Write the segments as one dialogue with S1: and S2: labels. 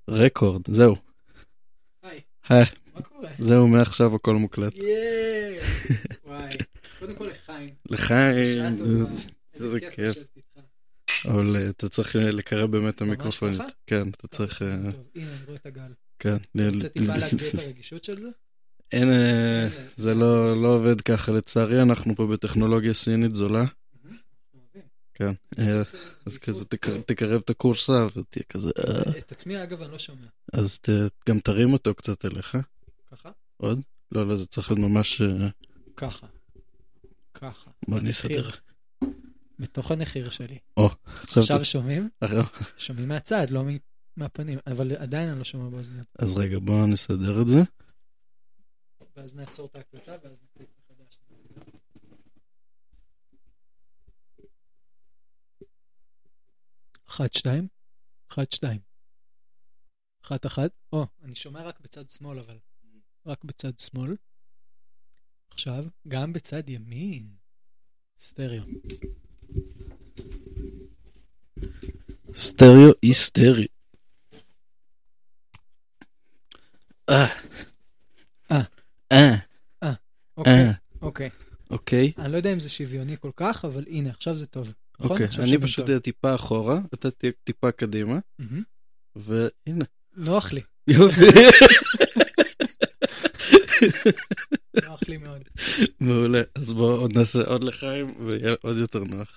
S1: רקורד, זהו.
S2: היי, מה קורה?
S1: זהו, מעכשיו הכל מוקלט.
S2: וואי, קודם כל לחיים.
S1: לחיים.
S2: שעה טובה.
S1: איזה
S2: כיף
S1: כיף.
S2: לשבת איתך.
S1: אבל אתה צריך לקרב באמת את המיקרופון.
S2: ככה?
S1: כן, אתה צריך...
S2: טוב, הנה, אני רואה את הגל.
S1: כן.
S2: אתה רוצה טיפה להגביר את הרגישות של זה?
S1: אין, זה לא עובד ככה. לצערי, אנחנו פה בטכנולוגיה סינית זולה. כן. אז כזה תקרב את הקורסה ותהיה כזה...
S2: את עצמי, אגב, אני לא שומע.
S1: אז גם תרים אותו קצת אליך.
S2: ככה?
S1: עוד? לא, זה צריך להיות ממש...
S2: ככה. ככה.
S1: בוא נסדר.
S2: בתוך הנחיר שלי.
S1: עכשיו
S2: שומעים? שומעים מהצד, לא מהפנים. אבל עדיין אני לא שומע באוזניות.
S1: אז רגע, בוא נסדר את זה.
S2: ואז נעצור את ההקלטה, ואז נקליט מחדש. 1, 2. 1, 2. 1, 1. אני שומע רק בצד שמאל, אבל. רק בצד שמאל. עכשיו, גם בצד ימין. סטריאו.
S1: סטריאו היסטרי. אוקיי.
S2: אני לא יודע אם זה שוויוני כל כך, אבל הנה, עכשיו זה טוב.
S1: אוקיי, אני פשוט אהיה טיפה אחורה, אתה תהיה טיפה קדימה, והנה.
S2: נוח לי. נוח לי מאוד.
S1: מעולה, אז בואו עוד נעשה עוד לחיים, ויהיה עוד יותר נוח.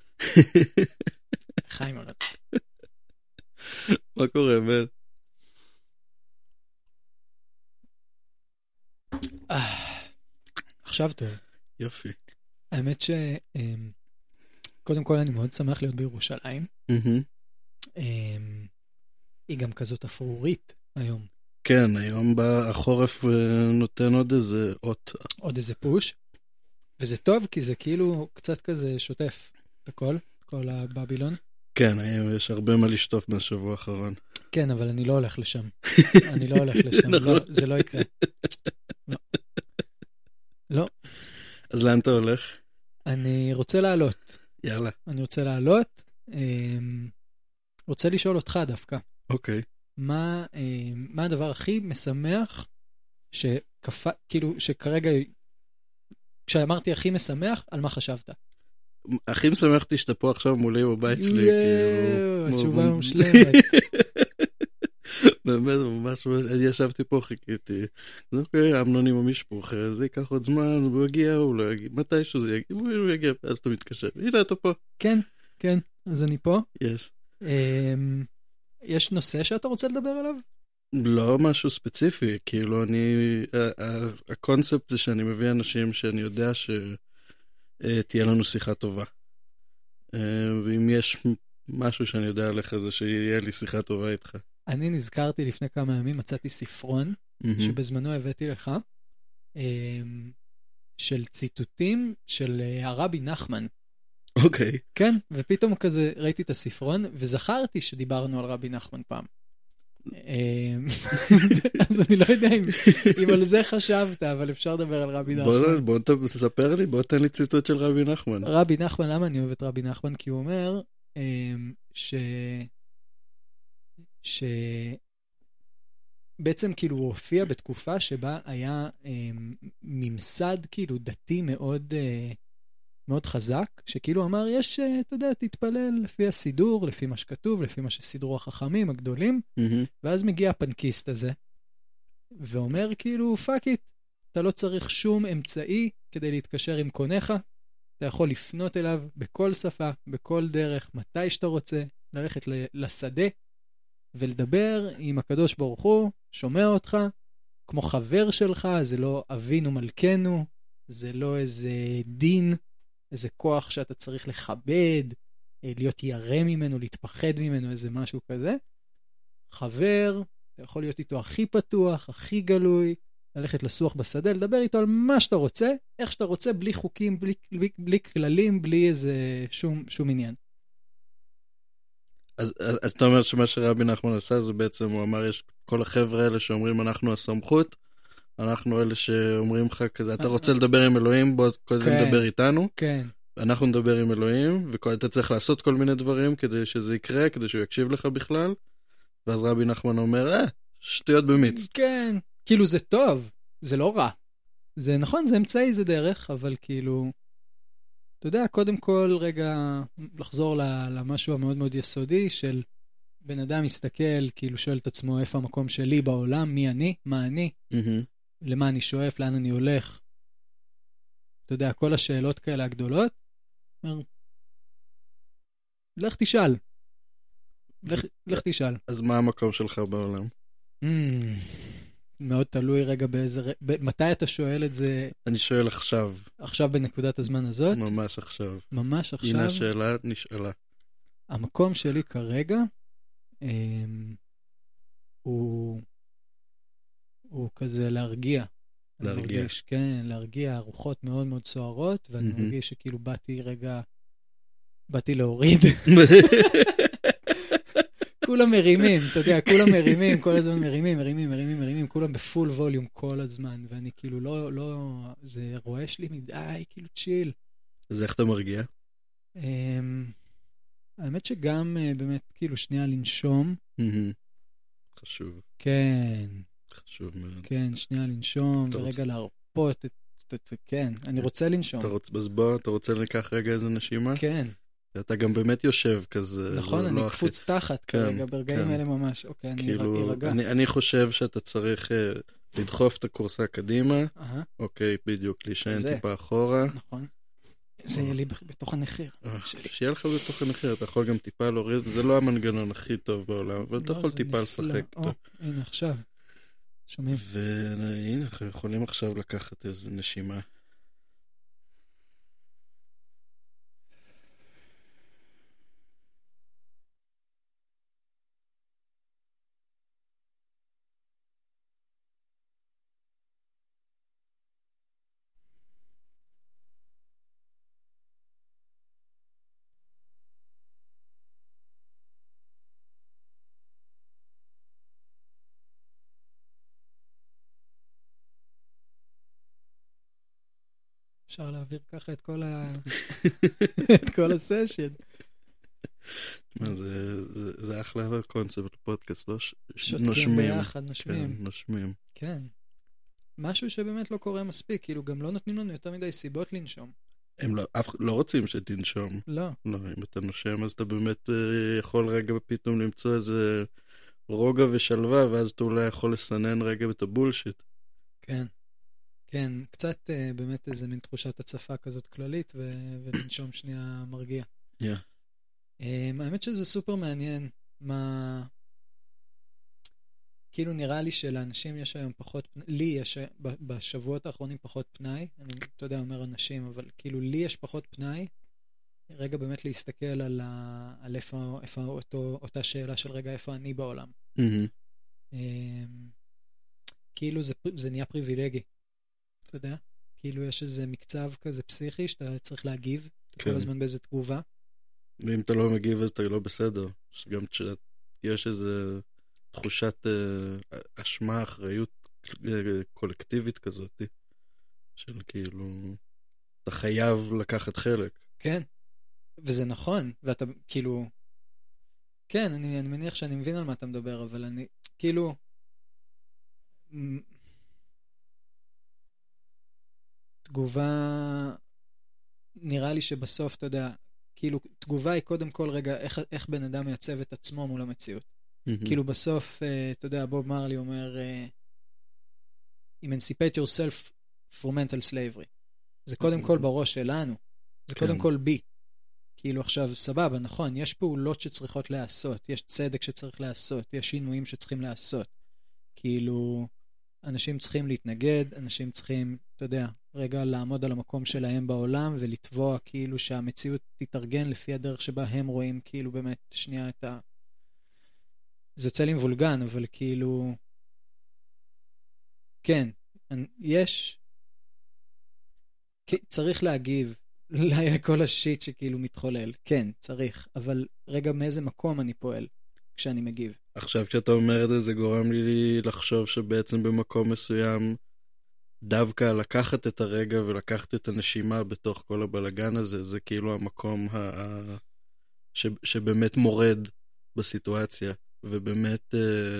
S2: חיים עוד.
S1: מה קורה, מן?
S2: עכשיו טוב.
S1: יופי.
S2: האמת קודם כל אני מאוד שמח להיות בירושלים. היא גם כזאת אפרורית היום.
S1: כן, היום החורף נותן עוד איזה אות.
S2: עוד איזה פוש. וזה טוב כי זה כאילו קצת כזה שוטף את כל הבבילון.
S1: כן, יש הרבה מה לשטוף מהשבוע האחרון.
S2: כן, אבל אני לא הולך לשם. אני לא הולך לשם. זה לא יקרה. לא.
S1: אז לאן אתה הולך?
S2: אני רוצה לעלות.
S1: יאללה.
S2: אני רוצה לעלות. רוצה לשאול אותך דווקא.
S1: אוקיי.
S2: מה הדבר הכי משמח כאילו שכרגע, כשאמרתי הכי משמח, על מה חשבת?
S1: הכי משמח אותי שאתה פה עכשיו מולי בבית שלי.
S2: תשובה מושלמת.
S1: באמת, ממש, אני ישבתי פה, חיכיתי. אז אוקיי, אמנון עם המשפוך, זה ייקח עוד זמן, הוא יגיע, הוא לא יגיע, מתישהו זה יגיע, הוא יגיע, אז אתה מתקשר. הנה, אתה פה.
S2: כן, כן, אז אני פה.
S1: Yes.
S2: יש נושא שאתה רוצה לדבר עליו?
S1: לא משהו ספציפי, כאילו הקונספט זה שאני מביא אנשים שאני יודע שתהיה לנו שיחה טובה. ואם יש משהו שאני יודע עליך זה שיהיה לי שיחה טובה איתך.
S2: אני נזכרתי לפני כמה ימים, מצאתי ספרון שבזמנו הבאתי לך, של ציטוטים של הרבי נחמן.
S1: אוקיי.
S2: כן, ופתאום כזה ראיתי את הספרון, וזכרתי שדיברנו על רבי נחמן פעם. אז אני לא יודע אם על זה חשבת, אבל אפשר לדבר על רבי נחמן.
S1: בוא תספר לי, בוא תן לי ציטוט של רבי נחמן.
S2: רבי נחמן, למה אני אוהב את רבי נחמן? כי הוא אומר בעצם כאילו הוא הופיע בתקופה שבה היה ממסד כאילו דתי מאוד מאוד חזק, שכאילו אמר, אתה יודע, תתפלל לפי הסידור, לפי מה שכתוב, לפי מה שסידרו החכמים הגדולים, ואז מגיע הפנקיסט הזה, ואומר כאילו, fuck it, אתה לא צריך שום אמצעי כדי להתקשר עם קונך, אתה יכול לפנות אליו בכל שפה, בכל דרך, מתי שאתה רוצה, ללכת לשדה, ולדבר עם הקדוש ברוך הוא, שומע אותך, כמו חבר שלך, זה לא אבינו מלכנו, זה לא איזה דין, איזה כוח שאתה צריך לכבד, להיות ירא ממנו, להתפחד ממנו, איזה משהו כזה. חבר, אתה יכול להיות איתו הכי פתוח, הכי גלוי, ללכת לסוח בשדה, לדבר איתו על מה שאתה רוצה, איך שאתה רוצה, בלי חוקים, בלי כללים, בלי איזה שום עניין.
S1: אז אתה אומר שמה שרבי נחמן עשה, זה בעצם, הוא אמר, יש כל החבר'ה האלה שאומרים, אנחנו הסמכות, אנחנו אלה שאומרים לך כזה, אתה רוצה לדבר עם אלוהים, בוא קודם נדבר איתנו.
S2: כן.
S1: אנחנו נדבר עם אלוהים, ואתה צריך לעשות כל מיני דברים כדי שזה יקרה, כדי שהוא יקשיב לך בכלל, ואז רבי נחמן אומר, שטויות במיץ.
S2: כן, כאילו זה טוב, זה לא רע. זה נכון, זה אמצעי, זה דרך, אבל כאילו, אתה יודע, קודם כל רגע לחזור למשהו המאוד מאוד יסודי של בן אדם מסתכל, כאילו שואל את עצמו איפה המקום שלי בעולם, מי אני, מה אני, למה אני שואף, לאן אני הולך. אתה יודע, כל השאלות כאלה הגדולות, אומר, לך תשאל. לך תשאל.
S1: אז מה המקום שלך בעולם?
S2: מאוד תלוי רגע מתי אתה שואל את זה?
S1: אני שואל עכשיו.
S2: עכשיו בנקודת הזמן הזאת?
S1: ממש עכשיו.
S2: ממש עכשיו?
S1: הנה השאלה נשאלה.
S2: המקום שלי כרגע הוא כזה להרגיע.
S1: להרגיע.
S2: מרגיש, כן, להרגיע, הרוחות מאוד מאוד סוערות, ואני מרגיש שכאילו באתי להוריד. כולם מרימים, אתה יודע, כולם מרימים, כל הזמן מרימים, כולם בפול ווליום כל הזמן, ואני כאילו לא, זה רועש לי מדי, כאילו צ'יל.
S1: אז איך אתה מרגיע?
S2: האמת שגם באמת כאילו שנייה לנשום.
S1: חשוב.
S2: כן.
S1: חשוב מאוד.
S2: כן, שנייה לנשום, ורגע להרפות, כן, אני רוצה לנשום.
S1: אז בוא, אתה רוצה לקח רגע איזה נשימה?
S2: כן.
S1: אתה גם באמת יושב כזה.
S2: נכון, אני קפוץ תחת כרגע, ברגעים האלה ממש. אוקיי, אני ארגע.
S1: אני חושב שאתה צריך לדחוף את הקורסה קדימה. אוקיי, בדיוק, להישען טיפה אחורה.
S2: נכון. זה יהיה לי בתוך הנחיר.
S1: שיהיה לך בתוך הנחיר, אתה יכול גם טיפה להוריד, זה לא המנגנון הכי טוב בעולם, אבל אתה יכול טיפה לשחק.
S2: הנה עכשיו. שומעים.
S1: והנה, אנחנו יכולים עכשיו לקחת איזה נשימה.
S2: אפשר להעביר ככה את כל הסשן.
S1: זה אחלה קונספט פודקאסט, לא?
S2: שותקים ביחד, נושמים.
S1: כן, נושמים.
S2: כן. משהו שבאמת לא קורה מספיק, כאילו גם לא נותנים לנו יותר מדי סיבות לנשום.
S1: הם לא רוצים שתנשום.
S2: לא.
S1: לא, אם אתה נושם, אז אתה באמת יכול רגע פתאום למצוא איזה רוגע ושלווה, ואז אתה אולי יכול לסנן רגע את הבולשיט.
S2: כן. כן, קצת באמת איזה מין תחושת הצפה כזאת כללית, ולנשום שנייה מרגיע. האמת שזה סופר מעניין, כאילו נראה לי שלאנשים יש היום פחות, לי יש בשבועות האחרונים פחות פנאי, אני אתה יודע אומר אנשים, אבל כאילו לי יש פחות פנאי, רגע באמת להסתכל על איפה אותה שאלה של רגע איפה אני בעולם. כאילו זה נהיה פריבילגי. אתה יודע? כאילו יש איזה מקצב כזה פסיכי שאתה צריך להגיב כל הזמן באיזה תגובה.
S1: ואם אתה לא מגיב אז אתה לא בסדר. גם כשיש איזה תחושת אשמה, אחריות קולקטיבית כזאת, של כאילו, אתה חייב לקחת חלק.
S2: כן, וזה נכון, ואתה כאילו, כן, אני מניח שאני מבין על מה אתה מדבר, אבל אני, כאילו, תגובה, נראה לי שבסוף, אתה יודע, כאילו, תגובה היא קודם כל רגע, איך בן אדם מייצב את עצמו מול המציאות. כאילו בסוף, אתה יודע, בוב מרלי אומר, emancipate yourself for mental slavery. זה קודם כל בראש שלנו. זה קודם כל בי. כאילו עכשיו, סבבה, נכון, יש פעולות שצריכות לעשות, יש צדק שצריך לעשות, יש שינויים שצריכים לעשות. כאילו, אנשים צריכים להתנגד, אנשים צריכים, אתה יודע, רגע לעמוד על המקום שלהם בעולם, ולתבוע כאילו שהמציאות תתארגן לפי הדרך שבה הם רואים כאילו באמת שנייה את ה... זה יוצא לי מבולגן, אבל כאילו... כן, יש... צריך להגיב לכל השיט שכאילו מתחולל. כן, צריך. אבל רגע מאיזה מקום אני פועל כשאני מגיב.
S1: עכשיו כשאתה אומר את זה, זה גורם לי לחשוב שבעצם במקום מסוים, דווקא לקחת את הרגע ולקחת את הנשימה בתוך כל הבלגן הזה, זה כאילו המקום שבאמת מורד בסיטואציה. ובאמת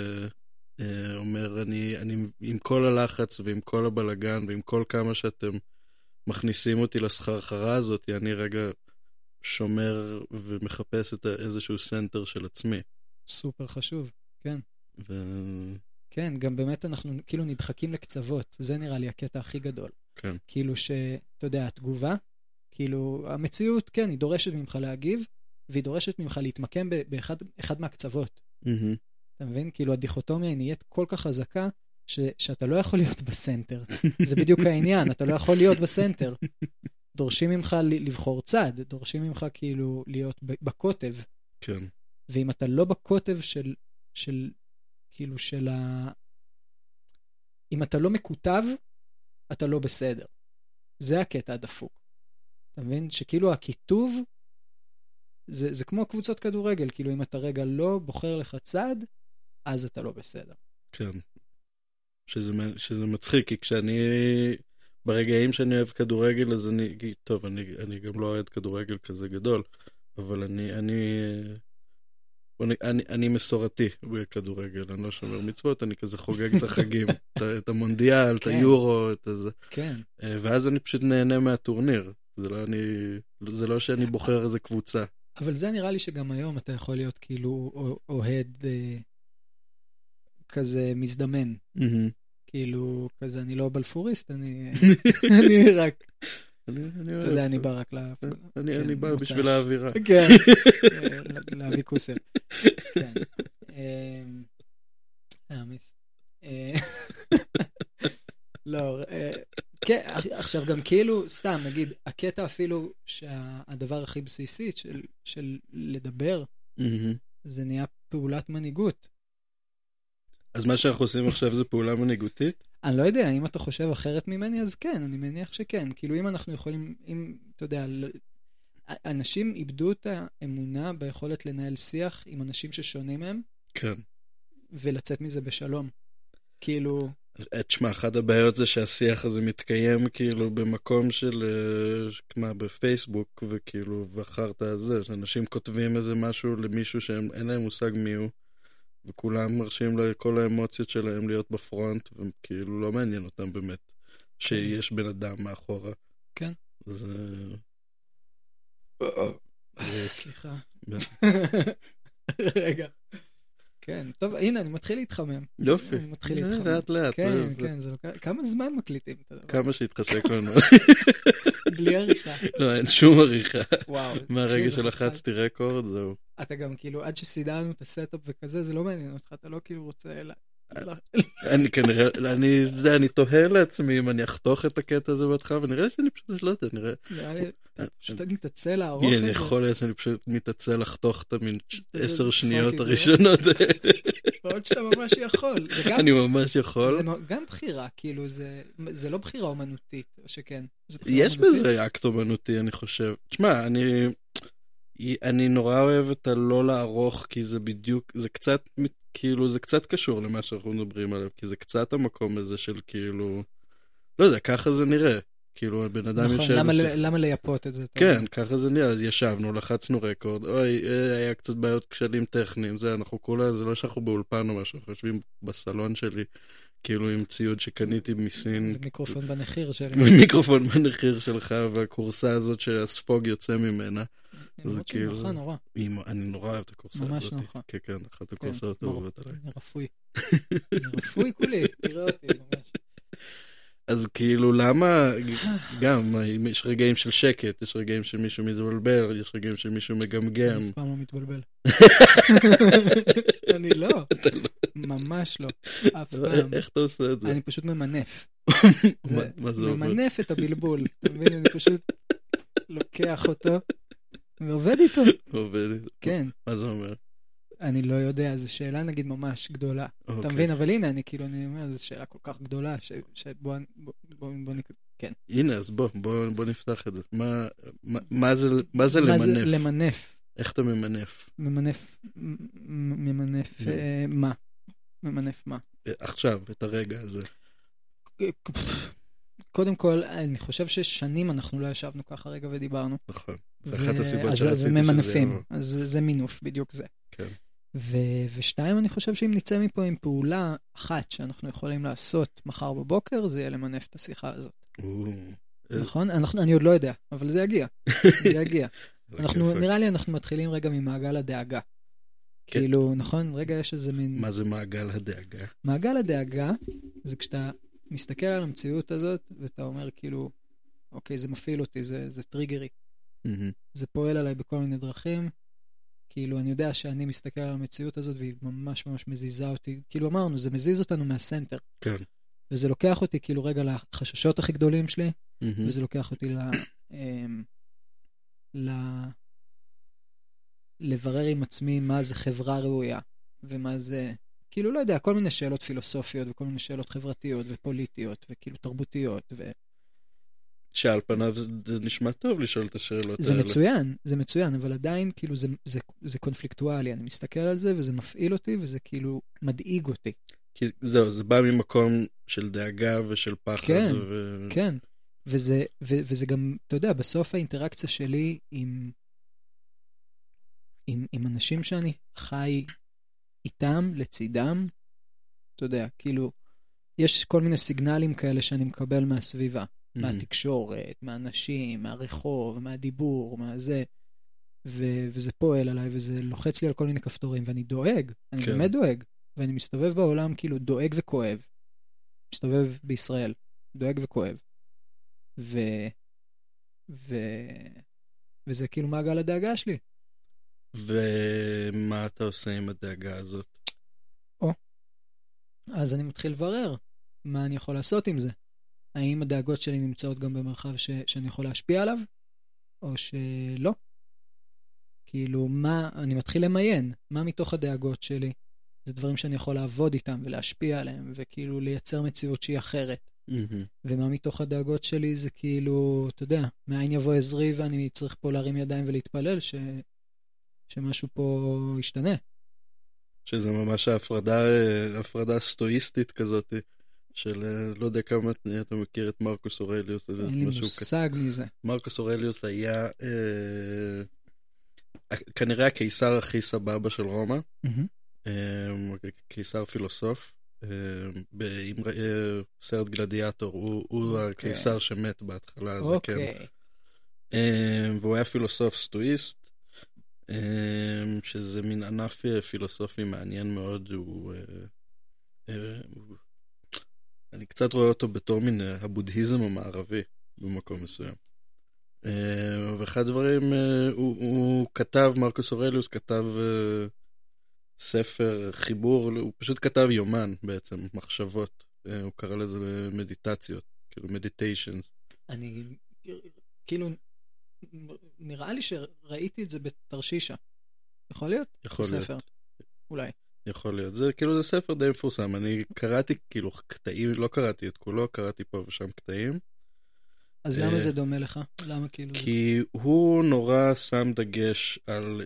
S1: אומר, אני עם כל הלחץ ועם כל הבלגן ועם כל כמה שאתם מכניסים אותי לסחרחרה הזאת, אני רגע שומר ומחפש את איזשהו סנטר של עצמי.
S2: סופר חשוב, כן.
S1: ו...
S2: כן, גם באמת אנחנו כאילו נדחקים לקצוות, זה נראה לי הקטע הכי גדול.
S1: כן.
S2: כאילו שאתה יודע, התגובה, כאילו המציאות, כן, היא דורשת ממך להגיב, והיא דורשת ממך להתמקם באחד מהקצוות. אתה מבין? כאילו הדיכוטומיה היא נהיית כל כך חזקה, שאתה לא יכול להיות בסנטר. זה בדיוק העניין, אתה לא יכול להיות בסנטר. דורשים ממך לבחור צד, דורשים ממך כאילו להיות בקוטב.
S1: כן.
S2: ואם אתה לא בקוטב כאילו אם אתה לא מקוטב, אתה לא בסדר. זה הקטע הדפוק. אתה מבין? שכאילו הכיתוב, זה כמו קבוצות כדורגל, כאילו אם אתה רגע לא בוחר לך צד, אז אתה לא בסדר.
S1: כן. שזה מצחיק, כי כשאני, ברגעים שאני אוהב כדורגל, אז אני גם לא אוהד כדורגל כזה גדול, אבל אני מסורתי בכדורגל, אני לא שומר מצוות, אני כזה חוגג את החגים, את המונדיאל, את היורו, את זה.
S2: כן.
S1: ואז אני פשוט נהנה מהטורניר. זה לא שאני בוחר איזה קבוצה.
S2: אבל זה נראה לי שגם היום אתה יכול להיות כאילו אוהד כזה מזדמן. כאילו, כזה אני לא בלפוריסט, אני רק... אתה יודע, אני בא רק
S1: אני בא בשביל האווירה.
S2: כן, להביא כוסר. כן. אמיס. לא, כן, עכשיו גם כאילו, סתם, נגיד, הקטע אפילו שהדבר הכי בסיסי של לדבר, זה נהיה פעולת מנהיגות.
S1: אז מה שאנחנו עושים עכשיו זה פעולה מנהיגותית?
S2: אני לא יודע, אם אתה חושב אחרת ממני, אז כן, אני מניח שכן. כאילו, אם אנחנו יכולים, אתה יודע, אנשים איבדו את האמונה ביכולת לנהל שיח עם אנשים ששונים מהם.
S1: כן.
S2: ולצאת מזה בשלום. כאילו...
S1: תשמע, אחת הבעיות זה שהשיח הזה מתקיים כאילו במקום של, כמו בפייסבוק, וכאילו, ואחרת הזה, שאנשים כותבים איזה משהו למישהו שאין להם מושג מי הוא, וכולם מרשים לכל האמוציות שלהם להיות בפרונט, וכאילו לא מעניין אותם באמת, שיש בן אדם מאחורה.
S2: כן.
S1: זה...
S2: סליחה. רגע. כן, טוב, הנה, אני מתחיל להתחמם.
S1: יופי.
S2: אני מתחיל להתחמם.
S1: לאט לאט.
S2: כן, כן, כמה זמן מקליטים?
S1: כמה שהתחשק לנו.
S2: בלי עריכה.
S1: לא, אין שום עריכה.
S2: וואו.
S1: מהרגע שלחצתי רקורד, זהו.
S2: אתה גם כאילו, עד שסידרנו את הסטאפ וכזה, זה לא מעניין אותך, אתה לא כאילו רוצה...
S1: אני כנראה, אני תוהה לעצמי אם אני אחתוך את הקטע הזה בהתחלה, ונראה שאני פשוט לא יודע, נראה לי,
S2: פשוט מתעצל לערוך את זה.
S1: אני יכול להיות שאני פשוט מתעצל לחתוך את המין 10 שניות הראשונות.
S2: עוד שאתה ממש יכול.
S1: אני ממש יכול.
S2: זה גם בחירה, כאילו, זה לא בחירה אומנותית, או שכן.
S1: יש בזה אקט אומנותי, אני חושב. תשמע, אני נורא אוהב את הלא לערוך, כי זה בדיוק, זה קצת, כאילו, זה קצת קשור למה שאנחנו מדברים עליו, כי זה קצת המקום הזה של כאילו, לא יודע, ככה זה נראה. כאילו, הבן אדם יושב...
S2: נכון, למה לייפות את זה?
S1: כן, ככה זה נראה, אז ישבנו, לחצנו רקורד, אוי, היה קצת בעיות כשלים טכניים, זה, אנחנו כולה, זה לא שאנחנו באולפן או משהו, אנחנו יושבים בסלון שלי, כאילו עם ציוד שקניתי מסין.
S2: מיקרופון בנחיר שלי.
S1: מיקרופון בנחיר שלך, והקורסה הזאת שהספוג יוצא ממנה.
S2: זה כאילו... נוחה נורא.
S1: אני נורא אוהב את הקורסה הזאת.
S2: ממש נוחה.
S1: כן, כן, אחת הקורסאות האהובות עליי.
S2: אני רפוי. אני רפוי כולי, תראה אותי, ממש.
S1: אז כאילו למה, גם, יש רגעים של שקט, יש רגעים שמישהו מתבלבל, יש רגעים שמישהו מגמגם.
S2: אני אף פעם לא מתבלבל. אני לא, ממש לא, אף פעם.
S1: איך אתה עושה את זה?
S2: אני פשוט ממנף.
S1: מה זה אומר?
S2: ממנף את הבלבול, אתה מבין? אני פשוט לוקח אותו ועובד איתו.
S1: עובד איתו. כן. מה זה אומר?
S2: אני לא יודע, זו שאלה נגיד ממש גדולה. אתה מבין? אבל הנה, אני כאילו, אני אומר, זו שאלה כל כך גדולה, שבוא כן.
S1: הנה, אז בוא נפתח את זה. מה זה למנף?
S2: למנף.
S1: איך אתה ממנף?
S2: ממנף מה? ממנף מה?
S1: עכשיו, את הרגע הזה.
S2: קודם כל, אני חושב ששנים אנחנו לא ישבנו ככה רגע ודיברנו.
S1: נכון. זה אחת הסיבות שרציתי
S2: שזה ממנפים. אז זה מינוף, בדיוק זה.
S1: כן.
S2: ושתיים, אני חושב שאם נצא מפה עם פעולה אחת שאנחנו יכולים לעשות מחר בבוקר, זה יהיה למנף את השיחה הזאת. נכון? אני עוד לא יודע, אבל זה יגיע. זה יגיע. נראה לי אנחנו מתחילים רגע ממעגל הדאגה. כאילו, נכון? רגע, יש איזה מין...
S1: מה זה מעגל הדאגה?
S2: מעגל הדאגה זה כשאתה מסתכל על המציאות הזאת, ואתה אומר כאילו, אוקיי, זה מפעיל אותי, זה טריגרי. זה פועל עליי בכל מיני דרכים. כאילו, אני יודע שאני מסתכל על המציאות הזאת, והיא ממש ממש מזיזה אותי. כאילו, אמרנו, זה מזיז אותנו מהסנטר.
S1: כן.
S2: וזה לוקח אותי כאילו רגע לחששות הכי גדולים שלי, וזה לוקח אותי לברר עם עצמי מה זה חברה ראויה, ומה זה, כאילו לא יודע, כל מיני שאלות פילוסופיות, וכל מיני שאלות חברתיות ופוליטיות, וכאילו תרבותיות.
S1: שעל פניו זה נשמע טוב לשאול את השאלות
S2: זה
S1: האלה.
S2: מצוין, זה מצוין, אבל עדיין כאילו זה קונפליקטואלי, אני מסתכל על זה, וזה מפעיל אותי, וזה כאילו מדאיג אותי.
S1: כי זהו, זה בא ממקום של דאגה ושל פחד.
S2: כן, כן. וזה גם, אתה יודע, בסוף האינטראקציה שלי עם אנשים שאני חי איתם, לצידם, אתה יודע, כאילו, יש כל מיני סיגנלים כאלה שאני מקבל מהסביבה, מהתקשורת, מהאנשים, מהרחוב, מהדיבור, מהזה, וזה פועל עליי, וזה לוחץ לי על כל מיני כפתורים, ואני דואג, אני באמת דואג, ואני מסתובב בעולם כאילו דואג וכואב, מסתובב בישראל, דואג וכואב, וזה כאילו מעגל הדאגה שלי.
S1: ומה אתה עושה עם הדאגה הזאת?
S2: אז אני מתחיל לברר מה אני יכול לעשות עם זה. האם הדאגות שלי נמצאות גם במרחב שאני יכול להשפיע עליו, או שלא. כאילו, אני מתחיל למיין, מה מתוך הדאגות שלי, זה דברים שאני יכול לעבוד איתם ולהשפיע עליהם, וכאילו לייצר מציאות שהיא אחרת. ומה מתוך הדאגות שלי זה כאילו, אתה יודע, מאין יבוא עזרי ואני צריך פה להרים ידיים ולהתפלל שמשהו פה ישתנה.
S1: שזה ממש ההפרדה סטואיסטית כזאת, של לא יודע כמה אתה מכיר את מרקוס אורליוס.
S2: אין לי מושג מזה.
S1: מרקוס אורליוס היה כנראה הקיסר הכי סבבה של רומא, קיסר פילוסוף, עם סרט גלדיאטור, הוא הקיסר שמת בהתחלה, זה כן. והוא היה פילוסוף סטואיסט, שזה מין ענף פילוסופי מעניין מאוד, אני קצת רואה אותו בתור מין הבודהיזם המערבי במקום מסוים. ואחד הדברים, הוא כתב, מרקוס אורליוס כתב ספר, חיבור, הוא פשוט כתב יומן בעצם, מחשבות, הוא קרא לזה מדיטציות, כאילו meditations.
S2: אני, כאילו, נראה לי שראיתי את זה בתרשישה. יכול להיות?
S1: יכול להיות.
S2: ספר. אולי.
S1: יכול להיות. זה כאילו זה ספר די מפורסם. אני קראתי כאילו קטעים, לא קראתי את כולו, קראתי פה ושם קטעים.
S2: אז למה זה דומה לך? למה כאילו?
S1: כי הוא נורא שם דגש על...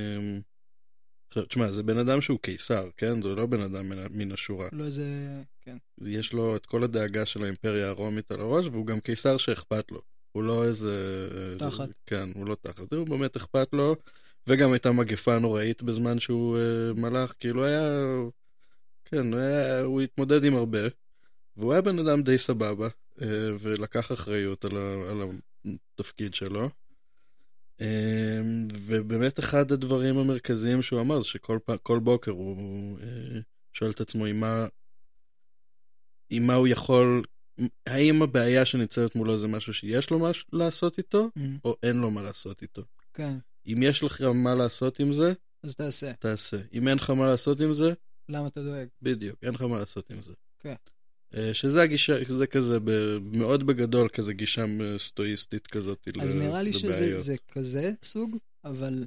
S1: תשמע, זה בן אדם שהוא קיסר, כן? זה לא בן אדם מן השורה.
S2: לא איזה... כן.
S1: יש לו את כל הדאגה של האימפריה הרומית על הראש, והוא גם קיסר שאכפת לו. הוא לא איזה...
S2: תחת.
S1: כן, הוא לא תחת. הוא באמת אכפת לו, וגם הייתה מגפה נוראית בזמן שהוא מלך, כאילו היה... כן, הוא התמודד עם הרבה, והוא היה בן אדם די סבבה, ולקח אחריות על התפקיד שלו. ובאמת אחד הדברים המרכזיים שהוא אמר, זה שכל בוקר הוא שואל את עצמו עם מה הוא יכול, האם הבעיה שניצבת מולו זה משהו שיש לו משהו לעשות איתו, או אין לו מה לעשות איתו.
S2: כן.
S1: אם יש לך מה לעשות עם זה,
S2: אז תעשה.
S1: תעשה. אם אין לך מה לעשות עם זה,
S2: למה אתה דואג?
S1: בדיוק, אין לך מה לעשות עם זה.
S2: כן.
S1: שזה הגישה, זה כזה מאוד בגדול, כזה גישה סטואיסטית כזאת לבעיות.
S2: אז נראה לי שזה כזה סוג, אבל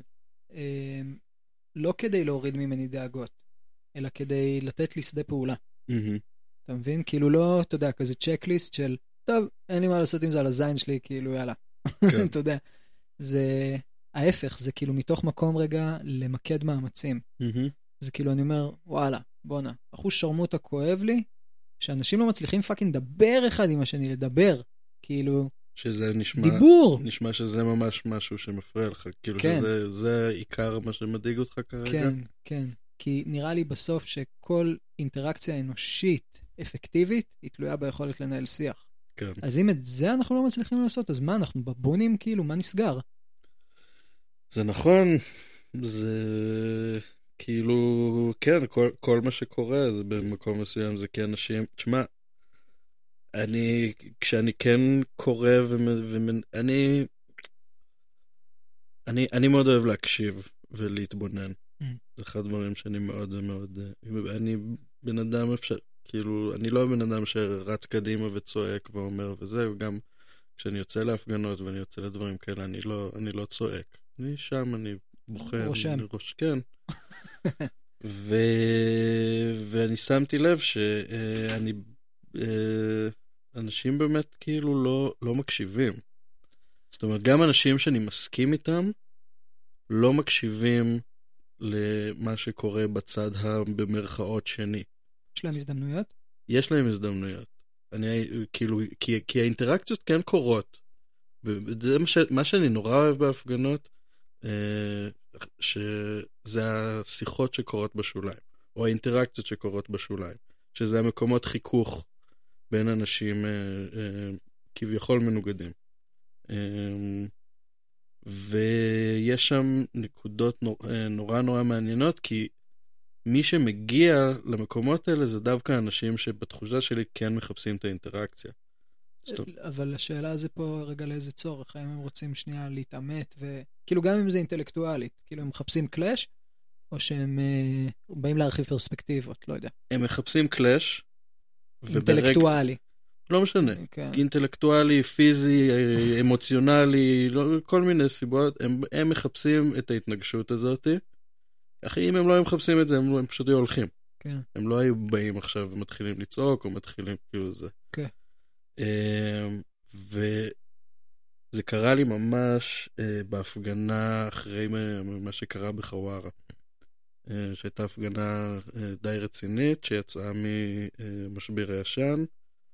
S2: לא כדי להוריד ממני דאגות, אלא כדי לתת לי שדה פעולה. אתה מבין? כאילו לא, אתה יודע, כזה צ'קליסט של, טוב, אין לי מה לעשות עם זה על הזין שלי, כאילו יאללה. אתה יודע, זה ההפך, זה כאילו מתוך מקום רגע למקד מאמצים. זה כאילו אני אומר, וואלה, בונה, אחוז שרמוטה כואב לי, שאנשים לא מצליחים פאקינג לדבר אחד עם השני, לדבר, כאילו,
S1: שזה נשמע,
S2: דיבור.
S1: נשמע שזה ממש משהו שמפריע לך, כאילו
S2: כן.
S1: שזה עיקר מה שמדאיג אותך כרגע.
S2: כן, כן. כי נראה לי בסוף שכל אינטראקציה אנושית אפקטיבית היא תלויה ביכולת לנהל שיח.
S1: כן.
S2: אז אם את זה אנחנו לא מצליחים לעשות, אז מה, אנחנו בבונים כאילו, מה נסגר?
S1: זה נכון, זה כאילו, כן, כל מה שקורה זה במקום מסוים, זה כי אנשים, תשמע, כשאני כן קורא אני מאוד אוהב להקשיב ולהתבונן. זה אחד הדברים שאני מאוד מאוד, אני בן אדם כאילו, אני לא בן אדם שרץ קדימה וצועק ואומר וזהו, גם כשאני יוצא להפגנות ואני יוצא לדברים כאלה, אני לא צועק. אני שם, אני בוחר,
S2: רושם.
S1: כן. ואני שמתי לב אנשים באמת כאילו לא מקשיבים. זאת אומרת, גם אנשים שאני מסכים איתם, לא מקשיבים למה שקורה בצד במרכאות שני.
S2: יש להם הזדמנויות?
S1: יש להם הזדמנויות. כאילו, כי האינטראקציות כן קורות. וזה מה שאני נורא אוהב בהפגנות, שזה השיחות שקורות בשוליים, או האינטראקציות שקורות בשוליים, שזה המקומות חיכוך בין אנשים כביכול מנוגדים. ויש שם נקודות נורא נורא מעניינות, כי מי שמגיע למקומות האלה זה דווקא אנשים שבתחושה שלי כן מחפשים את האינטראקציה.
S2: אבל השאלה זה פה רגע לאיזה צורך, האם הם רוצים שנייה להתאמת, וכאילו גם אם זה אינטלקטואלית, כאילו הם מחפשים קלאש, או שהם באים להרחיב פרספקטיבות, לא יודע.
S1: הם מחפשים קלאש,
S2: אינטלקטואלי.
S1: לא משנה, אינטלקטואלי, פיזי, אמוציונלי, כל מיני סיבות, הם מחפשים את ההתנגשות הזאת. אחי, אם הם לא היו מחפשים את זה, הם פשוט היו הולכים.
S2: כן.
S1: הם לא היו באים עכשיו ומתחילים לצעוק, או מתחילים כאילו זה.
S2: כן.
S1: וזה קרה לי ממש בהפגנה אחרי מה שקרה בחווארה. שהייתה הפגנה די רצינית, שיצאה ממשבר הישן.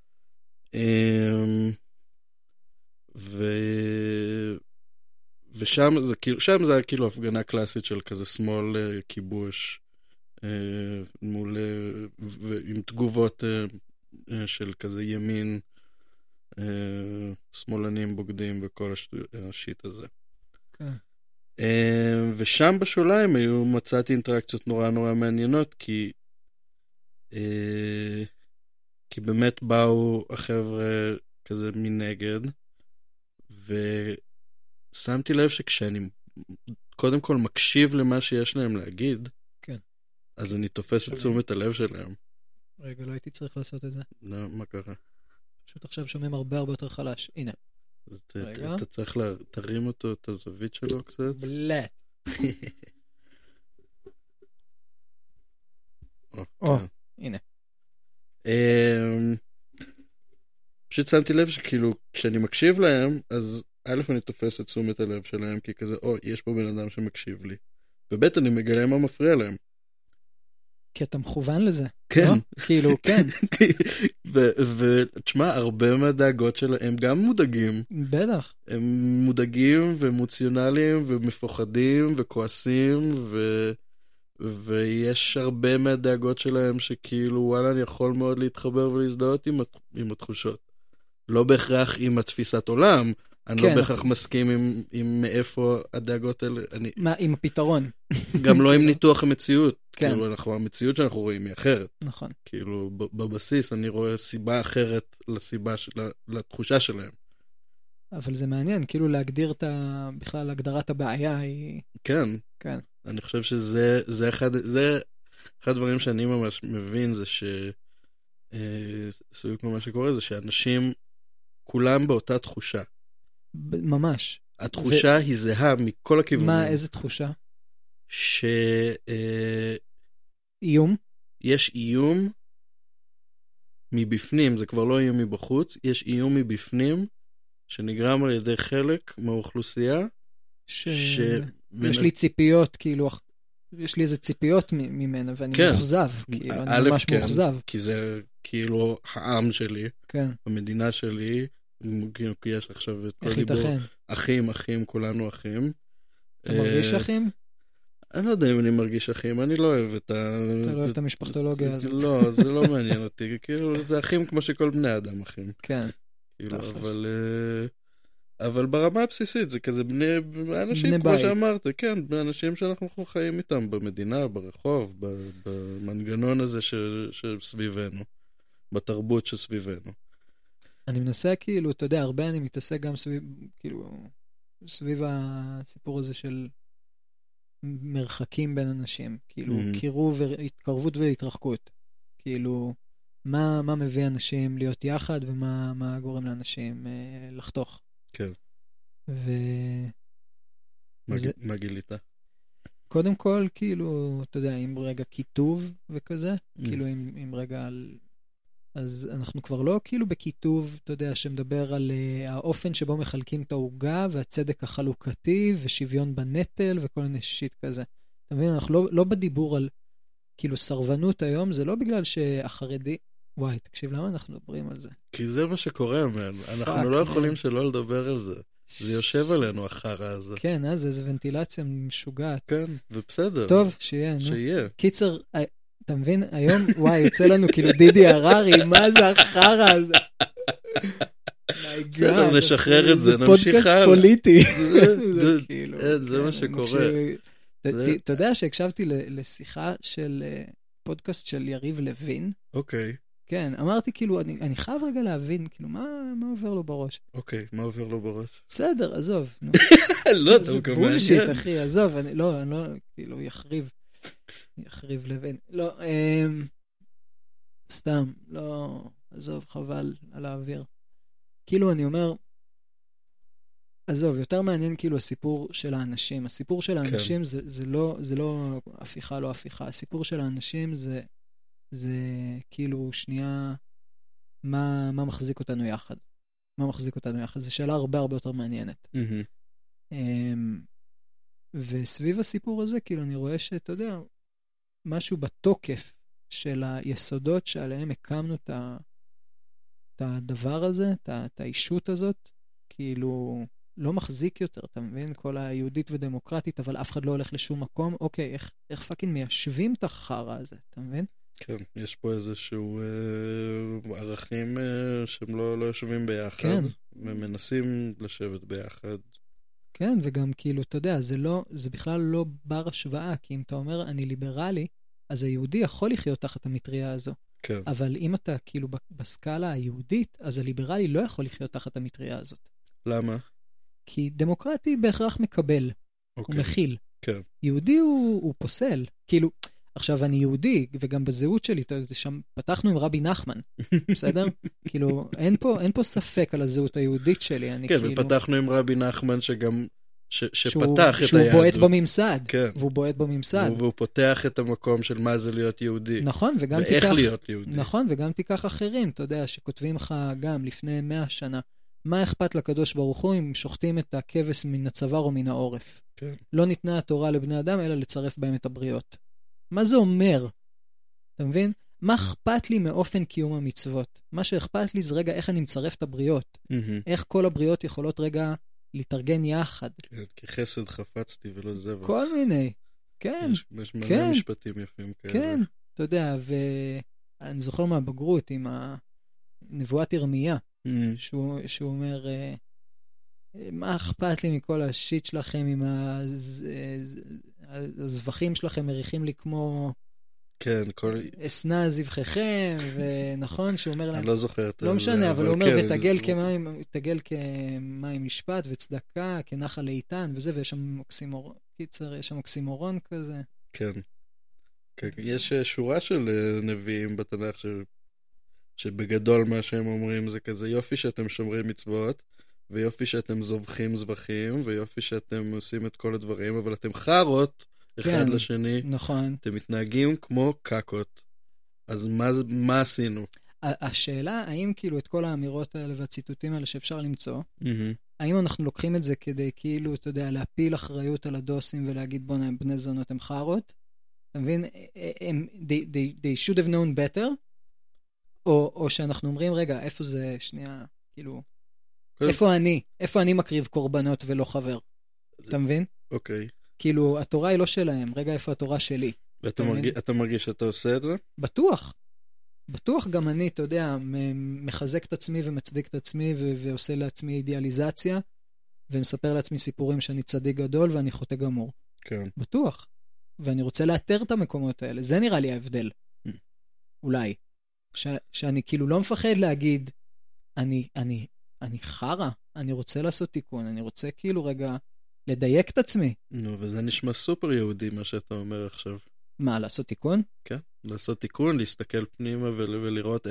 S1: ושם זה כאילו, שם זה היה כאילו הפגנה קלאסית של כזה שמאל כיבוש, מול, עם תגובות של כזה ימין, שמאלנים בוגדים וכל השיט הזה.
S2: כן.
S1: ושם בשוליים מצאתי אינטראקציות נורא נורא מעניינות, כי באמת באו החבר'ה כזה מנגד, ושמתי לב שכשאני קודם כל מקשיב למה שיש להם להגיד,
S2: כן.
S1: אז אני תופס את תשומת הלב שלהם.
S2: רגע, לא הייתי צריך לעשות את זה.
S1: לא, מה קרה?
S2: פשוט עכשיו שומעים הרבה הרבה יותר חלש. הנה.
S1: אתה צריך תרים אותו, את הזווית שלו קצת.
S2: בלט. הנה.
S1: פשוט שמתי לב שכאילו, כשאני מקשיב להם, אז א' אני תופס את תשומת הלב שלהם, כי כזה, יש פה בן אדם שמקשיב לי. וב' אני מגלה מה מפריע להם.
S2: כי אתה מכוון לזה.
S1: כן.
S2: לא? כאילו, כן.
S1: ותשמע, הרבה מהדאגות שלהם גם מודאגים.
S2: בטח.
S1: הם מודאגים ואמוציונליים ומפוחדים וכועסים ויש הרבה מהדאגות שלהם שכאילו וואלה אני יכול מאוד להתחבר ולהזדהות עם התחושות. לא בהכרח עם התפיסת עולם, אני לא בהכרח מסכים עם מאיפה הדאגות האלה.
S2: מה, עם הפתרון.
S1: גם לא עם ניתוח המציאות.
S2: כן.
S1: כאילו המציאות שאנחנו רואים היא אחרת.
S2: נכון.
S1: כאילו בבסיס אני רואה סיבה אחרת לתחושה שלהם.
S2: אבל זה מעניין, כאילו להגדיר בכלל הגדרת הבעיה היא...
S1: כן.
S2: כן.
S1: אני חושב שזה אחד הדברים שאני ממש מבין, זה סביב כמו מה שקורה, זה שאנשים כולם באותה תחושה.
S2: ממש.
S1: התחושה היא זהה מכל הכיוונים.
S2: מה, איזה תחושה?
S1: איום? יש איום מבפנים, זה כבר לא איום מבחוץ, יש איום מבפנים שנגרם על ידי חלק מהאוכלוסייה
S2: יש לי ציפיות, כאילו, יש לי איזה ציפיות ממנה, ואני מאוכזב, כאילו, אני ממש מאוכזב.
S1: כי זה כאילו העם שלי, המדינה שלי, כי יש עכשיו את כל דיבור, אחים, כולנו אחים.
S2: אתה מרגיש אחים?
S1: אני לא יודע אם אני מרגיש אחים, אני לא אוהב את
S2: אתה לא אוהב את המשפחתולוגיה הזאת.
S1: לא, זה לא מעניין אותי, כאילו, זה אחים כמו שכל בני אדם אחים.
S2: כן,
S1: כאילו,
S2: תכלס.
S1: אבל ברמה הבסיסית זה כזה אנשים,
S2: בני
S1: כמו
S2: בית.
S1: שאמרת, כן, אנשים שאנחנו חיים איתם במדינה, ברחוב, במנגנון הזה שסביבנו, בתרבות שסביבנו.
S2: אני מנסה כאילו, אתה יודע, הרבה אני מתעסק גם סביב, כאילו, סביב הסיפור הזה של מרחקים בין אנשים, כאילו, קירוב, התקרבות והתרחקות. כאילו, מה מביא אנשים להיות יחד, ומה גורם לאנשים לחתוך.
S1: כן. מה גילית?
S2: קודם כל, כאילו, אתה יודע, עם רגע כיתוב וכזה, כאילו, עם רגע אז אנחנו כבר לא כאילו בכיתוב, אתה יודע, שמדבר על האופן שבו מחלקים את העוגה, והצדק החלוקתי, ושוויון בנטל, וכל מיני שיט כזה. אתה מבין, אנחנו לא בדיבור על, כאילו, סרבנות היום, זה לא בגלל שהחרדי, וואי, תקשיב, למה אנחנו מדברים על זה?
S1: כי זה מה שקורה, אנחנו לא יכולים שלא לדבר על זה. זה יושב עלינו החרא הזה.
S2: כן, זה ונטילציה משוגעת.
S1: כן, ובסדר.
S2: טוב, שיהיה.
S1: שיהיה.
S2: קיצר, אתה מבין, היום, וואי, יוצא לנו כאילו דידי הררי, מה זה החרא הזה?
S1: בסדר, נשחרר את זה, נמשיך
S2: פודקאסט פוליטי.
S1: זה מה שקורה.
S2: אתה יודע שהקשבתי לשיחה של פודקאסט של יריב לוין.
S1: אוקיי.
S2: כן, אמרתי כאילו, אני חייב רגע להבין, כאילו, מה עובר לו בראש?
S1: אוקיי, מה עובר לו בראש?
S2: בסדר, עזוב.
S1: לא, אתה גם מעניין.
S2: בולשיט, אחי, עזוב, אני לא, כאילו, יחריב לוין. לא, סתם, לא, עזוב, חבל על האוויר. כאילו, אני אומר, עזוב, יותר מעניין כאילו הסיפור של האנשים. הסיפור של האנשים זה לא הפיכה, לא הפיכה. הסיפור של האנשים זה כאילו שנייה, מה מחזיק אותנו יחד? מה מחזיק אותנו יחד? זו שאלה הרבה הרבה יותר מעניינת. וסביב הסיפור הזה, כאילו אני רואה שאתה יודע, משהו בתוקף של היסודות שעליהם הקמנו את הדבר הזה, את האישות הזאת, כאילו לא מחזיק יותר, אתה מבין? כל היהודית ודמוקרטית, אבל אף אחד לא הולך לשום מקום. אוקיי, איך פאקינג מיישבים את החרא הזה, אתה מבין?
S1: כן, יש פה איזשהו ערכים שהם לא יושבים ביחד,
S2: כן.
S1: ומנסים לשבת ביחד.
S2: כן, וגם כאילו, אתה יודע, זה בכלל לא בר השוואה, כי אם אתה אומר, אני ליברלי, אז היהודי יכול לחיות תחת המטריה הזו.
S1: כן.
S2: אבל אם אתה כאילו בסקאלה היהודית, אז הליברלי לא יכול לחיות תחת המטריה הזאת.
S1: למה?
S2: כי דמוקרטי בהכרח מקבל, הוא מכיל.
S1: כן.
S2: יהודי הוא פוסל. כאילו, עכשיו אני יהודי, וגם בזהות שלי, שם פתחנו עם רבי נחמן, בסדר? כאילו, אין פה ספק על הזהות היהודית שלי.
S1: כן, ופתחנו עם רבי נחמן שגם, שפתח את היהדות.
S2: שהוא בועט בממסד.
S1: כן.
S2: והוא בועט בממסד.
S1: והוא פותח את המקום של מה זה להיות יהודי.
S2: נכון, וגם
S1: ואיך להיות יהודי.
S2: נכון, וגם תיקח אחרים, אתה יודע, שכותבים לך גם לפני 100 שנה, מה אכפת לקדוש ברוך הוא אם שוחטים את הכבש מן הצוואר או מן העורף?
S1: כן.
S2: לא ניתנה התורה לבני אדם, אלא לצרף בהם את הבריות. מה זה אומר? אתה מבין? מה אכפת לי מאופן קיום המצוות? מה שאכפת לי זה רגע איך אני מצרף את הבריות. איך כל הבריות יכולות רגע להתארגן יחד.
S1: כן, כי חסד חפצתי ולא זבח.
S2: כל מיני. כן.
S1: יש מלא משפטים יפים כאלה.
S2: כן, אתה יודע, ואני זוכר מהבגרות עם נבואת ירמיה, שהוא אומר, מה אכפת לי מכל השיט שלכם, עם הזבחים שלכם מריחים לי כמו...
S1: כן,
S2: אסנה זבחיכם, ונכון, שהוא אומר להם...
S1: אני לא זוכר את זה.
S2: לא משנה, אבל הוא אומר, ותגל כמים משפט וצדקה, כנחל איתן, וזה, ויש שם אוקסימורון, קיצר, יש שם אוקסימורון כזה.
S1: כן. יש שורה של נביאים בתנ"ך שבגדול מה שהם אומרים זה כזה יופי שאתם שומרים מצוות, ויופי שאתם זובחים זבחים, ויופי שאתם עושים את כל הדברים, אבל אתם חרות אחד לשני.
S2: נכון.
S1: אתם מתנהגים כמו קקות. אז מה עשינו?
S2: השאלה, האם כאילו את כל האמירות האלה והציטוטים האלה שאפשר למצוא, האם אנחנו לוקחים את זה כדי כאילו, אתה יודע, להפיל אחריות על הדוסים ולהגיד בוא נהם בני זונות הם חרות? אתה מבין? They should have known better? או שאנחנו אומרים, רגע, איפה זה, שנייה, כאילו, איפה אני מקריב קורבנות ולא חבר? אתה מבין?
S1: אוקיי.
S2: כאילו, התורה היא לא שלהם, רגע איפה התורה שלי.
S1: ואתה מרגיש שאתה עושה את זה?
S2: בטוח. בטוח גם אני, אתה יודע, מחזק את עצמי ומצדיק את עצמי ועושה לעצמי אידיאליזציה, ומספר לעצמי סיפורים שאני צדיק גדול ואני חוטא גמור.
S1: כן.
S2: בטוח. ואני רוצה לאתר את המקומות האלה. זה נראה לי ההבדל. אולי. שאני כאילו לא מפחד להגיד, אני חרה, אני רוצה לעשות תיקון, אני רוצה כאילו רגע לדייק את עצמי.
S1: נו, וזה נשמע סופר יהודי מה שאתה אומר עכשיו.
S2: מה, לעשות תיקון?
S1: כן, לעשות תיקון, להסתכל פנימה ולראות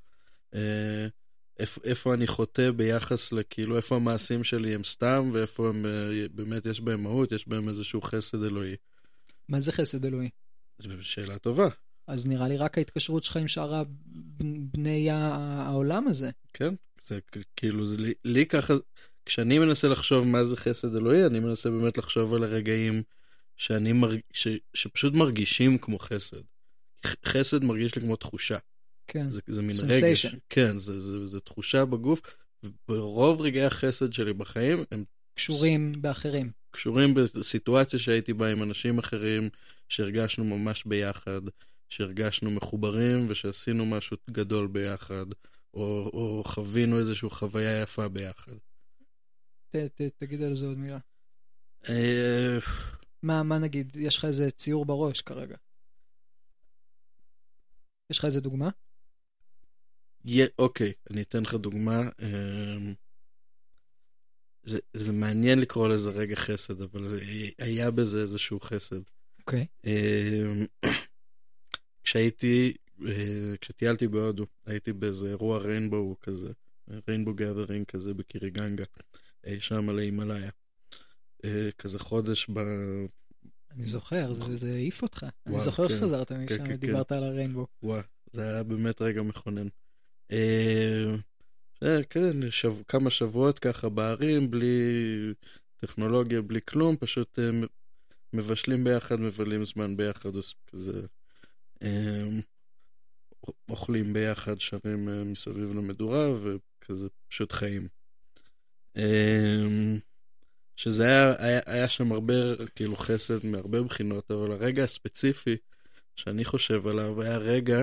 S1: איפה אני חוטא ביחס לכאילו, איפה המעשים שלי הם סתם, ואיפה הם באמת יש בהם מהות, יש בהם איזשהו חסד אלוהי.
S2: מה זה חסד אלוהי?
S1: זו שאלה טובה.
S2: אז נראה לי רק ההתקשרות שלך עם שאר בני העולם הזה.
S1: כן, זה כאילו, זה לי ככה, כשאני מנסה לחשוב מה זה חסד אלוהי, אני מנסה באמת לחשוב על הרגעים שפשוט מרגישים כמו חסד. חסד מרגיש לי כמו תחושה.
S2: כן.
S1: זה מין
S2: Sensation.
S1: רגש. כן, זה תחושה בגוף, וברוב רגעי החסד שלי בחיים, הם
S2: קשורים באחרים.
S1: קשורים בסיטואציה שהייתי בה עם אנשים אחרים, שהרגשנו ממש ביחד, שהרגשנו מחוברים, ושעשינו משהו גדול ביחד, או חווינו איזושהי חוויה יפה ביחד.
S2: תגיד על זה עוד מילה. מה נגיד? יש לך איזה ציור בראש כרגע? יש לך איזה דוגמה?
S1: אוקיי, אני אתן לך דוגמה. זה מעניין לקרוא לזה רגע חסד, אבל היה בזה איזשהו חסד.
S2: אוקיי.
S1: כשטיילתי בהודו, הייתי באיזה אירוע ריינבו כזה, ריינבו גאדרינג כזה בקיריגנגה, שם על ההימאליה. כזה חודש
S2: אני זוכר, זה העיף אותך. אני זוכר שחזרת משם ודיברת על הריינבו.
S1: וואו, זה היה באמת רגע מכונן. כן, כמה שבועות ככה בערים, בלי טכנולוגיה, בלי כלום, פשוט מבשלים ביחד, מבלים זמן ביחד, כזה אוכלים ביחד, שרים מסביב למדורה, וכזה פשוט חיים. שזה היה שם הרבה כאילו חסד מהרבה בחינות, אבל הרגע הספציפי שאני חושב עליו היה רגע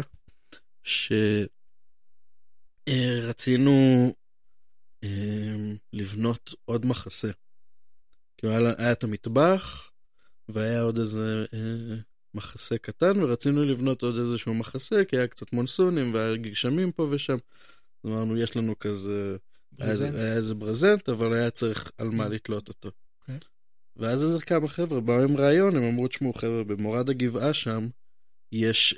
S1: שרצינו לבנות עוד מחסה. כאילו היה את המטבח, והיה עוד איזה מחסה קטן, ורצינו לבנות עוד איזשהו מחסה, כי היה קצת מונסונים, והיה גשמים פה ושם. זאת אומרת, יש לנו כזה, היה איזה ברזנט, אבל היה צריך על מה לתלות אותו. ואז איזה כמה חבר'ה באו עם רעיון, הם אמרו, תשמעו חבר'ה, במורד הגבעה שם, יש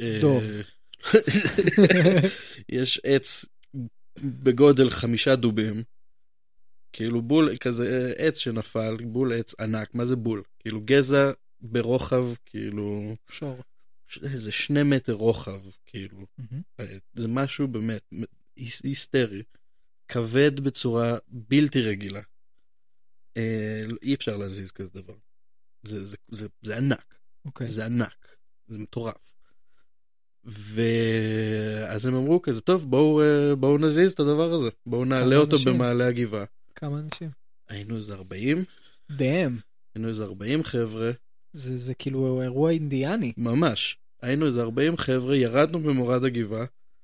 S1: יש עץ בגודל 5 דובים, כאילו בול, כזה עץ שנפל, בול עץ ענק, מה זה בול? כאילו גזע ברוחב, כאילו
S2: שור.
S1: איזה 2 מטר רוחב, כאילו. זה משהו באמת היסטרי, כבד בצורה בלתי רגילה. אי אפשר להזיז כזה דבר. זה ענק. זה ענק. זה מטורף. ואז הם אמרו כזה, טוב, בואו נזיז את הדבר הזה. בואו נעלה אותו במעלה הגבעה.
S2: כמה אנשים?
S1: היינו איזה 40.
S2: דאם.
S1: היינו איזה 40 חבר'ה.
S2: זה כאילו אירוע אינדיאני.
S1: ממש. היינו איזה 40 חבר'ה, ירדנו במורד הגבעה.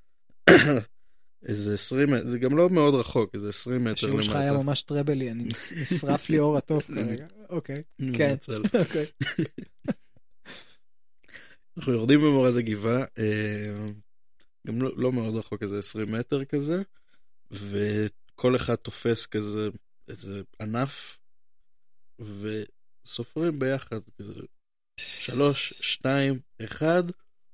S1: איזה 20 מטר, זה גם לא מאוד רחוק, איזה 20 מטר למטה.
S2: השיעור שלך היה ממש טרבלי, אני נשרף לי אור הטוב כרגע. אוקיי, כן. אוקיי.
S1: אנחנו יורדים במורד הגבעה, גם לא מאוד רחוק, איזה 20 מטר כזה, וכל אחד תופס כזה, איזה ענף, וסופרים ביחד, 3, 2, 1,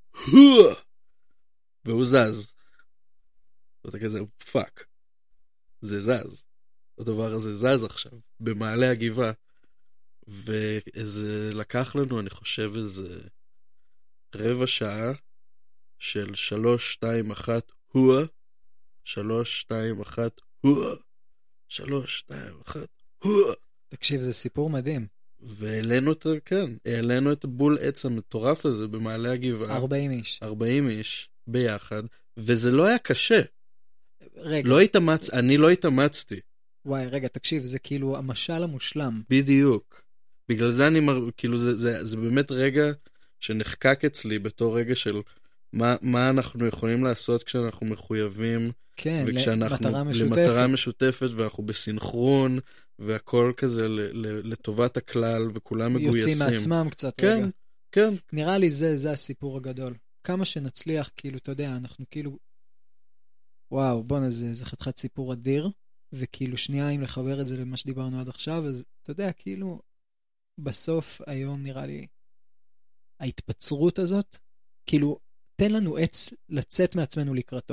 S1: והוא זז. ואתה כזה, פאק, זה זז. הדבר הזה זז עכשיו, במעלה הגבעה, ואיזה לקח לנו, אני חושב, איזה רבע שעה של 3, 2, 1, הואה, 3, 2, 1, הואה, 3, 2, 1, הואה.
S2: תקשיב, זה סיפור מדהים.
S1: והעלינו את, כן, העלינו את בול עץ המטורף הזה במעלה הגבעה.
S2: 40 איש.
S1: 40 איש ביחד, וזה לא היה קשה.
S2: רגע.
S1: אני לא התאמצתי.
S2: וואי, רגע, תקשיב, זה כאילו המשל המושלם.
S1: בדיוק. בגלל זה כאילו זה באמת רגע שנחקק אצלי בתור רגע של מה אנחנו יכולים לעשות כשאנחנו מחויבים,
S2: כן,
S1: וכשאנחנו למטרה משותפת, ואנחנו בסינכרון, והכל כזה לטובת הכלל, וכולם מגויסים.
S2: יוצאים מעצמם קצת
S1: כן,
S2: רגע.
S1: כן.
S2: נראה לי זה הסיפור הגדול. כמה שנצליח, כאילו, אתה יודע, אנחנו כאילו, וואו, בוא, זה חתיכת סיפור אדיר, וכאילו שנייה אם לחבר את זה למה שדיברנו עד עכשיו, אז אתה יודע, כאילו, בסוף היום נראה לי, ההתפצרות הזאת, כאילו, תן לנו עץ לצאת מעצמנו לקראתו.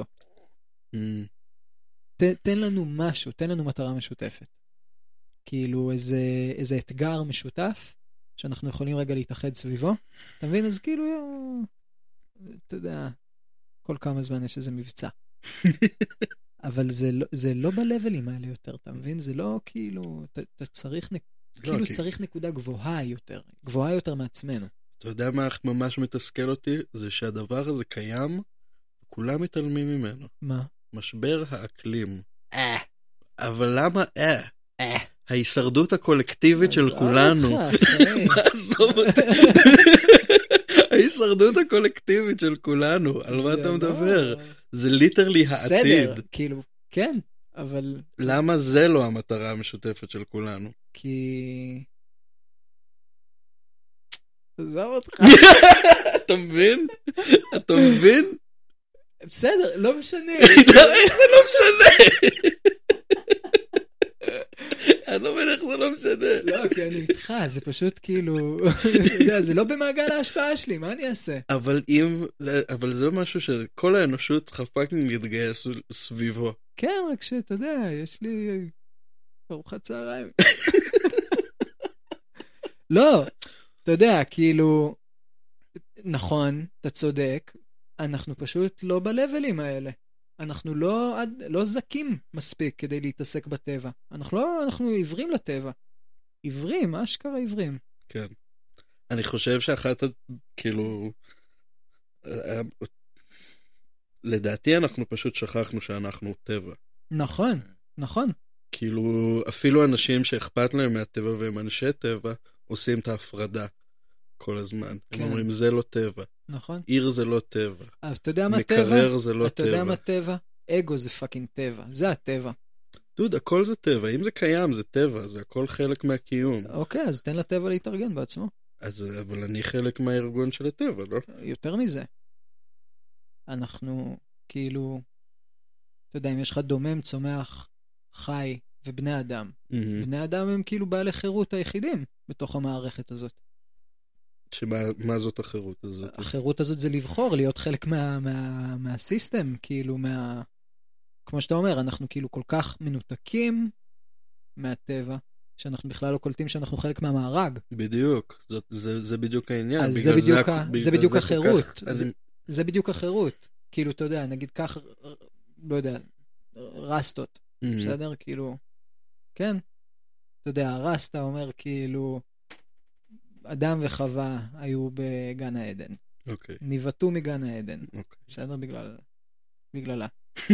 S2: תן לנו משהו, תן לנו מטרה משותפת. כאילו איזה אתגר משותף, שאנחנו יכולים רגע להתאחד סביבו. אתה מבין? אז כאילו, אתה יודע, כל כמה זמן יש איזה מבצע. אבל זה לא בלבלים האלה יותר, אתה מבין? זה לא כאילו, אתה צריך, כאילו צריך נקודה גבוהה יותר מעצמנו.
S1: אתה יודע מה ממש מתסכל אותי? זה שהדבר הזה קיים, וכולם מתעלמים ממנו.
S2: מה?
S1: משבר האקלים. אבל למה ההישרדות הקולקטיבית של כולנו. עזוב אותי. ההישרדות הקולקטיבית של כולנו. על מה אתה מדבר? זה ליטרלי העתיד.
S2: בסדר, כאילו, כן, אבל...
S1: למה זה לא המטרה המשותפת של כולנו?
S2: כי... עזוב אותך.
S1: אתה מבין? אתה מבין?
S2: בסדר, לא משנה.
S1: איך זה לא משנה? אני לא מבין איך זה לא משנה.
S2: לא, כי אני איתך, זה פשוט כאילו, זה לא במעגל ההשפעה שלי, מה אני אעשה?
S1: אבל זה משהו שכל האנושות צריכה פאקינג להתגייס סביבו.
S2: כן, רק שאתה יודע, יש לי ארוחת צהריים. לא, אתה יודע, כאילו, נכון, אתה צודק, אנחנו פשוט לא בלבלים האלה. אנחנו לא זקים מספיק כדי להתעסק בטבע. אנחנו עיוורים לטבע. עיוורים, אשכרה עיוורים.
S1: כן. אני חושב שאחת, כאילו, לדעתי אנחנו פשוט שכחנו שאנחנו טבע.
S2: נכון, נכון.
S1: כאילו, אפילו אנשים שאכפת להם מהטבע והם אנשי טבע, עושים את ההפרדה כל הזמן.
S2: כן.
S1: הם אומרים, זה לא טבע.
S2: נכון.
S1: עיר זה לא טבע.
S2: אתה יודע מה טבע?
S1: מקרר זה לא
S2: אתה
S1: טבע.
S2: יודע מה טבע? אגו זה פאקינג טבע. זה הטבע.
S1: דוד, הכל זה טבע. אם זה קיים, זה טבע. זה הכל חלק מהקיום.
S2: אוקיי, אז תן לטבע להתארגן בעצמו.
S1: אבל אני חלק מהארגון של הטבע, לא?
S2: יותר מזה. אנחנו, כאילו, אתה יודע, אם יש לך דומם, צומח, חי ובני אדם. בני אדם הם כאילו בעלי חירות היחידים בתוך המערכת הזאת.
S1: מה זאת החירות הזאת?
S2: החירות הזאת זה לבחור, להיות חלק מהסיסטם, כאילו כמו שאתה אומר, אנחנו כאילו כל כך מנותקים מהטבע, שאנחנו בכלל לא קולטים שאנחנו חלק מהמארג.
S1: בדיוק, זה בדיוק העניין.
S2: אז זה בדיוק החירות. זה בדיוק החירות. כאילו, אתה יודע, נגיד כך, לא יודע, רסטות, בסדר? כאילו, כן. אתה יודע, הרסטה אומר כאילו, אדם וחווה היו בגן העדן.
S1: אוקיי.
S2: ניבטו מגן העדן.
S1: אוקיי.
S2: בסדר? בגללה.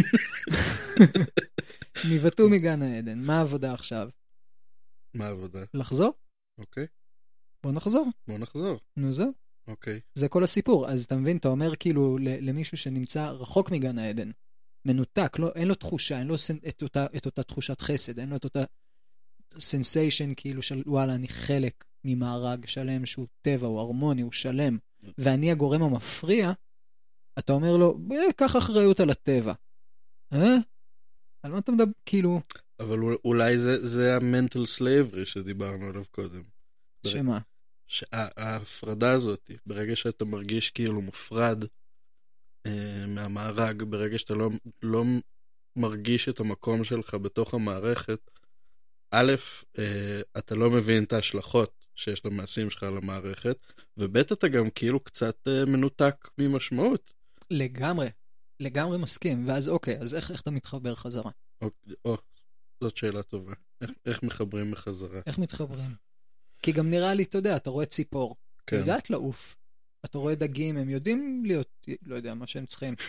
S2: ניבטו מגן העדן. מה העבודה עכשיו?
S1: מה העבודה?
S2: לחזור?
S1: אוקיי.
S2: בוא נחזור. נו זהו.
S1: אוקיי.
S2: זה כל הסיפור. אז אתה מבין, אתה אומר כאילו למישהו שנמצא רחוק מגן העדן, מנותק, אין לו תחושה, אין לו את אותה תחושת חסד, אין לו את אותה סנסיישן כאילו של וואלה, אני חלק ממארג שלם שהוא טבע, הוא הרמוני, הוא שלם, ואני הגורם המפריע, אתה אומר לו, קח אחריות על הטבע. על מה אתה מדבר? כאילו...
S1: אבל אולי זה המנטל סלייברי שדיברנו עליו קודם.
S2: שמה?
S1: ההפרדה הזאת, ברגע שאתה מרגיש כאילו מופרד מהמארג, ברגע שאתה לא מרגיש את המקום שלך בתוך המערכת, א', אתה לא מבין את ההשלכות שיש למעשים שלך על המערכת, וב' אתה גם כאילו קצת מנותק ממשמעות.
S2: לגמרי מסכים, ואז אוקיי, אז איך אתה מתחבר חזרה?
S1: זאת שאלה טובה. איך מחברים מחזרה?
S2: איך מתחברים? כי גם נראה לי, אתה יודע, אתה רואה ציפור, היא יודעת לעוף, אתה רואה דגים, הם יודעים להיות, לא יודע מה שהם צריכים,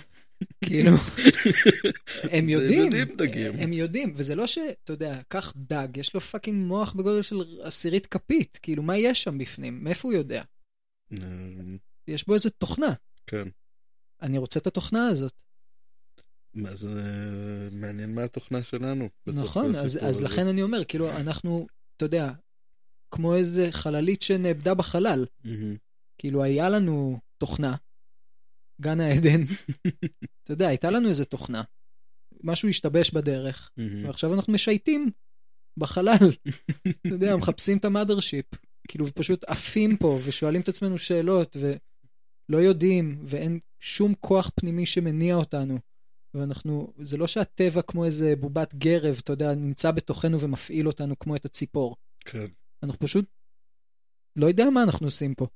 S2: כאילו, הם יודעים,
S1: דגים.
S2: הם יודעים, וזה לא שאתה יודע, קח דג, יש לו פאקינג מוח בגודל של 10 כפית, כאילו, מה יש שם בפנים? מאיפה הוא יודע? יש בו איזה תוכנה.
S1: כן.
S2: אני רוצה את התוכנה הזאת.
S1: מה זה מעניין מה התוכנה שלנו.
S2: נכון, אז לכן אני אומר, כאילו, אנחנו, אתה יודע, כמו איזה חללית שנאבדה בחלל. כאילו, היה לנו תוכנה, גן העדן, אתה יודע, הייתה לנו איזה תוכנה, משהו השתבש בדרך, ועכשיו אנחנו משייטים בחלל, אתה יודע, מחפשים את המאדרשיפ, כאילו, פשוט עפים פה, ושואלים את עצמנו שאלות, ולא יודעים, ואין שום כוח פנימי שמניע אותנו, ואנחנו, זה לא שהטבע כמו איזה בובת גרב, אתה יודע, נמצא בתוכנו ומפעיל אותנו כמו את הציפור.
S1: כן.
S2: אנחנו פשוט לא יודע מה אנחנו עושים פה.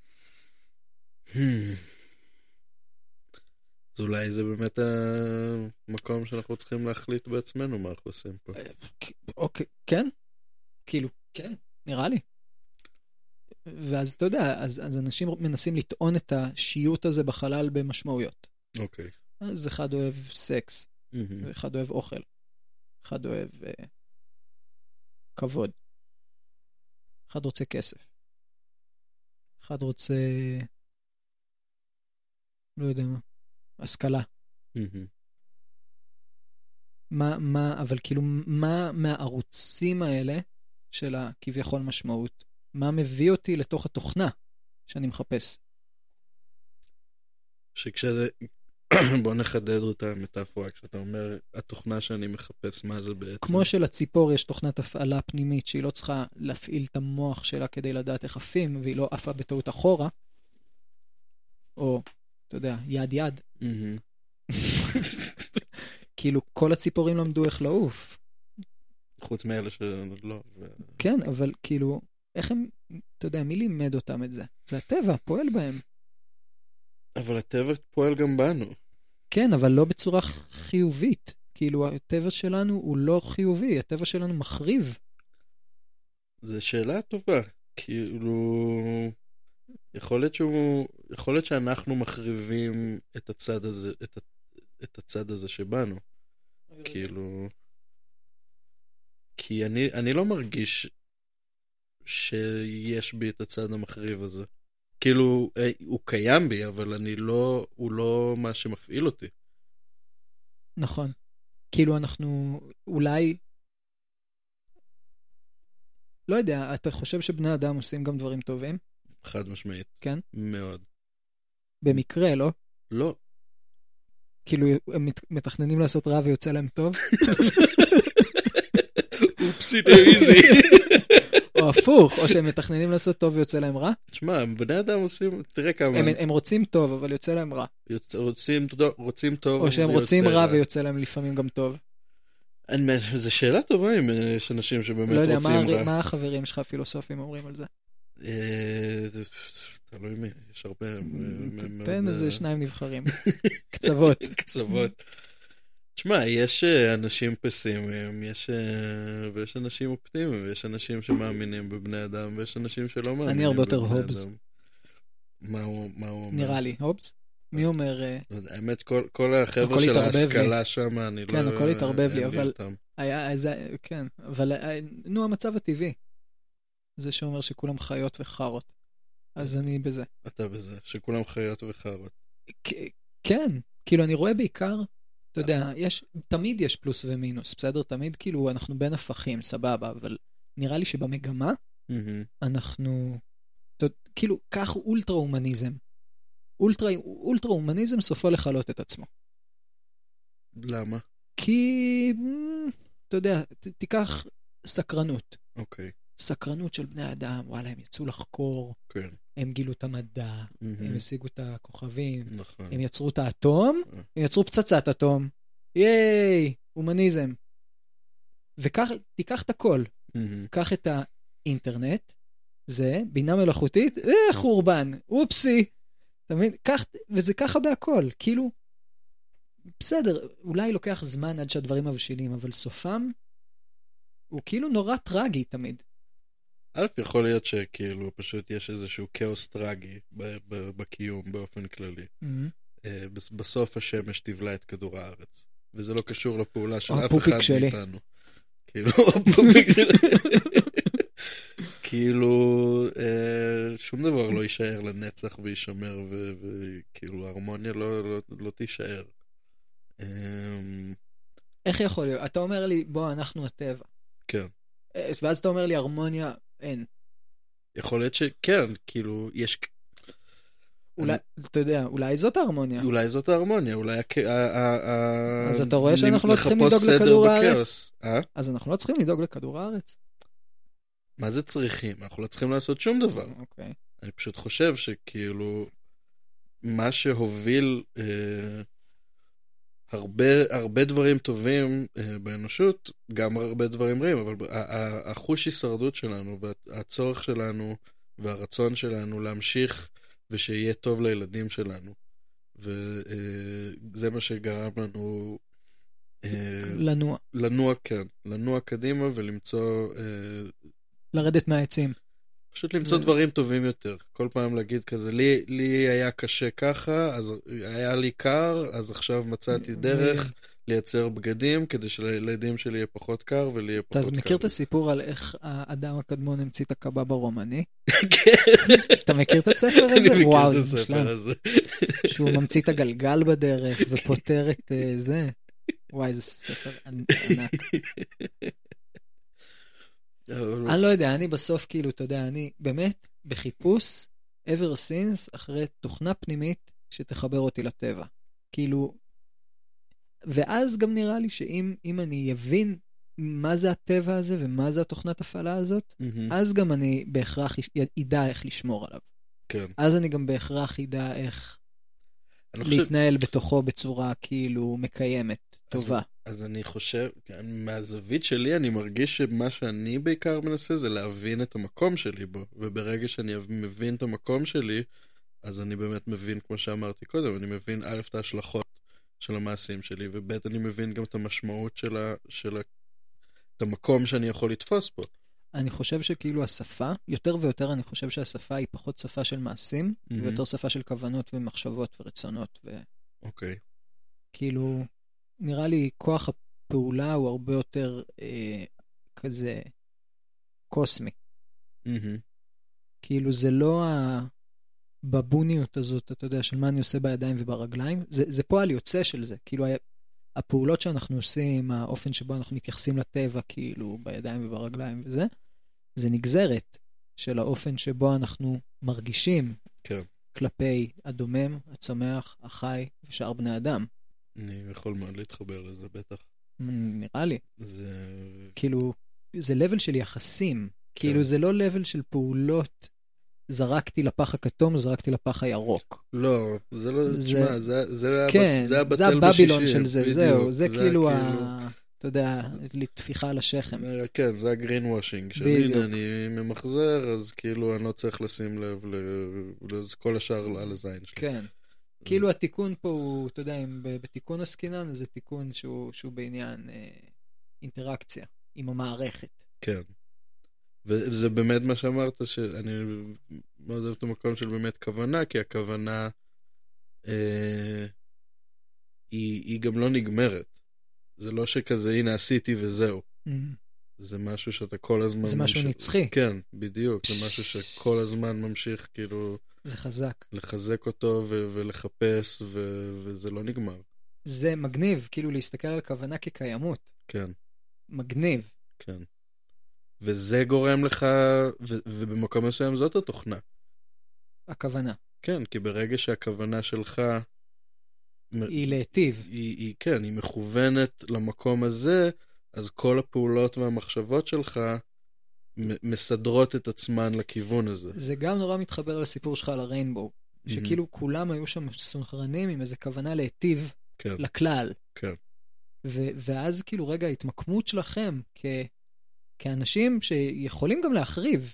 S1: אז אולי זה באמת המקום שאנחנו צריכים להחליט בעצמנו מה אנחנו עושים פה.
S2: אוקיי, כן? כאילו, כן, נראה לי. ואז אתה יודע, אז אנשים מנסים לטעון את השיעות הזה בחלל במשמעויות.
S1: אוקיי.
S2: אז אחד אוהב סקס, ואחד אוהב אוכל, אחד אוהב כבוד, אחד רוצה כסף, אחד רוצה, לא יודע מה, השכלה. אבל כאילו, מה מהערוצים האלה של הכביכול משמעות, מה מביא אותי לתוך התוכנה שאני מחפש?
S1: בוא נחדד אותה המטאפורה, כשאתה אומר, התוכנה שאני מחפש, מה זה בעצם?
S2: כמו שלציפור יש תוכנת הפעלה פנימית, שהיא לא צריכה להפעיל את המוח שלה כדי לדעת איך עפים, והיא לא עפה בטעות אחורה, או, אתה יודע, יד יד. כאילו, כל הציפורים למדו איך לעוף.
S1: חוץ מאלה שלא.
S2: כן, אבל כאילו, איך הם, אתה יודע, מי לימד אותם את זה? זה הטבע, פועל בהם.
S1: אבל הטבע פועל גם בנו.
S2: כן, אבל לא בצורה חיובית. כאילו, הטבע שלנו הוא לא חיובי, הטבע שלנו מחריב.
S1: זו שאלה טובה. כאילו, יכול להיות שאנחנו מחריבים את הצד הזה, את הצד הזה שבנו. כאילו, כי אני לא מרגיש שיש בי את הצד המחריב הזה. כאילו, הוא קיים בי, אבל הוא לא מה שמפעיל אותי.
S2: נכון. כאילו אנחנו אולי, לא יודע, אתה חושב שבני אדם עושים גם דברים טובים?
S1: חד משמעית.
S2: כן?
S1: מאוד.
S2: במקרה, לא?
S1: לא.
S2: כאילו, הם מתכננים לעשות רע ויוצא להם טוב?
S1: אופסי דייזי.
S2: או הפוך, או שהם מתכננים לעשות טוב ויוצא להם רע?
S1: תשמע, בני אדם עושים, תראה כמה.
S2: הם רוצים טוב, אבל יוצא להם רע.
S1: רוצים טוב.
S2: או שהם רוצים רע ויוצא להם לפעמים גם טוב.
S1: זו שאלה טובה אם יש אנשים שבאמת רוצים רע.
S2: לא יודע, מה החברים שלך הפילוסופים אומרים על זה?
S1: תלוי מי, יש הרבה.
S2: תן איזה שניים נבחרים. קצוות.
S1: קצוות. תשמע, יש אנשים פסימיים, ויש אנשים אופטימיים, ויש אנשים שמאמינים בבני אדם, ויש אנשים שלא מאמינים בבני אדם.
S2: אני הרבה יותר הובס.
S1: מה הוא אומר?
S2: נראה לי, הובס? מי אומר?
S1: האמת, כל החבר'ה של ההשכלה שם, אני לא...
S2: כן, הכל התערבב לי, אבל... כן, אבל נו, המצב הטבעי. זה שאומר שכולם חיות וחרות. אז אני בזה.
S1: אתה בזה, שכולם חיות וחרות.
S2: כן, כאילו אני רואה בעיקר, אתה יודע, תמיד יש פלוס ומינוס, בסדר? תמיד כאילו אנחנו בין הפכים, סבבה, אבל נראה לי שבמגמה אנחנו, כאילו, כך אולטרה-הומניזם. אולטרה-הומניזם סופו לחלות את עצמו.
S1: למה?
S2: כי, אתה יודע, תיקח סקרנות.
S1: אוקיי.
S2: סקרנות של בני אדם, וואלה, הם יצאו לחקור,
S1: כן.
S2: הם גילו את המדע, הם השיגו את הכוכבים,
S1: נכון.
S2: הם יצרו את האטום, הם יצרו פצצת אטום, ייי, הומניזם. וכך, תיקח את הכל, קח את האינטרנט, זה, בינה מלאכותית, חורבן, אופסי, אתה מבין? וזה ככה בהכל, כאילו, בסדר, אולי לוקח זמן עד שהדברים מבשילים, אבל סופם, הוא כאילו נורא טרגי תמיד.
S1: א', יכול להיות שכאילו פשוט יש איזשהו כאוס טרגי בקיום באופן כללי. בסוף השמש תבלע את כדור הארץ. וזה לא קשור לפעולה של אף
S2: הפופיק
S1: אחד
S2: שלי.
S1: מאיתנו. כאילו, הפופיק שלי. כאילו, שום דבר לא יישאר לנצח וישמר, וכאילו, ההרמוניה לא תישאר.
S2: איך יכול להיות? אתה אומר לי, בוא, אנחנו הטבע.
S1: כן.
S2: ואז אתה אומר לי, הרמוניה, אין.
S1: יכול להיות שכן, כאילו, יש...
S2: אולי, אתה יודע, אולי זאת ההרמוניה.
S1: אולי זאת ההרמוניה, אולי...
S2: אז אתה רואה שאנחנו לא צריכים לדאוג לכדור הארץ?
S1: אה?
S2: אז אנחנו לא צריכים לדאוג לכדור הארץ?
S1: מה זה צריכים? אנחנו לא צריכים לעשות שום דבר.
S2: אוקיי.
S1: אני פשוט חושב שכאילו, מה שהוביל הרבה דברים טובים באנושות, גם הרבה דברים רעים, אבל החוש הישרדות שלנו, והצורך שלנו, והרצון שלנו להמשיך, ושיהיה טוב לילדים שלנו. וזה מה שגרם לנו
S2: לנוע.
S1: כן. לנוע קדימה ולמצוא...
S2: לרדת מהעצים.
S1: פשוט למצוא דברים טובים יותר. כל פעם להגיד כזה, לי היה קשה ככה, אז היה לי קר, אז עכשיו מצאתי דרך לייצר בגדים, כדי שלילדים שלי יהיה פחות קר, ולי יהיה פחות קר.
S2: אתה מכיר את הסיפור על איך האדם הקדמון המציא את הקבב הרומני?
S1: כן.
S2: אתה מכיר את הספר הזה?
S1: אני מכיר
S2: וואו,
S1: את
S2: זה
S1: הספר
S2: מושלם.
S1: הזה.
S2: שהוא ממציא את הגלגל בדרך, ופותר את זה. וואי, זה ספר ענק. אני לא יודע, אני בסוף כאילו, אתה יודע, אני באמת בחיפוש ever since אחרי תוכנה פנימית שתחבר אותי לטבע. כאילו, ואז גם נראה לי שאם אני אבין מה זה הטבע הזה ומה זה התוכנת הפעלה הזאת, אז גם אני בהכרח ידע איך לשמור עליו.
S1: כן.
S2: אז אני גם בהכרח ידע איך להתנהל בתוכו בצורה כאילו מקיימת, טובה.
S1: אז אני חושב, מהזווית שלי אני מרגיש שמה שאני בעיקר מנסה זה להבין את המקום שלי בו, וברגע שאני מבין את המקום שלי, אז אני באמת מבין, כמו שאמרתי קודם, אני מבין א' את ההשלכות של המעשים שלי, וב' אני מבין גם את המשמעות את המקום שאני יכול לתפוס בו.
S2: אני חושב שכאילו השפה, יותר ויותר אני חושב שהשפה היא פחות שפה של מעשים, ויותר שפה של כוונות ומחשבות ורצונות.
S1: אוקיי.
S2: כאילו, נראה לי כוח הפעולה הוא הרבה יותר כזה קוסמי. כאילו זה לא הבבוניות הזאת, אתה יודע, של מה אני עושה בידיים וברגליים, זה פועל יוצא של זה. כאילו הפעולות שאנחנו עושים, האופן שבו אנחנו מתייחסים לטבע, כאילו בידיים וברגליים וזה, זה נגזרת של האופן שבו אנחנו מרגישים כלפי הדומם, הצומח, החי ושאר בני אדם.
S1: אני יכול מאוד להתחבר לזה, בטח.
S2: נראה לי. כאילו, זה לבל של יחסים. כאילו, זה לא לבל של פעולות. זרקתי לפח הכתום, זרקתי לפח הירוק.
S1: לא, זה לא, תשמע,
S2: זה
S1: הבטל
S2: הבבילון
S1: בשישי.
S2: של זה, זהו. זה כאילו, אתה יודע, לתפיחה על השכם.
S1: כן, זה הגרין וושינג. שהנה, אני ממחזר, אז כאילו, אני לא צריך לשים לב לכל השאר על הזין שלי.
S2: כן. כאילו התיקון פה הוא, אתה יודע, בתיקון הסקינן, אז זה תיקון שהוא בעניין אינטראקציה עם המערכת.
S1: כן. וזה באמת מה שאמרת, שאני מאוד אוהב את המקום של באמת כוונה, כי הכוונה היא גם לא נגמרת. זה לא שכזה, הנה עשיתי וזהו. זה משהו שאתה כל הזמן...
S2: זה משהו נצחי.
S1: כן, בדיוק. זה משהו שכל הזמן ממשיך, כאילו...
S2: זה חזק.
S1: לחזק אותו ולחפש, וזה לא נגמר.
S2: זה מגניב, כאילו להסתכל על הכוונה כקיימות.
S1: כן.
S2: מגניב.
S1: כן. וזה גורם לך, ובמקום מסוים זאת התוכנה.
S2: הכוונה.
S1: כן, כי ברגע שהכוונה שלך...
S2: היא להיטיב.
S1: כן, היא מכוונת למקום הזה, אז כל הפעולות והמחשבות שלך מסדרות את עצמן לכיוון הזה.
S2: זה גם נורא מתחבר לסיפור שלך על הריינבואו, שכאילו כולם היו שם סונכרנים עם איזו כוונה להיטיב לכלל.
S1: כן.
S2: ואז כאילו רגע ההתמקמות שלכם כאנשים שיכולים גם להחריב.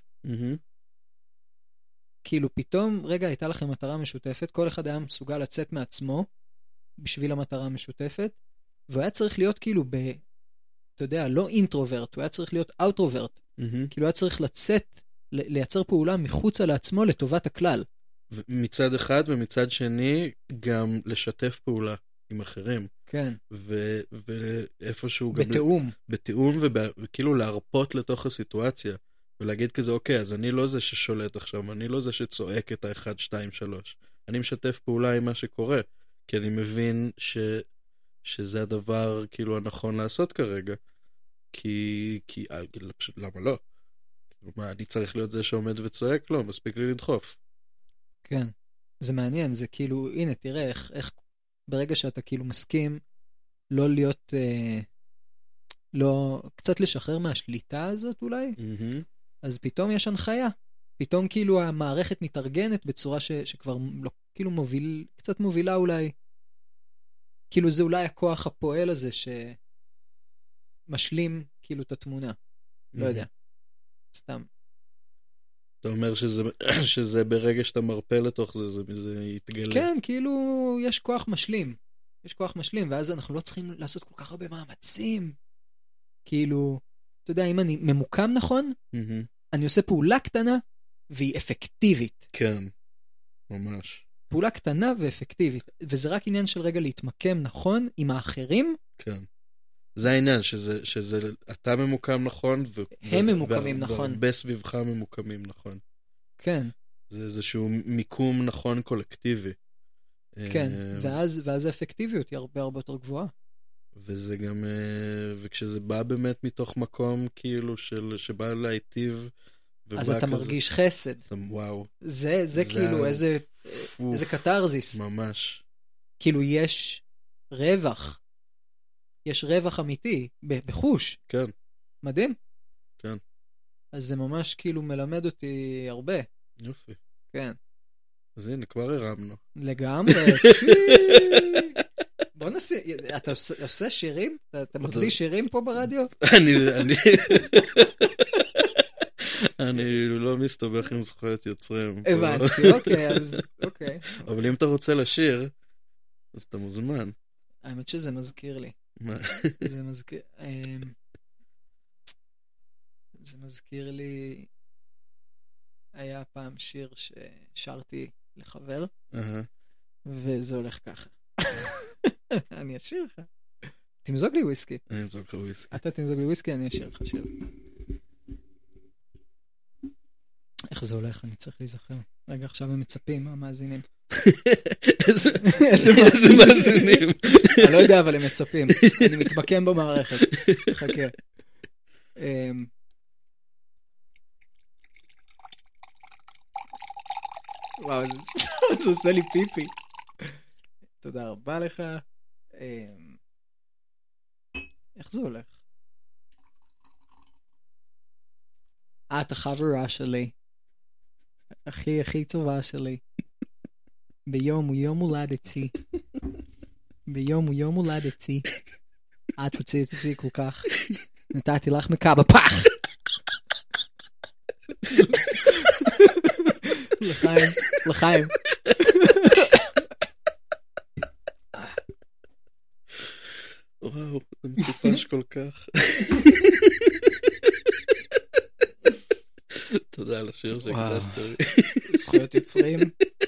S2: כאילו פתאום רגע הייתה לכם מטרה משותפת, כל אחד היה מסוגל לצאת מעצמו בשביל המטרה המשותפת, והוא היה צריך להיות כאילו אתה יודע, לא אינטרוברט, הוא היה צריך להיות אוטרוברט. כאילו היה צריך לצאת, לייצר פעולה מחוצה לעצמו לטובת הכלל.
S1: מצד אחד ומצד שני, גם לשתף פעולה עם אחרים.
S2: כן.
S1: ואיפשהו גם...
S2: בתאום.
S1: בתאום, וכאילו להרפות לתוך הסיטואציה, ולהגיד כזה, אוקיי, אז אני לא זה ששולט עכשיו, אני לא זה שצועק את ה-1, 2, 3. אני משתף פעולה עם מה שקורה, כי אני מבין שזה הדבר כאילו הנכון לעשות כרגע. כי פשוט למה לא? מה, אני צריך להיות זה שעומד וצועק? לא, מספיק לי לדחוף.
S2: כן. זה מעניין, זה כאילו, הנה, תראה איך ברגע שאתה כאילו מסכים לא להיות, לא, קצת לשחרר מהשליטה הזאת אולי, אז פתאום יש הנחיה. פתאום כאילו המערכת מתארגנת בצורה שכבר לא, כאילו קצת מובילה אולי. כאילו זה אולי הכוח הפועל הזה שמשלים כאילו את התמונה. לא יודע. סתם.
S1: אתה אומר שזה ברגע שאתה מרפא לתוך זה יתגלה.
S2: כן, כאילו יש כוח משלים. יש כוח משלים, ואז אנחנו לא צריכים לעשות כל כך הרבה מאמצים. כאילו, אתה יודע, אם אני ממוקם נכון, אני עושה פעולה קטנה, והיא אפקטיבית.
S1: כן, ממש.
S2: פעולה קטנה ואפקטיבית. וזה רק עניין של רגע להתמקם נכון עם האחרים.
S1: כן. זה העניין, שזה אתה ממוקם נכון,
S2: הם ממוקמים נכון.
S1: והרבה סביבך ממוקמים נכון.
S2: כן.
S1: זה איזשהו מיקום נכון קולקטיבי.
S2: כן, ואז האפקטיביות היא הרבה הרבה יותר גבוהה.
S1: וזה גם, וכשזה בא באמת מתוך מקום כאילו שבא להיטיב,
S2: אז אתה מרגיש חסד.
S1: וואו.
S2: זה כאילו איזה קטרזיס.
S1: ממש.
S2: כאילו יש רווח. יש רווח אמיתי, בחוש.
S1: כן.
S2: מדהים.
S1: כן.
S2: אז זה ממש כאילו מלמד אותי הרבה.
S1: יופי.
S2: כן.
S1: אז הנה, כבר הרמנו.
S2: לגמרי. בוא נסי, אתה עושה שירים? אתה מקדיש שירים פה ברדיו?
S1: אני לא מסתובך עם זכויות יוצרים.
S2: הבנתי, אוקיי, אז אוקיי.
S1: אבל אם אתה רוצה לשיר, אז אתה מוזמן.
S2: האמת שזה מזכיר לי.
S1: מה?
S2: זה מזכיר לי, היה פעם שיר ששרתי לחבר, וזה הולך ככה. אני אשיר לך. תמזוג לי וויסקי.
S1: אני אמזוג לך וויסקי.
S2: אתה תמזוג לי וויסקי, אני אשיר לך שיר. איך זה הולך? אני צריך להיזכר. רגע, עכשיו הם מצפים, המאזינים.
S1: איזה מאזינים?
S2: אני לא יודע, אבל הם מצפים. אני מתמקם במערכת. חכה. וואו, זה עושה לי פיפי. תודה רבה לך. איך זה הולך? את החברה שלי. הכי טובה שלי. ביום הוא יום הולדתי. ביום הוא יום הולדתי. את רצית אותי כל כך. נתתי לך מכה בפח. לחיים, לחיים.
S1: וואו, זה מטופש כל כך. תודה על השיר שהקדשת לי.
S2: זכויות יוצרים.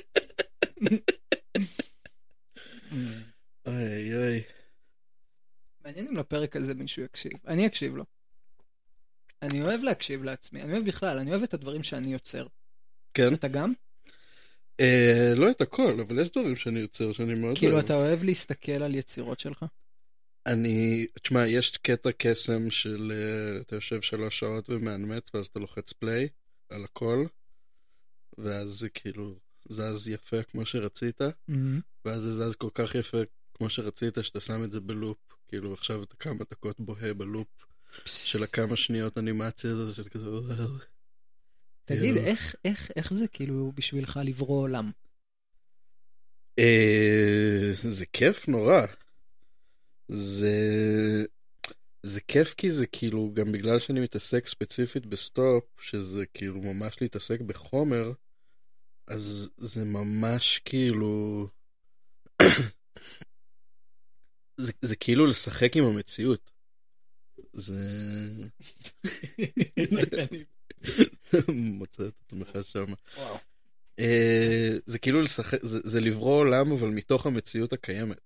S1: אוי אוי.
S2: מעניין אם לפרק הזה מישהו יקשיב. אני אקשיב לו. אני אוהב להקשיב לעצמי. אני אוהב בכלל, אני אוהב את הדברים שאני יוצר.
S1: כן?
S2: אתה גם?
S1: לא את הכל, אבל יש דברים שאני יוצר שאני מאוד אוהב.
S2: כאילו אתה אוהב להסתכל על יצירות שלך?
S1: תשמע, יש קטע קסם של אתה יושב 3 שעות ומאנמץ, ואז אתה לוחץ פליי על הכל, ואז זה כאילו זז יפה כמו שרצית, ואז זה זז כל כך יפה כמו שרצית, שאתה שם את זה בלופ, כאילו עכשיו אתה כמה דקות בוהה בלופ של הכמה שניות אנימציה הזאת, שאתה כזה וואו.
S2: תגיד, איך זה כאילו בשבילך לברוא עולם?
S1: זה כיף נורא. זה כיף כי זה כאילו, גם בגלל שאני מתעסק ספציפית בסטופ, שזה כאילו ממש להתעסק בחומר, אז זה ממש כאילו, זה כאילו לשחק עם המציאות. זה... מוצא את עצמך שם. זה כאילו לשחק, זה לברוא עולם, אבל מתוך המציאות הקיימת.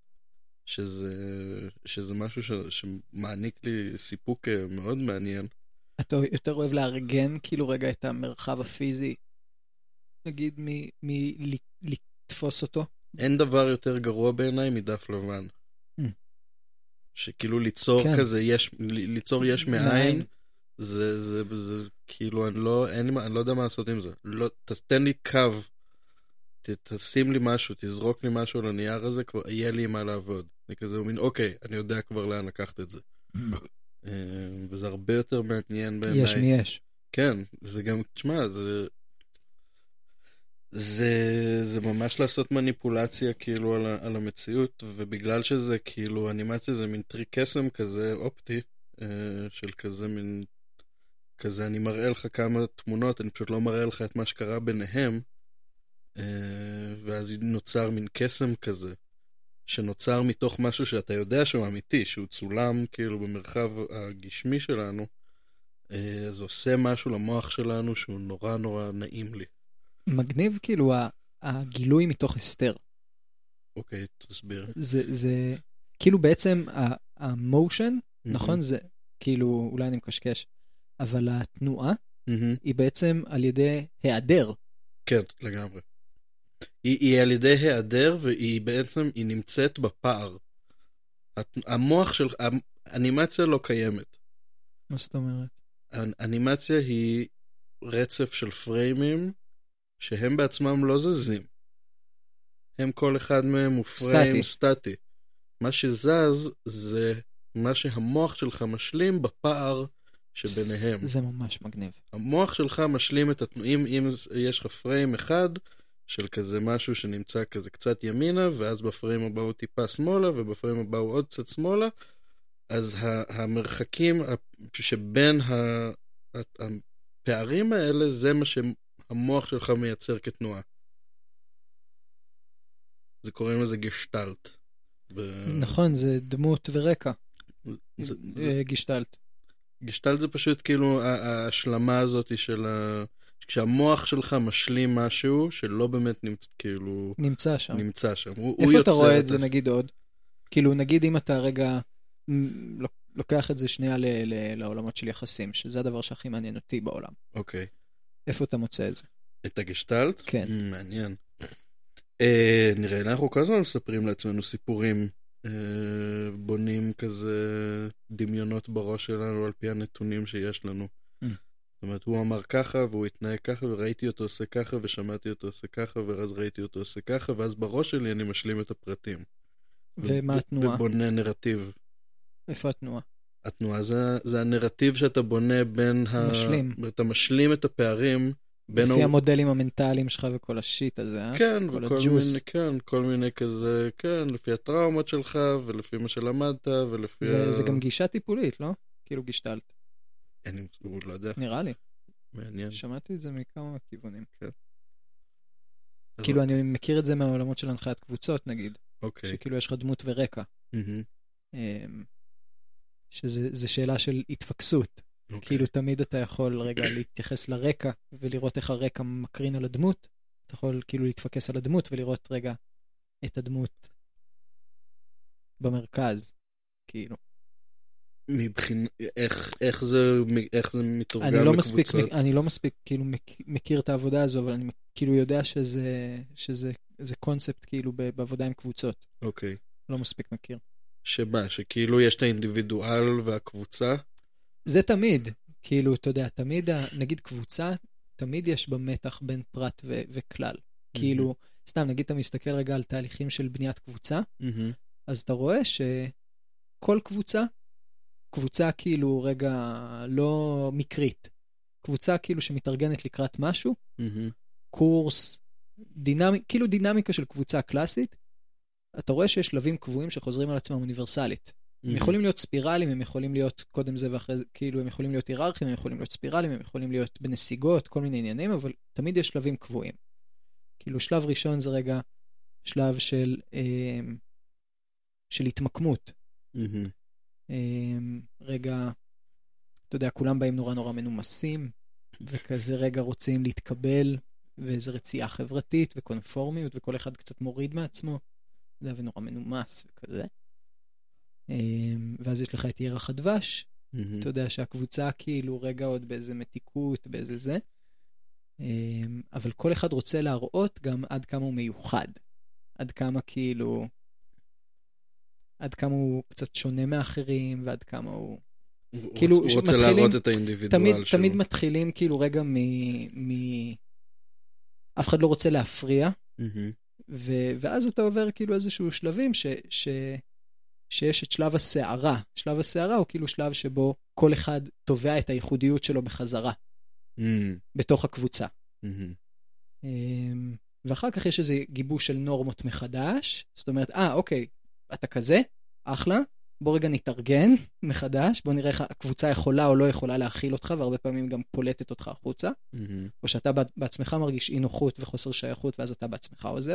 S1: שזה משהו שמעניק לי סיפוק מאוד מעניין.
S2: אתה יותר אוהב לארגן כאילו רגע את המרחב הפיזי, נגיד מלתפוס אותו?
S1: אין דבר יותר גרוע בעיניי מדף לבן. שכאילו ליצור
S2: כן.
S1: כזה, ליצור יש מאין, זה כאילו, אני לא יודע מה לעשות עם זה. לא, תן לי קו, תשים לי משהו, תזרוק לי משהו על הנייר הזה, כבר יהיה לי מה לעבוד. אני כזה מין, אוקיי, אני יודע כבר לאן לקחת את זה. וזה הרבה יותר מעניין בעיניי.
S2: יש מי יש.
S1: כן, זה גם, תשמע, זה ממש לעשות מניפולציה כאילו על המציאות, ובגלל שזה כאילו אנימציה זה מין טריק קסם כזה אופטי, של כזה מין, כזה אני מראה לך כמה תמונות, אני פשוט לא מראה לך את מה שקרה ביניהם, ואז נוצר מין קסם כזה, שנוצר מתוך משהו שאתה יודע שהוא אמיתי, שהוא צולם כאילו במרחב הגשמי שלנו, זה עושה משהו למוח שלנו שהוא נורא נורא נעים לי.
S2: מגניב כאילו הגילוי מתוך הסתר.
S1: אוקיי, תסביר.
S2: זה כאילו בעצם המושן, נכון? זה כאילו, אולי אני מקשקש, אבל התנועה היא בעצם על ידי היעדר.
S1: כן, לגמרי. היא על ידי היעדר, והיא בעצם, היא נמצאת בפער. המוח של, האנימציה לא קיימת.
S2: מה זאת אומרת?
S1: האנימציה היא רצף של פריימים, שהם בעצמם לא זזים. הם כל אחד מהם הוא פריים סטטי. מה שזז זה מה שהמוח שלך משלים בפער שביניהם.
S2: זה ממש מגניב.
S1: המוח שלך משלים את התנועים, אם יש לך פריים אחד של כזה משהו שנמצא כזה קצת ימינה, ואז בפריים הבא הוא טיפה שמאלה, ובפריים הבא הוא עוד קצת שמאלה, אז המרחקים שבין הפערים האלה זה מה שהמוח שלך מייצר כתנועה. זה קוראים לזה גשטלט.
S2: נכון, זה דמות ורקע. גשטלט.
S1: גשטלט זה פשוט כאילו ההשלמה הזאת של כשהמוח שלך משלים משהו שלא באמת כאילו
S2: נמצא שם.
S1: איפה
S2: אתה רואה את זה נגיד עוד? כאילו נגיד אם אתה רגע לוקח את זה שנייה לעולמות של יחסים, שזה הדבר שהכי מעניין אותי בעולם.
S1: אוקיי.
S2: איפה אתה מוצא את זה?
S1: את הגשטלט?
S2: כן.
S1: מעניין. נראה, אנחנו כל הזמן מספרים לעצמנו סיפורים, בונים כזה דמיונות בראש שלנו על פי הנתונים שיש לנו. זאת אומרת, הוא אמר ככה, והוא התנהג ככה, וראיתי אותו עושה ככה, ושמעתי אותו עושה ככה, ואז ראיתי אותו עושה ככה, ואז בראש שלי אני משלים את הפרטים.
S2: ומה התנועה?
S1: ובונה נרטיב.
S2: איפה התנועה?
S1: התנועה זה הנרטיב שאתה בונה בין
S2: משלים.
S1: אתה משלים את הפערים
S2: לפי המודלים המנטליים שלך וכל השיט הזה,
S1: כן, כל מיני כזה, כן, לפי הטראומות שלך, ולפי מה שלמדת, ולפי
S2: זה גם גישה טיפולית, לא? כאילו גשטלט.
S1: אני לא יודע.
S2: נראה לי.
S1: מעניין.
S2: שמעתי את זה מכמה כיוונים.
S1: כן.
S2: כאילו אני מכיר את זה מהעולמות של הנחיית קבוצות, נגיד.
S1: אוקיי.
S2: שכאילו יש לך דמות ורקע. שזה שאלה של התפקסות. כאילו תמיד אתה יכול רגע להתייחס לרקע, ולראות איך הרקע מקרין על הדמות. אתה יכול כאילו להתפקס על הדמות, ולראות רגע את במרכז. כאילו.
S1: איך זה מתורגם לקבוצות?
S2: אני לא מספיק כאילו מכיר את העבודה הזו, אבל אני כאילו יודע שזה קונספט כאילו בעבודה עם קבוצות.
S1: אוקיי.
S2: לא מספיק מכיר.
S1: שמה? שכאילו יש את האינדיבידואל והקבוצה?
S2: זה תמיד. כאילו, אתה יודע, תמיד, נגיד קבוצה, תמיד יש בה מתח בין פרט וכלל. כאילו, סתם, נגיד אתה מסתכל רגע על תהליכים של בניית קבוצה, אז אתה רואה שכל קבוצה כאילו רגע לא מקרית. קבוצה כאילו שמתארגנת לקראת משהו, קורס, כאילו דינמיקה של קבוצה קלאסית, אתה רואה שיש שלבים קבועים שחוזרים על עצמם אוניברסלית. הם יכולים להיות ספירלים, הם יכולים להיות קודם זה ואחרי זה, כאילו הם יכולים להיות היררכיים, הם יכולים להיות ספירלים, הם יכולים להיות בנסיגות, כל מיני עניינים, אבל תמיד יש שלבים קבועים. כאילו שלב ראשון זה רגע שלב של התמקמות. רגע, אתה יודע, כולם באים נורא נורא מנומסים, וכזה רגע רוצים להתקבל, ואיזו רצייה חברתית וקונפורמיות, וכל אחד קצת מוריד מעצמו, זה ונורא מנומס וכזה. ואז יש לך את ירח הדבש, אתה יודע שהקבוצה כאילו רגע עוד באיזה מתיקות, באיזה זה, אבל כל אחד רוצה להראות גם עד כמה הוא מיוחד, עד כמה כאילו, עד כמה הוא קצת שונה מאחרים, ועד כמה הוא... כאילו,
S1: הוא רוצה להראות את האינדיבידואל שלו.
S2: תמיד מתחילים כאילו רגע אף אחד לא רוצה להפריע, ואז אתה עובר כאילו איזשהו שלבים שיש את שלב הסערה. שלב הסערה הוא כאילו שלב שבו כל אחד תובע את הייחודיות שלו בחזרה, בתוך הקבוצה. ואחר כך יש איזה גיבוש של נורמות מחדש, זאת אומרת, אוקיי, אתה כזה, אחלה, בוא רגע נתארגן מחדש, בוא נראה איך הקבוצה יכולה או לא יכולה להכיל אותך, והרבה פעמים גם פולטת אותך החוצה, או שאתה בעצמך מרגיש אי נוחות וחוסר שייכות, ואז אתה בעצמך עוזב.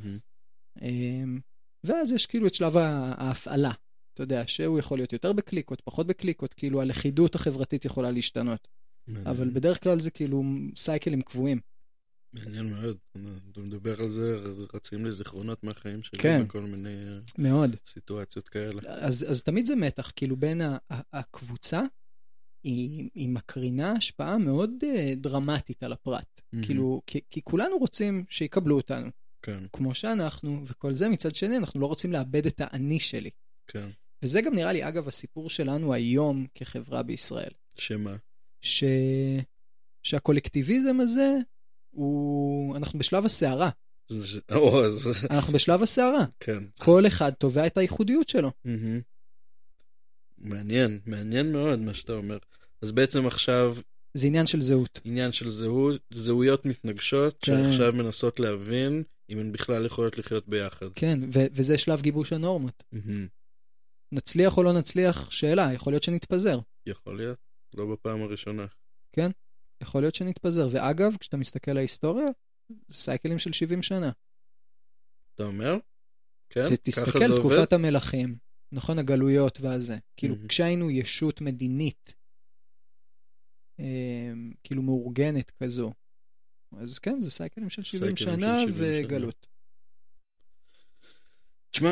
S2: ואז יש כאילו את שלב ההפעלה, אתה יודע, שהוא יכול להיות יותר בקליקות, פחות בקליקות, כאילו הלכידות החברתית יכולה להשתנות. אבל בדרך כלל זה כאילו סייקלים קבועים.
S1: מעניין מאוד, אתה מדבר על זה, רצים לי זיכרונות מהחיים שלי,
S2: כן,
S1: בכל מיני
S2: מאוד.
S1: סיטואציות כאלה.
S2: אז תמיד זה מתח, כאילו בין הקבוצה, היא מקרינה השפעה מאוד דרמטית על הפרט. כאילו, כי כולנו רוצים שיקבלו אותנו.
S1: כן. כמו
S2: שאנחנו, וכל זה מצד שני, אנחנו לא רוצים לאבד את האני שלי.
S1: כן.
S2: וזה גם נראה לי, אגב, הסיפור שלנו היום כחברה בישראל.
S1: שמה?
S2: שהקולקטיביזם הזה, אנחנו בשלב הסערה. אנחנו בשלב הסערה.
S1: כן.
S2: כל אחד תובע את הייחודיות שלו.
S1: מעניין מאוד מה שאתה אומר. אז בעצם עכשיו...
S2: זה עניין של זהות.
S1: עניין של זהויות מתנגשות, שעכשיו מנסות להבין אם הן בכלל יכולות לחיות ביחד.
S2: כן, וזה שלב גיבוש הנורמות. נצליח או לא נצליח, שאלה, יכול להיות שנתפזר.
S1: יכול להיות, לא בפעם הראשונה.
S2: כן, יכול להיות שנתפזר. ואגב, כשאתה מסתכל על ההיסטוריה, זה סייקלים של 70 שנה.
S1: אתה אומר? כן,
S2: תסתכל תקופת המלכים, נכון, הגלויות והזה. כאילו, כשהיינו ישות מדינית, כאילו מאורגנת כזו, אז כן, זה סייקלים של 70 שנה וגלות.
S1: תשמע,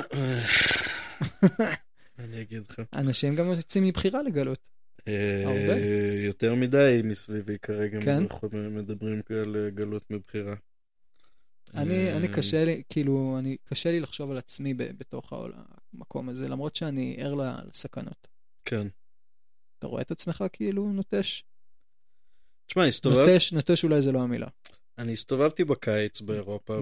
S1: אני אגיד לך.
S2: אנשים גם יוצאים מבחירה לגלות. הרבה.
S1: יותר מדי מסביבי כרגע, מדברים על גלות מבחירה.
S2: אני קשה לי, כאילו, קשה לי לחשוב על עצמי בתוך המקום הזה, למרות שאני ער לסכנות.
S1: כן.
S2: אתה רואה את עצמך כאילו נוטש?
S1: תשמע,
S2: נוטש אולי זה לא המילה.
S1: אני הסתובבתי בקיץ באירופה,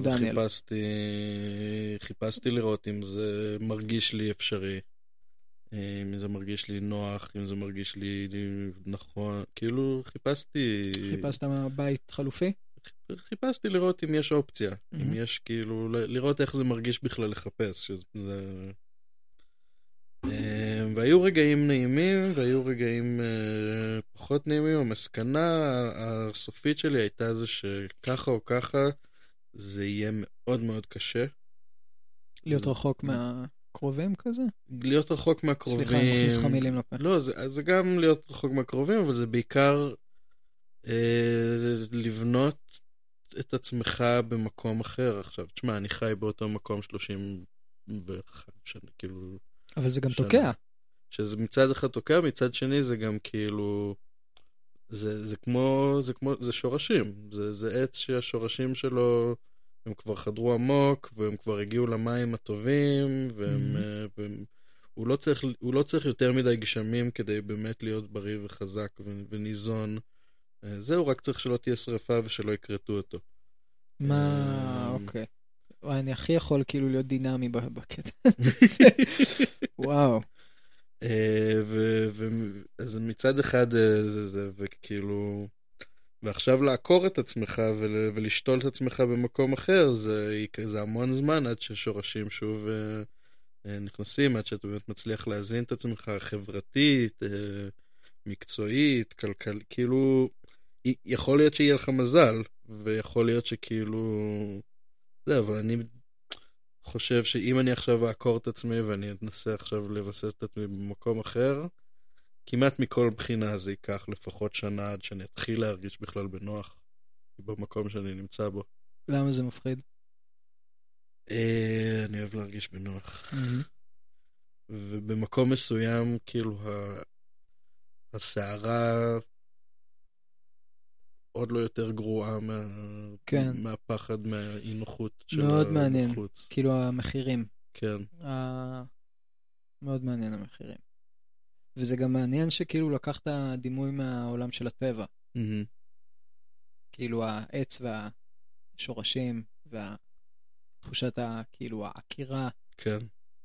S1: וחיפשתי לראות אם זה מרגיש לי אפשרי, אם זה מרגיש לי נוח, אם זה מרגיש לי נכון, כאילו חיפשתי...
S2: חיפשת בית חלופי?
S1: חיפשתי לראות אם יש אופציה, אם יש כאילו, לראות איך זה מרגיש בכלל לחפש, והיו רגעים נעימים, והיו רגעים פחות נעימים. המסקנה הסופית שלי הייתה זה שככה או ככה, זה יהיה מאוד מאוד קשה.
S2: להיות רחוק מהקרובים כזה?
S1: להיות רחוק מהקרובים.
S2: סליחה, אני מכניס לך מילים לפה.
S1: לא, זה גם להיות רחוק מהקרובים, אבל זה בעיקר לבנות את עצמך במקום אחר. עכשיו, תשמע, אני חי באותו מקום 31 שנה, כאילו...
S2: אבל זה גם תוקע.
S1: שזה מצד אחד תוקע, מצד שני זה גם כאילו, זה כמו, זה שורשים. זה עץ שהשורשים שלו, הם כבר חדרו עמוק, והם כבר הגיעו למים הטובים, הוא לא צריך יותר מדי גשמים כדי באמת להיות בריא וחזק וניזון. זהו, רק צריך שלא תהיה שריפה ושלא יקרטו אותו.
S2: אוקיי. אני הכי יכול כאילו להיות דינמי בקטע. וואו.
S1: אז מצד אחד זה וכאילו, ועכשיו לעקור את עצמך ולשתול את עצמך במקום אחר, זה המון זמן עד ששורשים שוב נכנסים, עד שאתה באמת מצליח להזין את עצמך חברתית, מקצועית, כלכלית, כאילו, יכול להיות שיהיה לך מזל, ויכול להיות שכאילו... זה, אבל אני חושב שאם אני עכשיו אעקור את עצמי ואני אנסה עכשיו לבסס את עצמי במקום אחר, כמעט מכל בחינה זה ייקח לפחות שנה עד שאני אתחיל להרגיש בכלל בנוח במקום שאני נמצא בו.
S2: למה זה מפחיד?
S1: אני אוהב להרגיש בנוח. ובמקום מסוים, כאילו, הסערה עוד לא יותר גרועה מהפחד, מהאי-נוחות של
S2: מאוד מעניין,
S1: בחוץ.
S2: כאילו המחירים.
S1: כן.
S2: מאוד מעניין המחירים. וזה גם מעניין שכאילו לקחת דימוי מהעולם של הטבע. כאילו העץ והשורשים והתחושת כאילו העקירה.
S1: כן.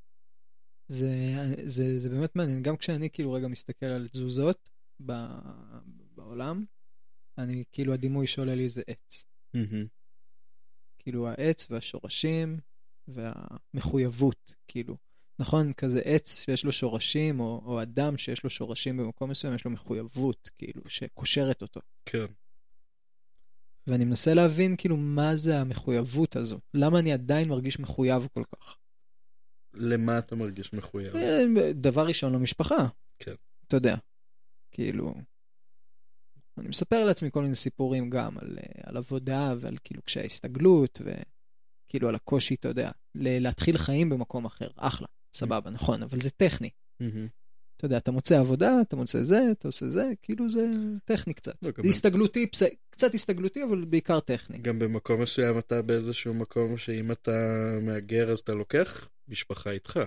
S2: זה באמת מעניין. גם כשאני כאילו רגע מסתכל על תזוזות בעולם, אני כאילו הדימוי שעולה לי זה עץ. כאילו העץ והשורשים והמחויבות, כאילו. נכון, כזה עץ שיש לו שורשים, או אדם שיש לו שורשים במקום מסוים, יש לו מחויבות, כאילו, שקושרת אותו.
S1: כן.
S2: ואני מנסה להבין, כאילו, מה זה המחויבות הזו? למה אני עדיין מרגיש מחויב כל כך?
S1: למה אתה מרגיש מחויב?
S2: דבר ראשון, למשפחה.
S1: כן.
S2: אתה יודע, כאילו, אני מספר לעצמי כל מיני סיפורים גם על עבודה, ועל כאילו קשיי הסתגלות, וכאילו על הקושי, אתה יודע, להתחיל חיים במקום אחר. אחלה. סבבה, נכון, אבל זה טכני. אתה יודע, אתה מוצא עבודה, אתה מוצא זה, אתה עושה זה, כאילו זה טכני קצת. זה הסתגלותי, קצת הסתגלותי, אבל בעיקר טכני.
S1: גם במקום מסוים אתה באיזשהו מקום שאם אתה מאגר, אז אתה לוקח משפחה איתך.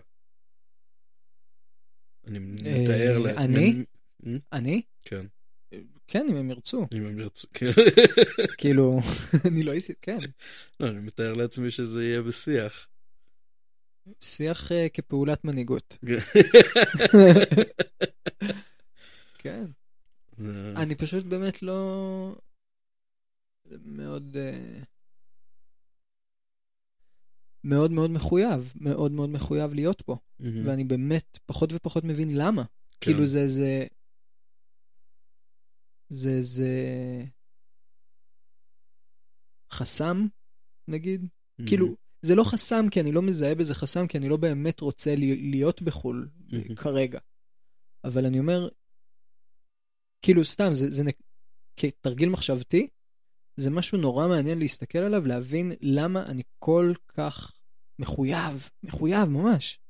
S1: אני מתאר לה...
S2: אני?
S1: כן.
S2: כן, אם הם ירצו.
S1: אם הם ירצו, כן.
S2: כאילו, אני לא אעשית, כן.
S1: לא, אני מתאר לעצמי שזה יהיה בשיח.
S2: שיח כפעולת מנהיגות. כן. אני פשוט באמת לא... מאוד... מאוד מאוד מחויב. מאוד מאוד מחויב להיות פה. ואני באמת פחות ופחות מבין למה. כאילו זה חסם, נגיד. כאילו... זה לא חסם, כי אני לא מזהה בזה חסם, כי אני לא באמת רוצה להיות בחול כרגע. אבל אני אומר, כאילו סתם, זה כתרגיל מחשבתי, זה משהו נורא מעניין להסתכל עליו, להבין למה אני כל כך מחויב ממש.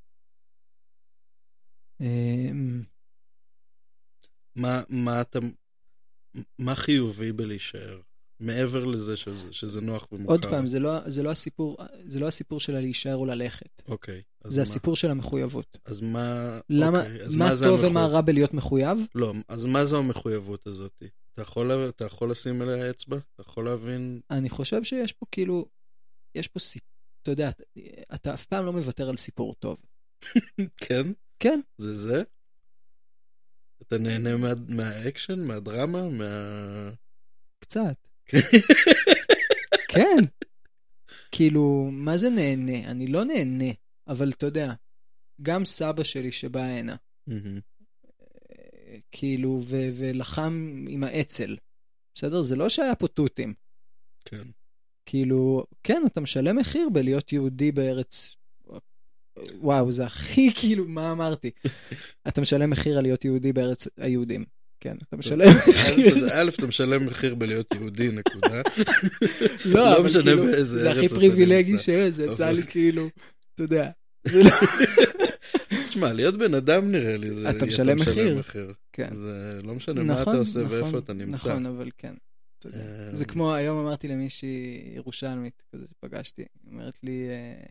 S1: מה חיובי בלהישאר? מעבר לזה שזה נוח ומוכר.
S2: עוד פעם, זה לא הסיפור של להישאר או ללכת.
S1: אוקיי.
S2: זה הסיפור של המחויבות.
S1: אז מה...
S2: מה טוב ומה רע בלהיות מחויב?
S1: לא, אז מה זו המחויבות הזאת? אתה יכול לשים אליה אצבע? אתה יכול להבין?
S2: אני חושב שיש פה כאילו, יש פה סיפור, אתה יודע, אתה אף פעם לא מוותר על סיפור טוב.
S1: כן?
S2: כן.
S1: זה? אתה נהנה מהאקשן, מהדרמה,
S2: קצת. כן. כאילו, מה זה נהנה? אני לא נהנה, אבל אתה יודע, גם סבא שלי שבא הנה, כאילו, ולחם עם האצל. בסדר? זה לא שהיה פה תותים.
S1: כן.
S2: כאילו, כן, אתה משלם מחיר בלהיות יהודי בארץ... וואו, זה הכי כאילו, מה אמרתי? אתה משלם מחיר על להיות יהודי בארץ היהודים. כן, אתה משלם מחיר.
S1: א', אתה משלם מחיר בלהיות יהודי, נקודה.
S2: לא, אבל כאילו, זה הכי פריבילגי שיש, זה יצא לי כאילו, אתה יודע.
S1: תשמע, להיות בן אדם נראה לי, זה...
S2: אתה משלם מחיר.
S1: כן. זה לא משנה מה אתה עושה ואיפה אתה נמצא.
S2: נכון, אבל כן. זה כמו, היום אמרתי למישהי ירושלמית, כזה שפגשתי, אומרת לי,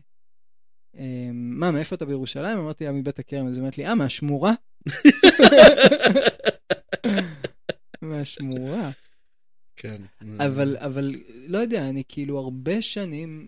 S2: מה, מאיפה אתה בירושלים? אמרתי לה, מבית הכרם, אז אמרת לי, מהשמורה? מהשמורה.
S1: כן.
S2: אבל לא יודע, אני כאילו הרבה שנים,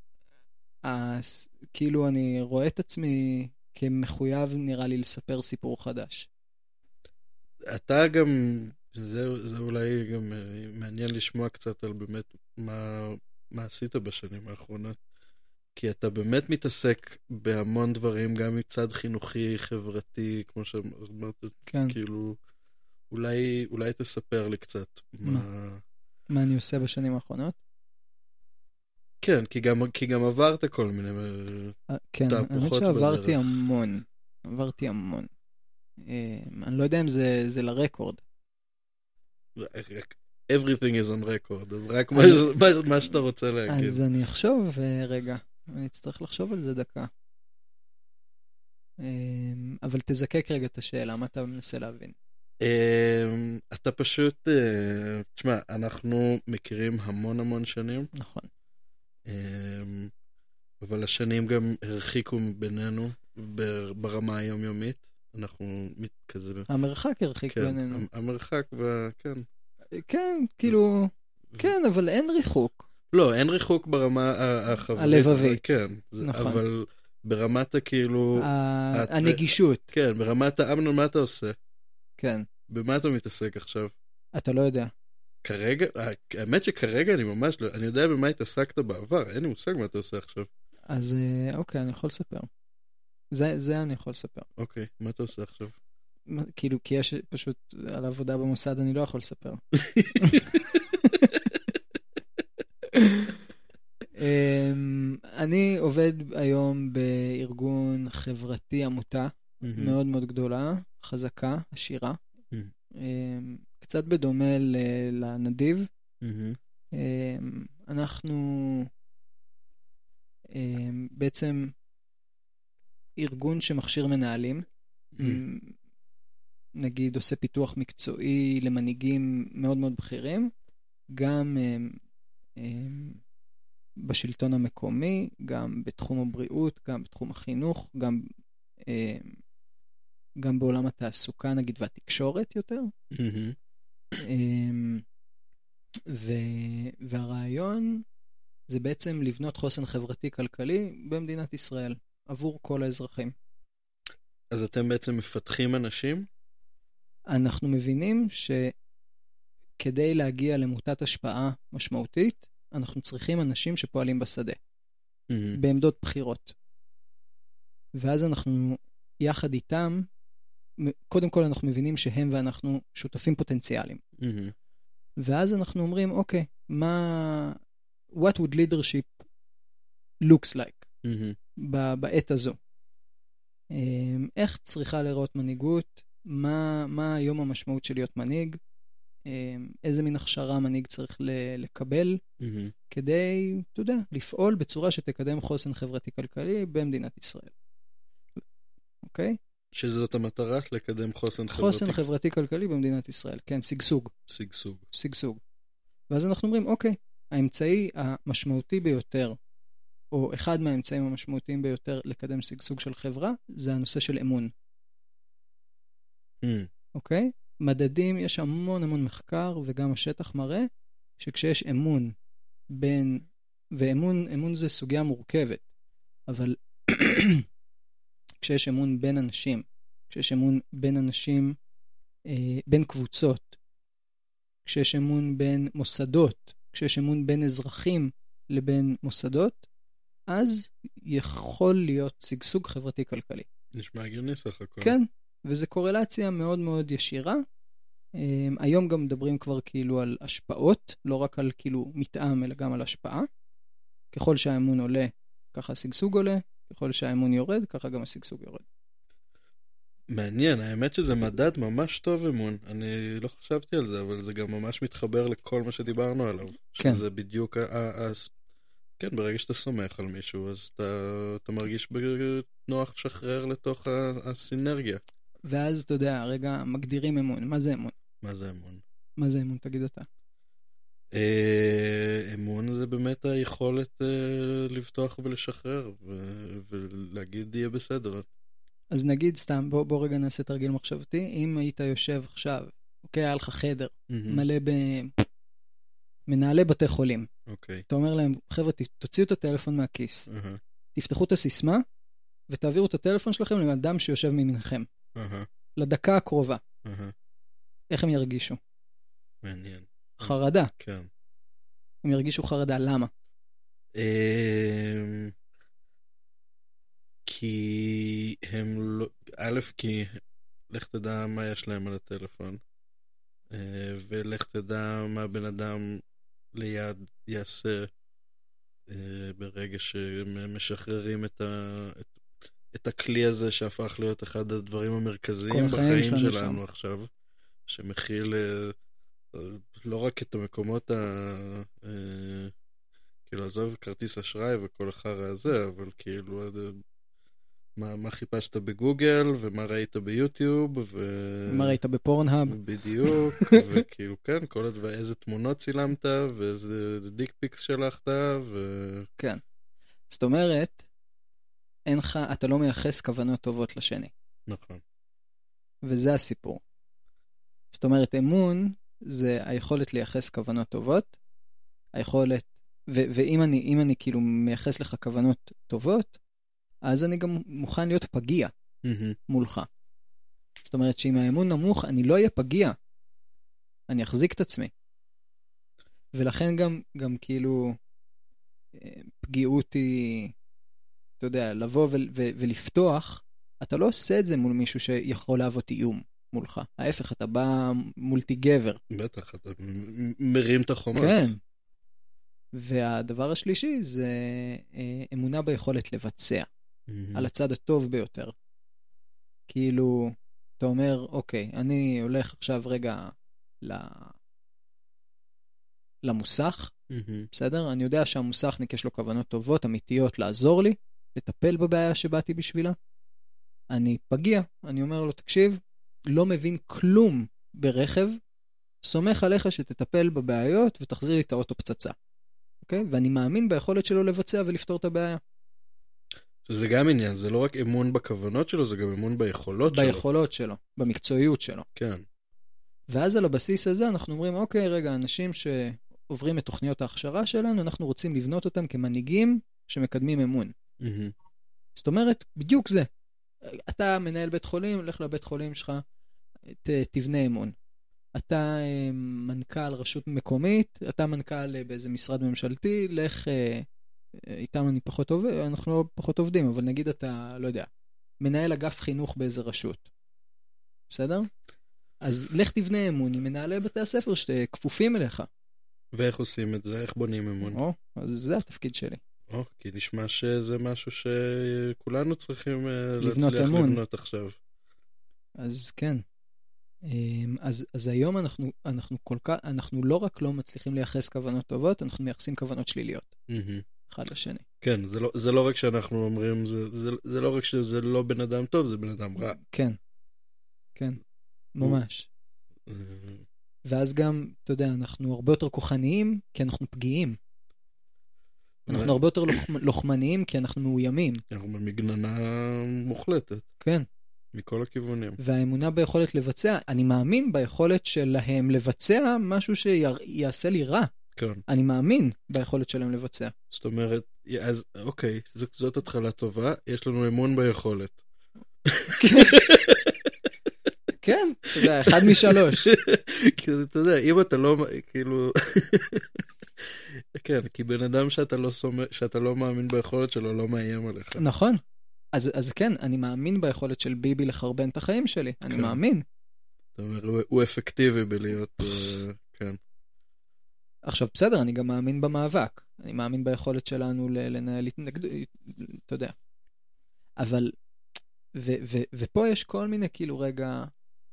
S2: כאילו אני רואה את עצמי כמחויב, נראה לי, לספר סיפור חדש.
S1: אתה גם, זה אולי גם מעניין לשמוע קצת על באמת מה עשית בשנים האחרונות. כי אתה באמת מתעסק בהמון דברים, גם מצד חינוכי, חברתי, כמו שאמרת,
S2: כן.
S1: כאילו, אולי תספר לי קצת.
S2: מה אני עושה בשנים האחרונות?
S1: כן, כי גם עברת כל מיני
S2: כן, האמת שעברתי המון. עברתי המון. אני לא יודע אם זה לרקורד.
S1: everything is on record, אז רק מה שאתה רוצה להגיד.
S2: אז אני אחשוב רגע, אני אצטרך לחשוב על זה דקה. אבל תזקק רגע את השאלה, מה אתה מנסה להבין?
S1: אתה פשוט, תשמע, אנחנו מכירים המון שנים.
S2: נכון.
S1: אבל השנים גם הרחיקו בינינו ברמה היומיומית. אנחנו כזה...
S2: המרחק הרחיק בינינו.
S1: המרחק, כן.
S2: כן, כאילו, כן, אבל אין ריחוק.
S1: לא, אין ריחוק ברמה החברית.
S2: הלבבית.
S1: כן,
S2: נכון.
S1: אבל ברמת הכאילו...
S2: הנגישות.
S1: כן, ברמת אמנון, מה אתה עושה?
S2: כן.
S1: במה אתה מתעסק עכשיו?
S2: אתה לא יודע.
S1: כרגע, האמת שכרגע אני ממש לא, אני יודע במה התעסקת בעבר, אין לי מושג מה אתה עושה עכשיו.
S2: אז אוקיי, אני יכול לספר. זה אני יכול לספר.
S1: אוקיי, מה אתה עושה עכשיו?
S2: כאילו, כי יש פשוט על עבודה במוסד, אני לא יכול לספר. אני עובד היום בארגון חברתי עמותה, מאוד מאוד גדולה, חזקה, עשירה. קצת בדומה לנדיב. אנחנו בעצם ארגון שמכשיר מנהלים, נגיד עושה פיתוח מקצועי למנהיגים מאוד מאוד בכירים, גם בשלטון המקומי, גם בתחום הבריאות, גם בתחום החינוך, גם בעולם התעסוקה, נגיד, והתקשורת יותר. והרעיון זה בעצם לבנות חוסן חברתי-כלכלי במדינת ישראל, עבור כל האזרחים.
S1: אז אתם בעצם מפתחים אנשים?
S2: אנחנו מבינים שכדי להגיע למוטת השפעה משמעותית, אנחנו צריכים אנשים שפועלים בשדה, בעמדות בחירות. ואז אנחנו יחד איתם, קודם כל אנחנו מבינים שהם ואנחנו שותפים פוטנציאליים. ואז אנחנו אומרים, אוקיי, what would leadership looks like בעת הזו? איך צריכה לראות מנהיגות? מה היום המשמעות של להיות מנהיג? איזה מין הכשרה מנהיג צריך לקבל כדי, אתה יודע, לפעול בצורה שתקדם חוסן חברתי-כלכלי במדינת ישראל. אוקיי?
S1: שזאת המטרה, לקדם חוסן חברתי.
S2: חוסן חברתי-כלכלי במדינת ישראל, כן, שגשוג. ואז אנחנו אומרים, אוקיי, האמצעי המשמעותי ביותר, או אחד מהאמצעים המשמעותיים ביותר לקדם שגשוג של חברה, זה הנושא של אמון. אוקיי? מדדים, יש המון מחקר, וגם השטח מראה, שכשיש אמון ואמון זה סוגיה מורכבת, אבל כשיש אמון בין אנשים, כשיש אמון בין אנשים, בין קבוצות, כשיש אמון בין מוסדות, כשיש אמון בין אזרחים לבין מוסדות, אז יכול להיות שגשוג חברתי-כלכלי.
S1: נשמע הגיוני סך הכל.
S2: כן, וזו קורלציה מאוד מאוד ישירה. היום גם מדברים כבר כאילו על השפעות, לא רק על כאילו מתאם, אלא גם על השפעה. ככל שהאמון עולה, ככה השגשוג עולה, ככל שהאמון יורד, ככה גם השגשוג יורד.
S1: מעניין, האמת שזה מדד ממש טוב אמון. אני לא חשבתי על זה, אבל זה גם ממש מתחבר לכל מה שדיברנו עליו.
S2: כן.
S1: שזה בדיוק, כן, ברגע שאתה סומך על מישהו, אז אתה מרגיש נוח לשחרר לתוך הסינרגיה.
S2: ואז, אתה יודע, רגע, מגדירים אמון. מה זה אמון? מה זה אמון? תגיד אתה.
S1: אמון זה באמת היכולת לבטוח ולשחרר, ולהגיד יהיה בסדר.
S2: אז נגיד סתם, בוא רגע נעשה תרגיל מחשבתי. אם היית יושב עכשיו, אוקיי, היה לך חדר, מלא מנהלי בתי חולים.
S1: אוקיי.
S2: אתה אומר להם, חבר'ה, תוציאו את הטלפון מהכיס, תפתחו את הסיסמה, ותעבירו את הטלפון שלכם לאדם שיושב מימינכם. לדקה הקרובה. איך הם ירגישו?
S1: מעניין.
S2: חרדה.
S1: כן.
S2: הם ירגישו חרדה, למה?
S1: כי הם לא, כי לך תדע מה יש להם על הטלפון, ולך תדע מה בן אדם ליד יעשה ברגע שמשחררים את הכלי הזה שהפך להיות אחד הדברים המרכזיים בחיים שלנו עכשיו, שמכיל לא רק את המקומות כאילו, עזוב כרטיס אשראי וכל החרא הזה, אבל כאילו, מה חיפשת בגוגל, ומה ראית ביוטיוב,
S2: מה ראית בפורנהאב?
S1: בדיוק, וכאילו, כן, כל הדבר, איזה תמונות צילמת, ואיזה דיק פיקס שלחת,
S2: כן. זאת אומרת, אתה לא מייחס כוונות טובות לשני.
S1: נכון.
S2: וזה הסיפור. זאת אומרת, אמון זה היכולת לייחס כוונות טובות, היכולת, ואם אני כאילו מייחס לך כוונות טובות, אז אני גם מוכן להיות פגיע מולך. זאת אומרת שאם האמון נמוך, אני לא אהיה פגיע. אני אחזיק את עצמי. ולכן גם כאילו פגיעות היא, אתה יודע, לבוא ולפתוח, אתה לא עושה את זה מול מישהו שיכול להוות איום מולך. ההפך, אתה בא מולטי גבר.
S1: בטח, אתה מרים את החומות.
S2: כן. והדבר השלישי זה אמונה ביכולת לבצע. על הצד הטוב ביותר. כאילו, אתה אומר, אוקיי, אני הולך עכשיו רגע למוסך, בסדר? אני יודע שהמוסכניק יש לו כוונות טובות, אמיתיות, לעזור לי, לטפל בבעיה שבאתי בשבילה. אני פגיע, אני אומר לו, תקשיב, לא מבין כלום ברכב, סומך עליך שתטפל בבעיות ותחזיר לי את האוטו פצצה. אוקיי? ואני מאמין ביכולת שלו לבצע ולפתור את הבעיה.
S1: שזה גם עניין, זה לא רק אמון בכוונות שלו, זה גם אמון ביכולות שלו.
S2: ביכולות שלו, במקצועיות שלו.
S1: כן.
S2: ואז על הבסיס הזה אנחנו אומרים, אוקיי, רגע, אנשים שעוברים את תוכניות ההכשרה שלנו, אנחנו רוצים לבנות אותם כמנהיגים שמקדמים אמון. זאת אומרת, בדיוק זה. אתה מנהל בית חולים, הולך לבית חולים שלך, תבנה אמון. אתה מנכ"ל רשות מקומית, אתה מנכ"ל באיזה משרד ממשלתי, לך, איתם אנחנו לא פחות עובדים, אבל נגיד אתה, לא יודע, מנהל אגף חינוך באיזה רשות. בסדר? אז לך תבנה אמון עם מנהלי בתי הספר שכפופים אליך.
S1: ואיך עושים את זה? איך בונים אמון?
S2: אז זה התפקיד שלי.
S1: כי נשמע שזה משהו שכולנו צריכים
S2: לבנות
S1: להצליח
S2: אמון.
S1: לבנות עכשיו.
S2: אז כן. אז היום אנחנו לא רק לא מצליחים לייחס כוונות טובות, אנחנו מייחסים כוונות שליליות. אחד לשני.
S1: כן, זה לא רק שאנחנו אומרים, זה לא רק שזה לא בן אדם טוב, זה בן אדם רע.
S2: כן. כן. ממש. ואז גם, אתה יודע, אנחנו הרבה יותר כוחניים, כי אנחנו פגיעים. אנחנו הרבה יותר לוחמניים, כי אנחנו מאוימים.
S1: אנחנו במגננה מוחלטת.
S2: כן.
S1: מכל הכיוונים.
S2: והאמונה ביכולת לבצע, אני מאמין ביכולת שלהם לבצע משהו שיעשה לי רע.
S1: כן.
S2: אני מאמין ביכולת שלהם לבצע.
S1: זאת אומרת, אז אוקיי, זאת התחלה טובה, יש לנו אמון ביכולת.
S2: כן, אתה יודע, 1 מ-3.
S1: כי אתה יודע, אם אתה לא, כאילו, כן, כי בן אדם שאתה לא מאמין ביכולת שלו, לא מאיים עליך.
S2: נכון. אז כן, אני מאמין ביכולת של ביבי לחרבן את החיים שלי. אני מאמין.
S1: זאת אומרת, הוא אפקטיבי בלהיות, כן.
S2: עכשיו, בסדר, אני גם מאמין במאבק. אני מאמין ביכולת שלנו לנהל התנגדות, אתה יודע. אבל, ופה יש כל מיני, כאילו, רגע,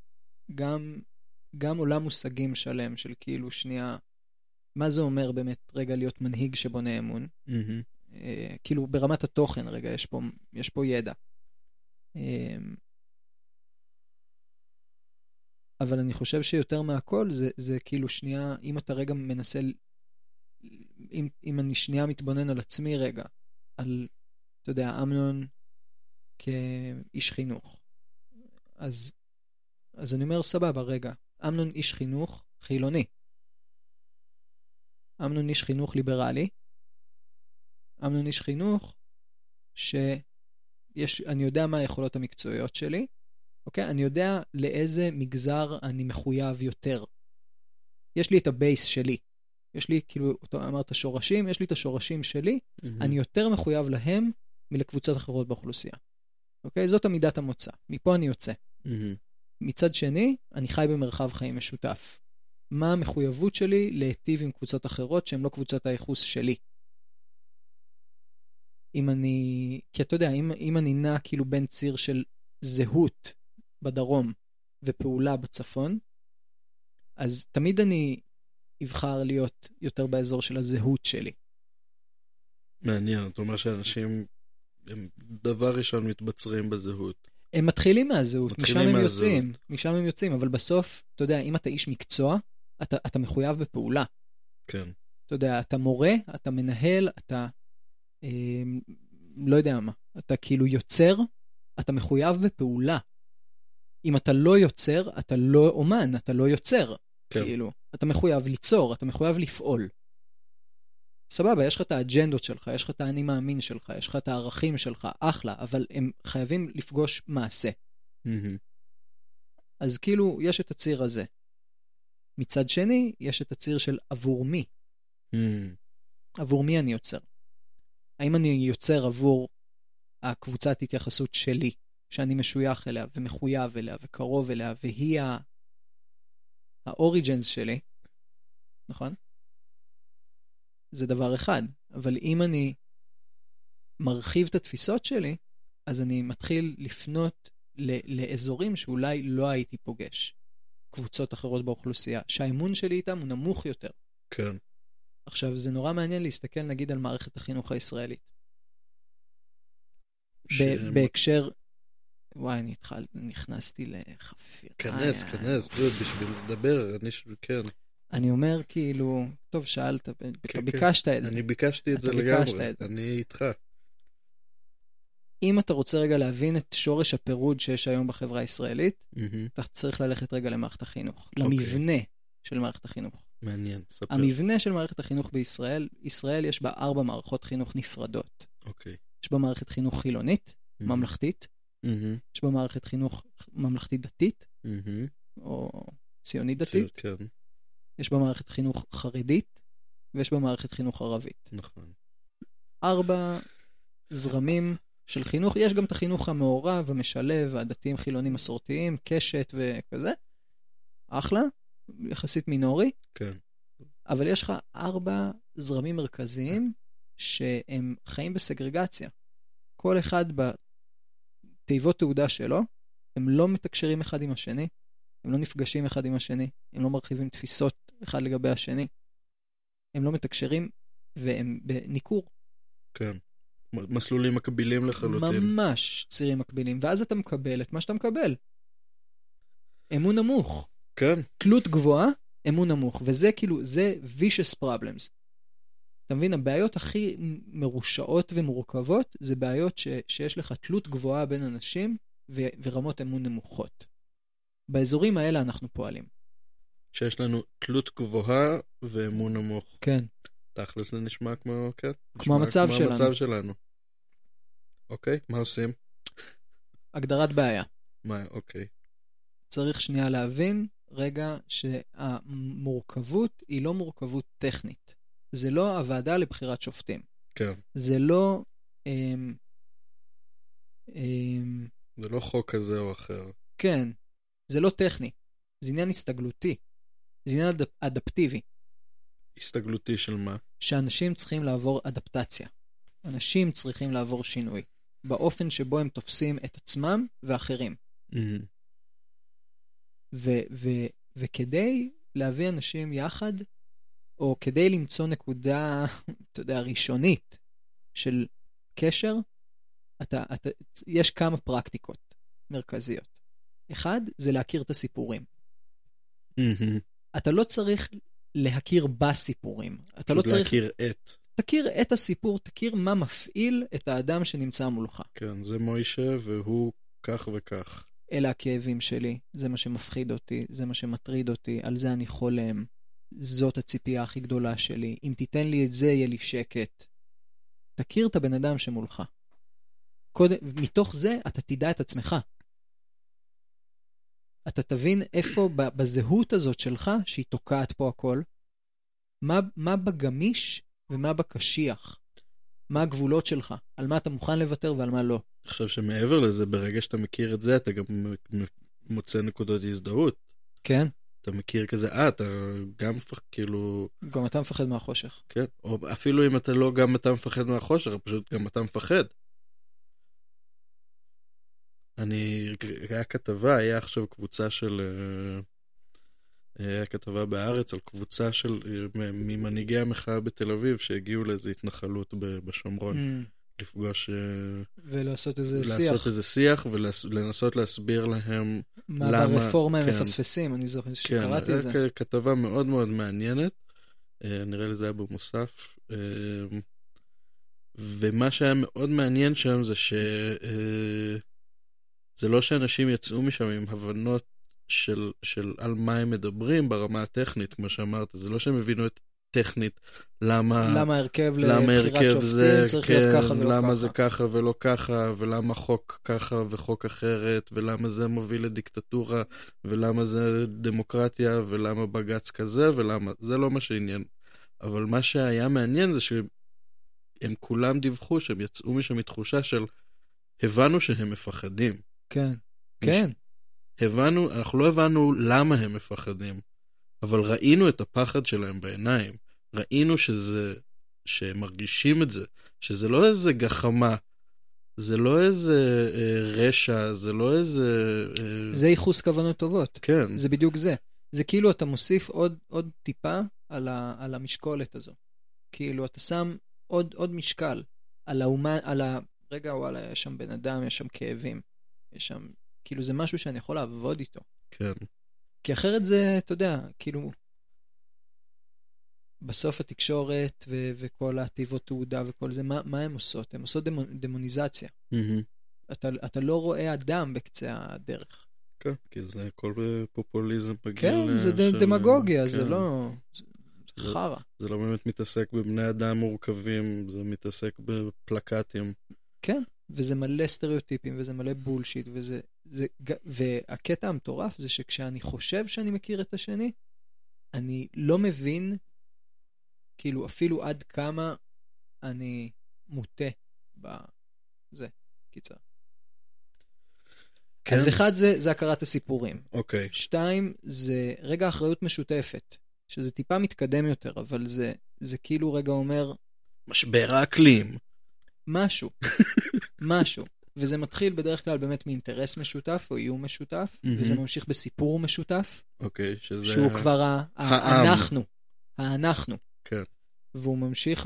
S2: גם עולם מושגים שלם של כאילו שנייה, מה זה אומר באמת רגע להיות מנהיג שבונה אמון? כאילו ברמת התוכן רגע, יש פה ידע. אבל אני חושב שיותר מהכל זה כאילו שנייה, אם אתה רגע מנסה, אם אני שנייה מתבונן על עצמי רגע, על, אתה יודע, אמנון כאיש חינוך. אז אני אומר, סבבה, רגע, אמנון איש חינוך חילוני. אמנון איש חינוך ליברלי. אמנון איש חינוך אני יודע מה היכולות המקצועיות שלי, אוקיי? אני יודע לאיזה מגזר אני מחויב יותר. יש לי את הבייס שלי. יש לי, כאילו, אתה אמרת שורשים, יש לי את השורשים שלי, אני יותר מחויב להם מלקבוצות אחרות באוכלוסייה. אוקיי? זאת עמידת המוצא. מפה אני יוצא. מצד שני, אני חי במרחב חיים משותף. מה המחויבות שלי להיטיב עם קבוצות אחרות שהן לא קבוצת הייחוס שלי? כי אתה יודע, אם אני נע כאילו בין ציר של זהות בדרום ופעולה בצפון, אז תמיד אני אבחר להיות יותר באזור של הזהות שלי.
S1: מעניין, אתה אומר שאנשים, הם דבר ראשון מתבצרים בזהות.
S2: הם מתחילים מהזהות, משם
S1: מתחילים
S2: הם
S1: מהזהות.
S2: יוצאים, משם הם יוצאים, אבל בסוף, אתה יודע, אם אתה איש מקצוע, אתה מחויב בפעולה.
S1: כן,
S2: אתה יודע, אתה מורה, אתה מנהל, אתה לא יודע מה, אתה כאילו יוצר, אתה מחויב בפעולה. אם אתה לא יוצר, אתה לא אומן, אתה לא יוצר.
S1: כן.
S2: כאילו, אתה מחויב ליצור, אתה מחויב לפעול. סבבה, יש לך את האג'נדות שלך, יש לך את האני מאמין שלך, יש לך את הערכים שלך, אחלה, אבל הם חייבים לפגוש מעשה.
S1: מהמם.
S2: אז כאילו, יש את הציר הזה. מצד שני, יש את הציר של עבור מי.
S1: מהמם.
S2: עבור מי אני יוצר? האם אני יוצר עבור הקבוצת התייחסות שלי, שאני משוייך אליה ומחויב אליה וקרוב אליה, והיא האוריג'נס שלי, נכון? זה דבר אחד. אבל אם אני מרחיב את התפיסות שלי, אז אני מתחיל לפנות לאזורים שאולי לא הייתי פוגש. קבוצות אחרות באוכלוסייה, שהאמון שלי איתם הוא נמוך יותר.
S1: כן.
S2: עכשיו, זה נורא מעניין להסתכל נגיד על מערכת החינוך הישראלית. בהקשר, וואי, נכנסתי לחפירה.
S1: כנס, בשביל לדבר, כן.
S2: אני אומר כאילו, טוב, שאלת, אתה ביקשת את זה.
S1: אני ביקשתי את זה לגמרי, אני איתך.
S2: אם אתה רוצה רגע להבין את שורש הפירוד שיש היום בחברה הישראלית, אתה צריך ללכת רגע למערכת החינוך, למבנה של מערכת החינוך.
S1: מעניין, ספר.
S2: המבנה של מערכת החינוך בישראל, ישראל יש בה 4 מערכות חינוך נפרדות.
S1: אוקיי.
S2: יש בה מערכת חינוך חילונית, ממלכתית, יש בה מערכת חינוך ממלכתית דתית, או ציונית דתית,
S1: כן.
S2: יש בה מערכת חינוך חרדית, ויש בה מערכת חינוך ערבית.
S1: נכון.
S2: 4 זרמים של חינוך, יש גם את החינוך המעורב, המשלב, הדתיים חילונים מסורתיים, קשת וכזה, אחלה, יחסית מינורי,
S1: כן.
S2: אבל יש לך 4 זרמים מרכזיים, שהם חיים בסגרגציה. כל אחד בתיבות תעודה שלו, הם לא מתקשרים אחד עם השני, הם לא נפגשים אחד עם השני, הם לא מרחיבים תפיסות אחד לגבי השני, הם לא מתקשרים והם בניקור.
S1: כן. מסלולים מקבילים לחלוטין.
S2: ממש צירים מקבילים, ואז אתה מקבל את מה שאתה מקבל. אמון נמוך.
S1: כן.
S2: תלות גבוהה, אמון נמוך, וזה כאילו, זה vicious problems. אתה מבין, הבעיות הכי מרושעות ומורכבות, זה בעיות שיש לך תלות גבוהה בין אנשים ורמות אמון נמוכות. באזורים האלה אנחנו פועלים.
S1: שיש לנו תלות גבוהה ואמון נמוך.
S2: כן.
S1: תכלס זה נשמע כמו, כן.
S2: כמו המצב שלנו.
S1: המצב שלנו. אוקיי, מה עושים?
S2: הגדרת בעיה.
S1: מה, אוקיי.
S2: צריך שנייה להבין, רגע, שהמורכבות היא לא מורכבות טכנית. זה לא הוועדה לבחירת שופטים.
S1: כן.
S2: זה לא...
S1: זה לא חוק כזה או אחר.
S2: כן. זה לא טכני. זה עניין הסתגלותי. זה עניין אדפטיבי.
S1: הסתגלותי של מה?
S2: שאנשים צריכים לעבור אדפטציה. אנשים צריכים לעבור שינוי. באופן שבו הם תופסים את עצמם ואחרים. וכדי להביא אנשים יחד, או כדי למצוא נקודה, אתה יודע, ראשונית של קשר, יש כמה פרקטיקות מרכזיות. אחד, זה להכיר את הסיפורים. אתה לא צריך להכיר בסיפורים. אתה לא צריך...
S1: להכיר את.
S2: תכיר את הסיפור, תכיר מה מפעיל את האדם שנמצא מולך.
S1: כן, זה מוישה והוא כך וכך.
S2: אלה הכאבים שלי, זה מה שמפחיד אותי, זה מה שמטריד אותי, על זה אני חולם. זאת הציפייה הכי גדולה שלי. אם תיתן לי את זה, יהיה לי שקט. תכיר את הבן אדם שמולך. מתוך זה אתה תדע את עצמך. אתה תבין איפה בזהות הזאת שלך, שהיא תוקעת פה הכל, מה בגמיש ומה בקשיח. מה הגבולות שלך, על מה אתה מוכן לוותר ועל מה לא.
S1: אני חושב שמעבר לזה, ברגע שאתה מכיר את זה, אתה גם מוצא נקודות הזדהות.
S2: כן.
S1: אתה מכיר כזה, אתה גם כאילו...
S2: גם אתה מפחד מהחושך.
S1: כן, או אפילו אם אתה לא גם אתה מפחד מהחושך, פשוט גם אתה מפחד. היה כתבה, היה עכשיו קבוצה של היה כתבה בארץ על קבוצה של ממנהיגי המחאה בתל אביב שהגיעו לאיזו התנחלות בשומרון, לפגוש
S2: ולעשות איזה שיח.
S1: לעשות איזה שיח ולנסות להסביר להם
S2: מה ברפורמה הם מפספסים, אני זוכר שקראתי את זה.
S1: כן, כתבה מאוד מאוד מעניינת, נראה לי זה היה במוסף, ומה שהיה מאוד מעניין שם זה זה לא שאנשים יצאו משם עם הבנות של על מה הם מדברים ברמה הטכנית, כמו שאמרת, זה לא שהם הבינו את טכנית, למה
S2: הרכב לבחירת שופטים צריך להיות ככה ולא ככה.
S1: למה זה ככה ולא ככה, ולמה חוק ככה וחוק אחרת, ולמה זה מוביל לדיקטטורה, ולמה זה דמוקרטיה, ולמה בגץ כזה, ולמה, זה לא מה שעניין. אבל מה שהיה מעניין זה שהם כולם דיווחו שהם יצאו משם מתחושה של, הבנו שהם מפחדים.
S2: כן, כן.
S1: אנחנו לא הבנו למה הם מפחדים, אבל ראינו את הפחד שלהם בעיניים. ראינו שהם מרגישים את זה, שזה לא איזה גחמה, זה לא איזה רשע, זה לא איזה...
S2: זה ייחוס כוונות טובות.
S1: כן.
S2: זה בדיוק זה. זה כאילו אתה מוסיף עוד טיפה על המשקולת הזו. כאילו אתה שם עוד משקל על רגע, וואלה, יש שם בן אדם, יש שם כאבים, יש שם... כאילו זה משהו שאני יכול לעבוד איתו.
S1: כן.
S2: כי אחרת זה, אתה יודע, כאילו, בסוף התקשורת וכל העטיבות תעודה וכל זה, מה הם עושות? הם עושות דמוניזציה. אתה לא רואה אדם בקצה הדרך.
S1: כן, כי זה הכל פופוליזם בגיל...
S2: כן, זה דמגוגיה, זה לא... זה חרה.
S1: זה לא באמת מתעסק בבני אדם מורכבים, זה מתעסק בפלקטים.
S2: כן. וזה מלא סטריאוטיפים, וזה מלא בולשיט, והקטע המטורף זה שכשאני חושב שאני מכיר את השני, אני לא מבין, כאילו אפילו עד כמה אני מוטה בזה, קיצר. כן. אז אחד זה הכרת הסיפורים.
S1: אוקיי.
S2: 2 זה רגע אחריות משותפת, שזה טיפה מתקדם יותר, אבל זה כאילו רגע אומר...
S1: משבר האקלים.
S2: משהו. וזה מתחיל בדרך כלל באמת מאינטרס משותף או איום משותף, וזה ממשיך בסיפור משותף.
S1: אוקיי, שזה...
S2: שהוא כבר האנחנו.
S1: כן.
S2: והוא ממשיך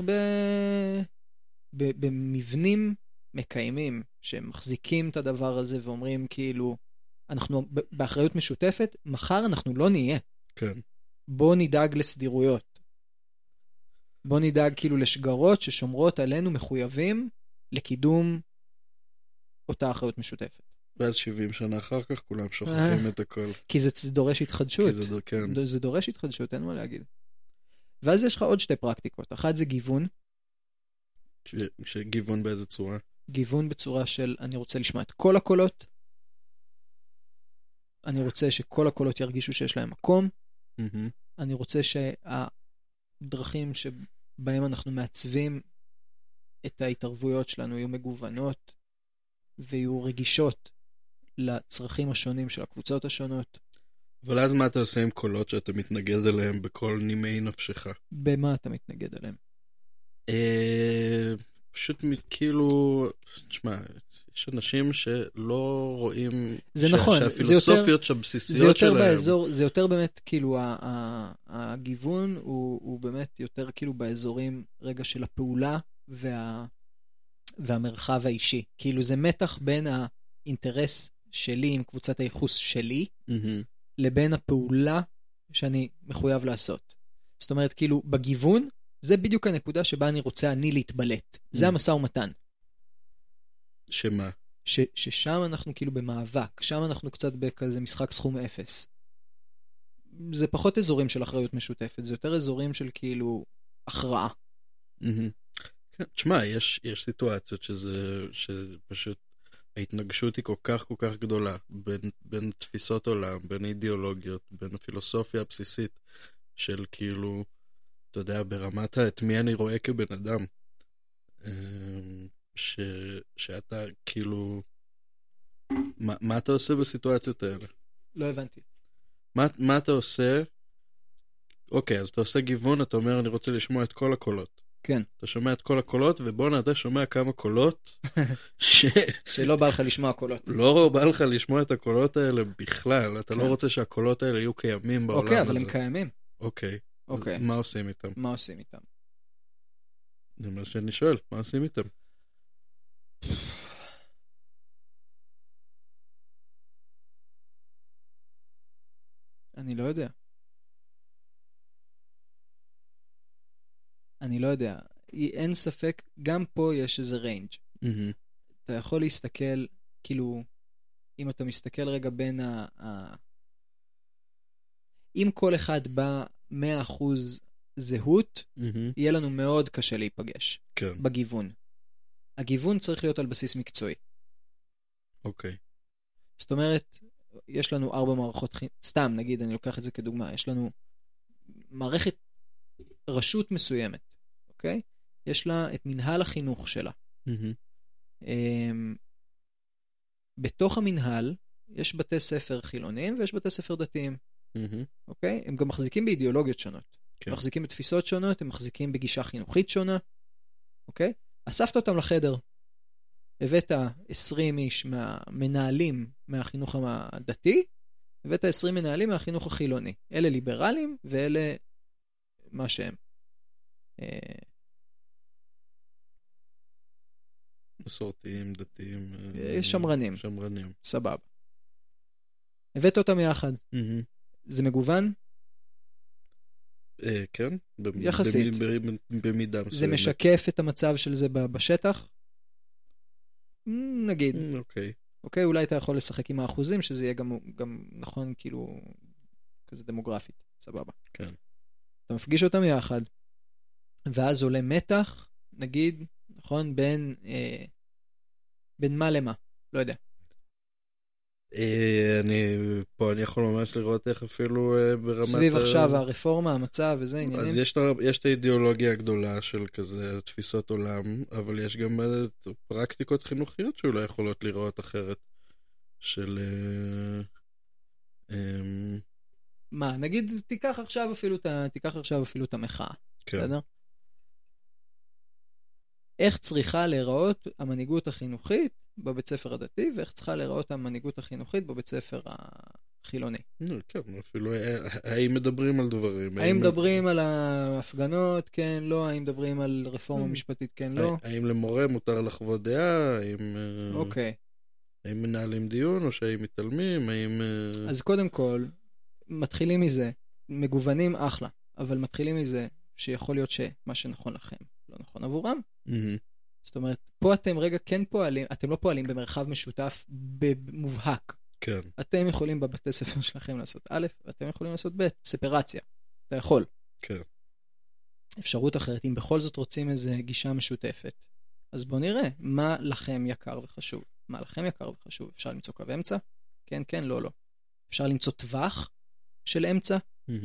S2: במבנים מקיימים, שמחזיקים את הדבר הזה ואומרים כאילו, אנחנו באחריות משותפת, מחר אנחנו לא נהיה.
S1: כן.
S2: בוא נדאג לסדירויות. בוא נדאג כאילו לשגרות ששומרות עלינו מחויבים לקידום אותה אחריות משותפת.
S1: ואז 70 שנה אחר כך כולם שוכחים את הכל.
S2: כי זה דורש התחדשות.
S1: כן.
S2: זה דורש התחדשות, אין מה להגיד. ואז יש לך עוד 2 פרקטיקות. אחת זה גיוון.
S1: גיוון באיזה צורה?
S2: גיוון בצורה של אני רוצה לשמוע את כל הקולות. אני רוצה שכל הקולות ירגישו שיש להם מקום. אני רוצה שהדרכים שבהם אנחנו מעצבים את ההתערבויות שלנו יהיו מגוונות ויהיו רגישות לצרכים השונים של הקבוצות השונות.
S1: אבל אז מה אתה עושה עם קולות שאתה מתנגד אליהם בכל נימי נפשך?
S2: במה אתה מתנגד אליהם?
S1: פשוט כאילו, תשמע, יש אנשים שלא רואים...
S2: זה נכון.
S1: שהפילוסופיות הבסיסיות שלהם...
S2: זה יותר באמת, כאילו, הגיוון הוא באמת יותר כאילו באזורים רגע של הפעולה והמרחב האישי. כאילו זה מתח בין האינטרס שלי עם קבוצת הייחוס שלי, לבין הפעולה שאני מחויב לעשות. זאת אומרת, כאילו, בגיוון, זה בדיוק הנקודה שבה אני רוצה להתבלט. זה המשא ומתן.
S1: שמה?
S2: ששם אנחנו כאילו במאבק, שם אנחנו קצת בכזה משחק סכום 0. זה פחות אזורים של אחריות משותפת, זה יותר אזורים של כאילו הכרעה.
S1: תשמע, יש סיטואציות שפשוט ההתנגשות היא כל כך גדולה בין תפיסות עולם, בין אידיאולוגיות, בין הפילוסופיה הבסיסית של כאילו, אתה יודע, ברמת את מי אני רואה כבן אדם. שאתה כאילו, מה אתה עושה בסיטואציות האלה?
S2: לא הבנתי.
S1: מה אתה עושה? אוקיי, אז אתה עושה גיוון, אתה אומר אני רוצה לשמוע את כל הקולות.
S2: כן.
S1: אתה שומע את כל הקולות, ובואנה, אתה שומע כמה קולות
S2: שלא בא לך לשמוע קולות.
S1: לא בא לך לשמוע את הקולות האלה בכלל. אתה
S2: כן.
S1: לא רוצה שהקולות האלה יהיו קיימים בעולם הזה.
S2: אוקיי, אבל הם קיימים.
S1: אוקיי.
S2: אוקיי.
S1: מה עושים איתם?
S2: מה עושים איתם?
S1: זה מה שאני שואל, מה עושים איתם?
S2: אני לא יודע. אני לא יודע. אין ספק, גם פה יש איזה ריינג'. אתה יכול להסתכל, כאילו, אם אתה מסתכל רגע בין אם כל אחד בא 100% זהות, יהיה לנו מאוד קשה להיפגש.
S1: כן.
S2: בגיוון. הגיוון צריך להיות על בסיס מקצועי.
S1: אוקיי.
S2: זאת אומרת, יש לנו 4 מערכות סתם, נגיד, אני לוקח את זה כדוגמה, יש לנו מערכת רשות מסוימת, אוקיי? יש לה את מנהל החינוך שלה. בתוך המנהל יש בתי ספר חילוניים ויש בתי ספר דתיים. אוקיי? הם גם מחזיקים באידיאולוגיות שונות. הם מחזיקים בתפיסות שונות, הם מחזיקים בגישה חינוכית שונה. אוקיי? אספת אותם לחדר. הבאת 20 איש מהמנהלים מהחינוך הדתי, הבאת 20 מנהלים מהחינוך החילוני. אלה ליברלים ואלה מה שהם.
S1: מסורתיים, דתיים.
S2: שמרנים.
S1: שמרנים.
S2: סבבה. הבאת אותם יחד. זה מגוון?
S1: כן.
S2: יחסית.
S1: במידה מסוימת.
S2: זה משקף את המצב של זה בשטח? נגיד.
S1: אוקיי.
S2: אוקיי, אולי אתה יכול לשחק עם האחוזים, שזה יהיה גם נכון, כאילו, כזה דמוגרפית. סבבה.
S1: כן.
S2: אתה מפגיש אותם יחד, ואז עולה מתח, נגיד, נכון, בין מה למה? לא יודע.
S1: אני יכול ממש לראות איך אפילו ברמת...
S2: סביב עכשיו הרפורמה, המצב וזה עניינים.
S1: אז יש את האידיאולוגיה הגדולה של כזה תפיסות עולם, אבל יש גם פרקטיקות חינוכיות שאולי יכולות לראות אחרת. של...
S2: מה, נגיד תיקח עכשיו אפילו את המחאה, בסדר? איך צריכה להיראות המנהיגות החינוכית בבית ספר הדתי, ואיך צריכה להיראות המנהיגות החינוכית בבית ספר החילוני.
S1: כן, אפילו האם מדברים על דברים?
S2: האם מדברים על ההפגנות, כן, לא, האם מדברים על רפורמה משפטית, כן, לא.
S1: האם למורה מותר לחוות דעה,
S2: אוקיי.
S1: האם מנהלים דיון, או שהאם מתעלמים, האם...
S2: אז קודם כל, מתחילים מזה, מגוונים אחלה, אבל מתחילים מזה שיכול להיות שמה שנכון לכם לא נכון עבורם. זאת אומרת, פה אתם רגע כן פועלים, אתם לא פועלים במרחב משותף במובהק.
S1: כן.
S2: אתם יכולים בבתי ספר שלכם לעשות א', ואתם יכולים לעשות ב', ספרציה. אתה יכול.
S1: כן.
S2: אפשרות אחרת, אם בכל זאת רוצים איזו גישה משותפת, אז בואו נראה מה לכם יקר וחשוב. מה לכם יקר וחשוב? אפשר למצוא קו אמצע? כן, כן, לא, לא. אפשר למצוא טווח של אמצע?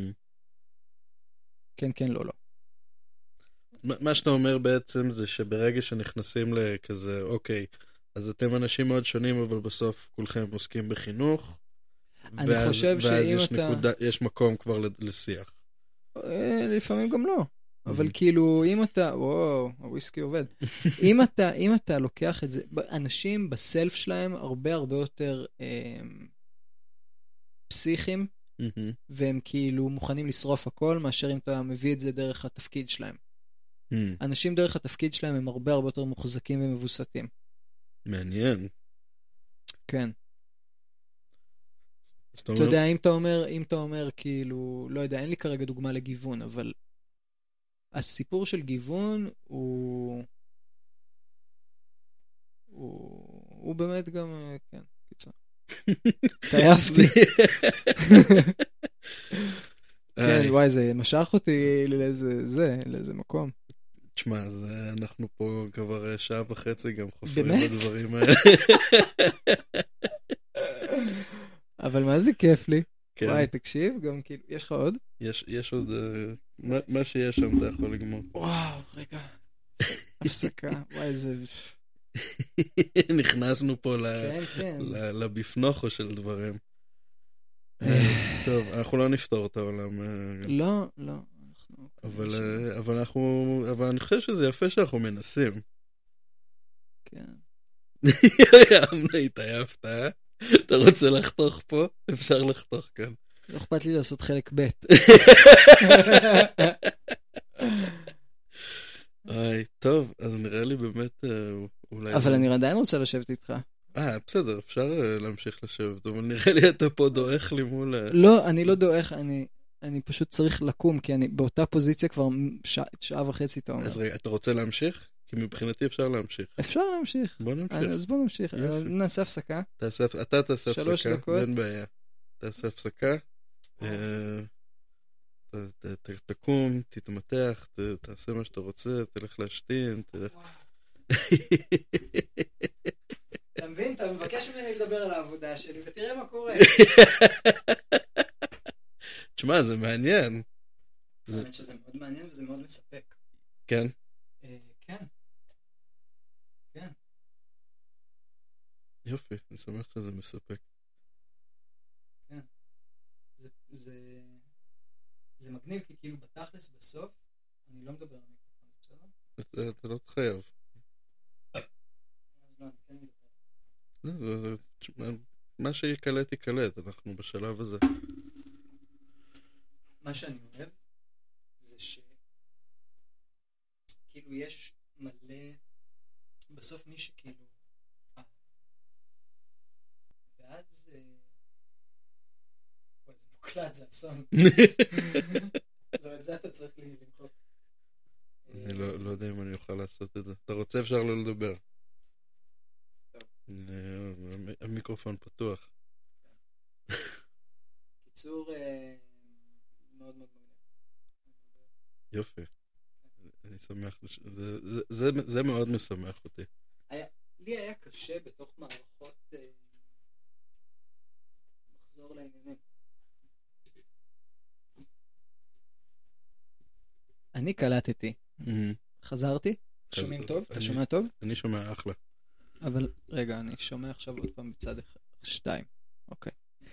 S2: כן, כן, לא, לא.
S1: מה שאתה אומר בעצם זה שברגע שנכנסים לכזה, אוקיי, אז אתם אנשים מאוד שונים, אבל בסוף כולכם עוסקים בחינוך,
S2: אני חושב שאם אתה...
S1: יש מקום כבר לשיח.
S2: לפעמים גם לא. אבל כאילו, אם אתה... וואו, הוויסקי עובד. אם אתה לוקח את זה... אנשים בסלף שלהם הרבה יותר פסיכיים, והם כאילו מוכנים לשרוף הכל, מאשר אם אתה מביא את זה דרך התפקיד שלהם. אנשים דרך התפקיד שלהם הם הרבה יותר מוחזקים ומבוסתים.
S1: מעניין.
S2: כן. אתה יודע, אם אתה אומר כאילו, לא יודע, אין לי כרגע דוגמה לגיוון, אבל הסיפור של גיוון הוא באמת גם, כן, קיצר. תעייפתי. כן, וואי, זה משך אותי לאיזה מקום.
S1: תשמע, אז אנחנו פה כבר 1.5 שעה גם חופרים בדברים האלה.
S2: אבל מה זה כיף לי? וואי, תקשיב, גם כאילו, יש לך עוד?
S1: יש עוד, מה שיש שם אתה יכול לגמור.
S2: וואו, רגע. הפסקה, וואי, זה...
S1: נכנסנו פה לבפנוכו של דברים. טוב, אנחנו לא נפתור את העולם.
S2: לא, לא. אנחנו...
S1: אבל אני חושב שזה יפה שאנחנו מנסים.
S2: כן.
S1: אמנה, התעייפת, אה? אתה רוצה לחתוך פה? אפשר לחתוך כאן.
S2: לא אכפת לי לעשות חלק ב'.
S1: טוב, אז נראה לי באמת אולי...
S2: אבל אני עדיין רוצה לשבת איתך.
S1: בסדר, אפשר להמשיך לשבת, אבל נראה לי אתה פה דואך לי מול...
S2: לא, אני לא דואך, אני פשוט צריך לקום, כי אני באותה פוזיציה כבר שעה וחצי, אתה אומר.
S1: אז רגע, אתה רוצה להמשיך? כי מבחינתי אפשר להמשיך.
S2: אפשר להמשיך.
S1: בוא נמשיך.
S2: אז בוא נמשיך. נעשה הפסקה.
S1: אתה תעשה הפסקה.
S2: 3 דקות.
S1: אין בעיה. תעשה הפסקה. תקום, תתמתח, תעשה מה שאתה רוצה, תלך להשתין, תלך...
S2: אתה מבין? אתה מבקש ממני לדבר על העבודה שלי, ותראה מה קורה.
S1: תשמע, זה מעניין.
S2: האמת שזה מאוד מעניין וזה מאוד מספק.
S1: כן?
S2: כן. כן.
S1: יופי, אני שמח שזה מספק.
S2: כן. זה מגניב, כי כאילו בתכלס בסוף, אני לא מדבר על מיקרופון, בסדר?
S1: אתה לא תחייב.
S2: אז לא, אני כן מדבר.
S1: מה שיקלט יקלט, אנחנו בשלב הזה.
S2: מה שאני אוהב, זה כאילו יש מלא, בסוף מי שכאילו, ואז, זה מוקלט, זה אסון. לא, על זה אתה צריך למחוק.
S1: אני לא יודע אם אני אוכל לעשות את זה. אתה רוצה, אפשר לא לדבר. המיקרופון פתוח.
S2: קיצור, מאוד מאוד מגניב.
S1: יופי. אני שמח, זה מאוד משמח אותי.
S2: לי היה קשה בתוך מערכות לחזור לעניינים. אני קלטתי. חזרתי? שומעים טוב? אתה שומע טוב?
S1: אני שומע אחלה.
S2: אבל רגע, אני שומע עכשיו עוד פעם בצד 2. אוקיי.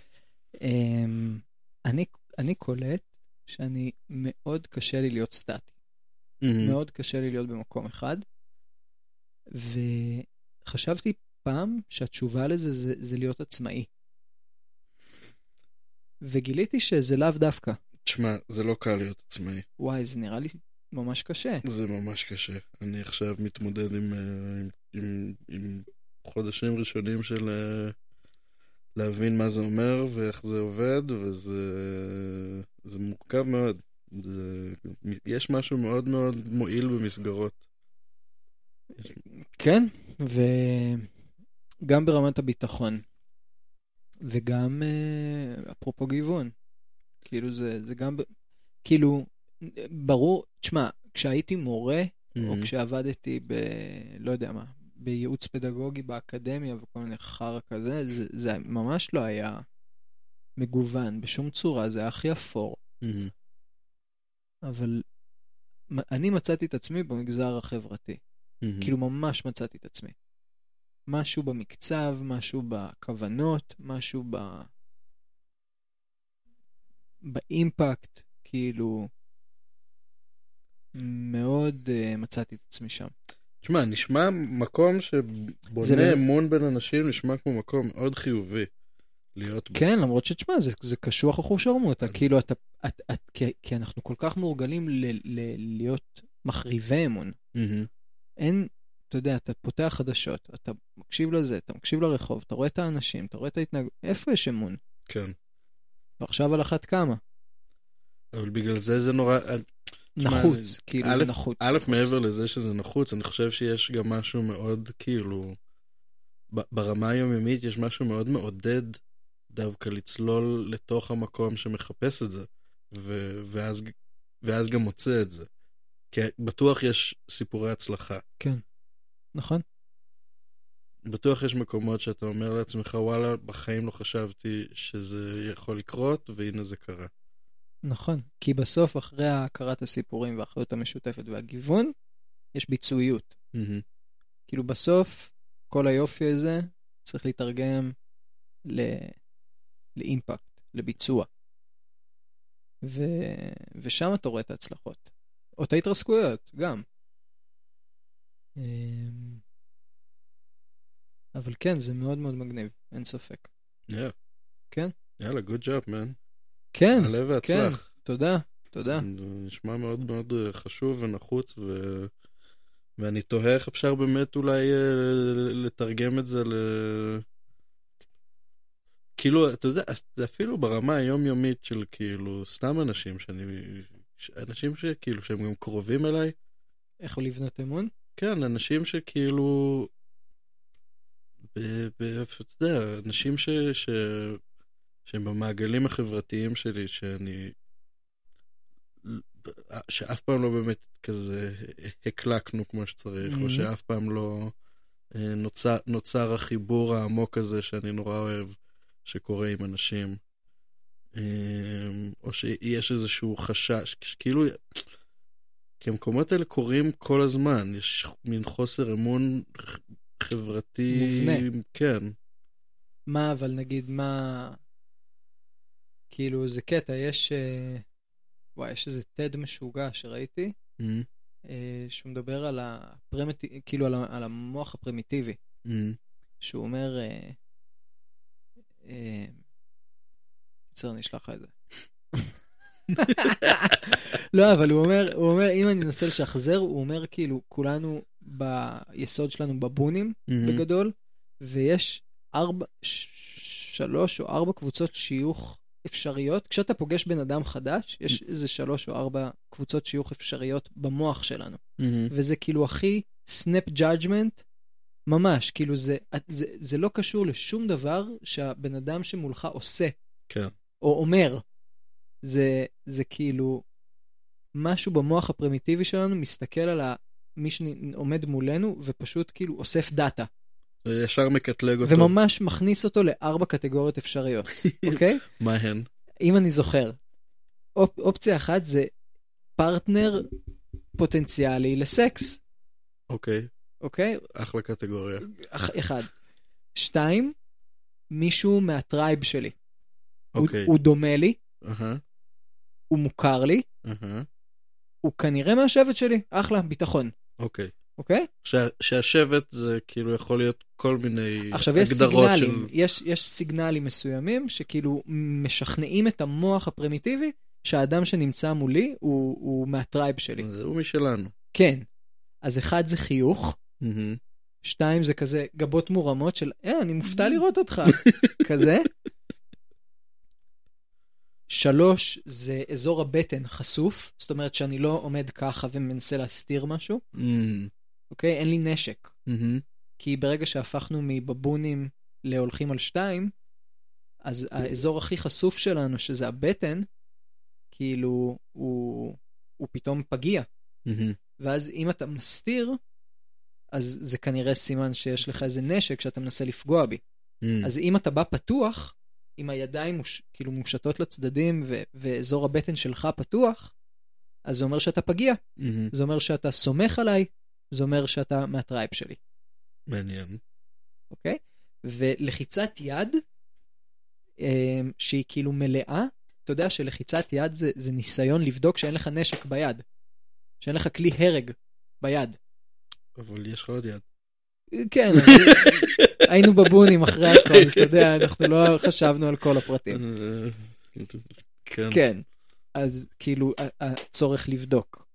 S2: אני קולט שאני מאוד קשה לי להיות סטטי. מאוד קשה לי להיות במקום אחד. וחשבתי פעם שהתשובה לזה זה להיות עצמאי. וגיליתי שזה לאו דווקא.
S1: תשמע, זה לא קל להיות עצמאי.
S2: וואי, זה נראה לי ממש קשה.
S1: זה ממש קשה. אני עכשיו מתמודד עם חודשים ראשונים של להבין מה זה אומר ואיך זה עובד, וזה מורכב מאוד. יש משהו מאוד מאוד מועיל במסגרות.
S2: כן, וגם ברמת הביטחון, וגם אפרופו גיוון. כאילו זה גם, כאילו, ברור, תשמע, כשהייתי מורה, או כשעבדתי לא יודע מה, בייעוץ פדגוגי באקדמיה וכל מיני חרא כזה, זה ממש לא היה מגוון בשום צורה, זה היה הכי אפור. אבל אני מצאתי את עצמי במגזר החברתי. כאילו ממש מצאתי את עצמי. משהו במקצב, משהו בכוונות, משהו באימפקט, כאילו מאוד מצאתי את עצמי שם.
S1: תשמע, נשמע מקום שבונה אמון בין אנשים, נשמע כמו מקום מאוד חיובי להיות בו.
S2: כן, למרות שתשמע, זה קשוח אחושרמוט, כאילו כי אנחנו כל כך מורגלים להיות מחריבי אמון. אין, אתה יודע, אתה פותח חדשות, אתה מקשיב לזה, אתה מקשיב לרחוב, אתה רואה את האנשים, אתה רואה את ההתנהגות, איפה יש אמון?
S1: כן.
S2: ועכשיו על אחת כמה.
S1: אבל בגלל זה נורא...
S2: נחוץ, כאילו זה נחוץ.
S1: א', מעבר לזה שזה נחוץ, אני חושב שיש גם משהו מאוד, כאילו, ברמה היומיומית יש משהו מאוד מעודד דווקא לצלול לתוך המקום שמחפש את זה, ואז גם מוצא את זה. כי בטוח יש סיפורי הצלחה.
S2: כן, נכון.
S1: בטוח יש מקומות שאתה אומר לעצמך, וואלה, בחיים לא חשבתי שזה יכול לקרות, והנה זה קרה.
S2: נכון, כי בסוף אחרי הכרת הסיפורים והאחריות המשותפת והגיוון, יש ביצועיות. כאילו בסוף, כל היופי הזה צריך להתרגם לאימפקט, לביצוע. ושם אתה רואה את ההצלחות. או את ההתרסקויות, גם. אבל כן, זה מאוד מאוד מגניב, אין ספק. כן?
S1: יאללה, good job, man.
S2: כן,
S1: עלה והצלח.
S2: כן, תודה. תודה.
S1: זה נשמע מאוד מאוד חשוב ונחוץ, ואני תוהה איך אפשר באמת אולי לתרגם את זה כאילו, אתה יודע, זה אפילו ברמה היומיומית של כאילו, סתם אנשים שכאילו, שהם גם קרובים אליי.
S2: איך הוא לבנות אמון?
S1: כן, אנשים שכאילו, אתה יודע, אנשים שהם במעגלים החברתיים שלי, שאף פעם לא באמת כזה הקלקנו כמו שצריך, או שאף פעם לא נוצר החיבור העמוק הזה שאני נורא אוהב שקורה עם אנשים, או שיש איזשהו חשש, כאילו, כי המקומות האלה קורים כל הזמן, יש מין חוסר אמון חברתי
S2: מובנה.
S1: כן.
S2: מה, אבל נגיד, כאילו, זה קטע, יש איזה TED משוגע שראיתי, שהוא מדבר על כאילו על המוח הפרימיטיבי, שהוא אומר, אני אשלח לך את זה. לא, אבל הוא אומר, אם אני אנסה לשחזר, הוא אומר כאילו, כולנו ביסוד שלנו בבונים בגדול, ויש 3 או 4 קבוצות שיוך אפשריות. כשאתה פוגש בן אדם חדש, יש איזה 3 או 4 קבוצות שיוך אפשריות במוח שלנו. וזה כאילו הכי סנאפ ג'אג'מנט, ממש, כאילו זה לא קשור לשום דבר שהבן אדם שמולך עושה,
S1: כן.
S2: או אומר. זה כאילו משהו במוח הפרימיטיבי שלנו, מסתכל על מי שעומד מולנו, ופשוט כאילו אוסף דאטה.
S1: ישר מקטלג אותו.
S2: וממש מכניס אותו ל4 קטגוריות אפשריות, אוקיי?
S1: מה הן?
S2: אם אני זוכר. אופציה אחת זה פרטנר פוטנציאלי לסקס.
S1: אוקיי.
S2: אוקיי?
S1: אחלה קטגוריה.
S2: 1. 2, מישהו מהטרייב שלי.
S1: אוקיי.
S2: הוא דומה לי. הוא מוכר לי. הוא כנראה מהשבט שלי. אחלה, ביטחון.
S1: אוקיי.
S2: אוקיי?
S1: שהשבט זה כאילו יכול להיות כל מיני הגדרות של...
S2: עכשיו יש סיגנלים, יש סיגנלים מסוימים שכאילו משכנעים את המוח הפרימיטיבי שהאדם שנמצא מולי הוא מהטרייב שלי.
S1: הוא משלנו.
S2: כן. אז 1 זה חיוך. 2 זה כזה גבות מורמות של, אני מופתע לראות אותך. כזה. 3 זה אזור הבטן חשוף, זאת אומרת שאני לא עומד ככה ומנסה להסתיר משהו. אוקיי? אין לי נשק. כי ברגע שהפכנו מבבונים להולכים על 2, אז האזור הכי חשוף שלנו, שזה הבטן, כאילו הוא פתאום פגיע. ואז אם אתה מסתיר, אז זה כנראה סימן שיש לך איזה נשק שאתה מנסה לפגוע בי. אז אם אתה בא פתוח, עם הידיים כאילו מושטות לצדדים, ואזור הבטן שלך פתוח, אז זה אומר שאתה פגיע. זה אומר שאתה סומך עליי, זה אומר שאתה מהטרייב שלי.
S1: מעניין.
S2: אוקיי? ולחיצת יד, שהיא כאילו מלאה, אתה יודע שלחיצת יד זה ניסיון לבדוק שאין לך נשק ביד. שאין לך כלי הרג ביד. אבל
S1: יש לך עוד יד.
S2: כן, היינו בבונים אחרי הכל, אתה יודע, אנחנו לא חשבנו על כל הפרטים. כן. אז כאילו, הצורך לבדוק.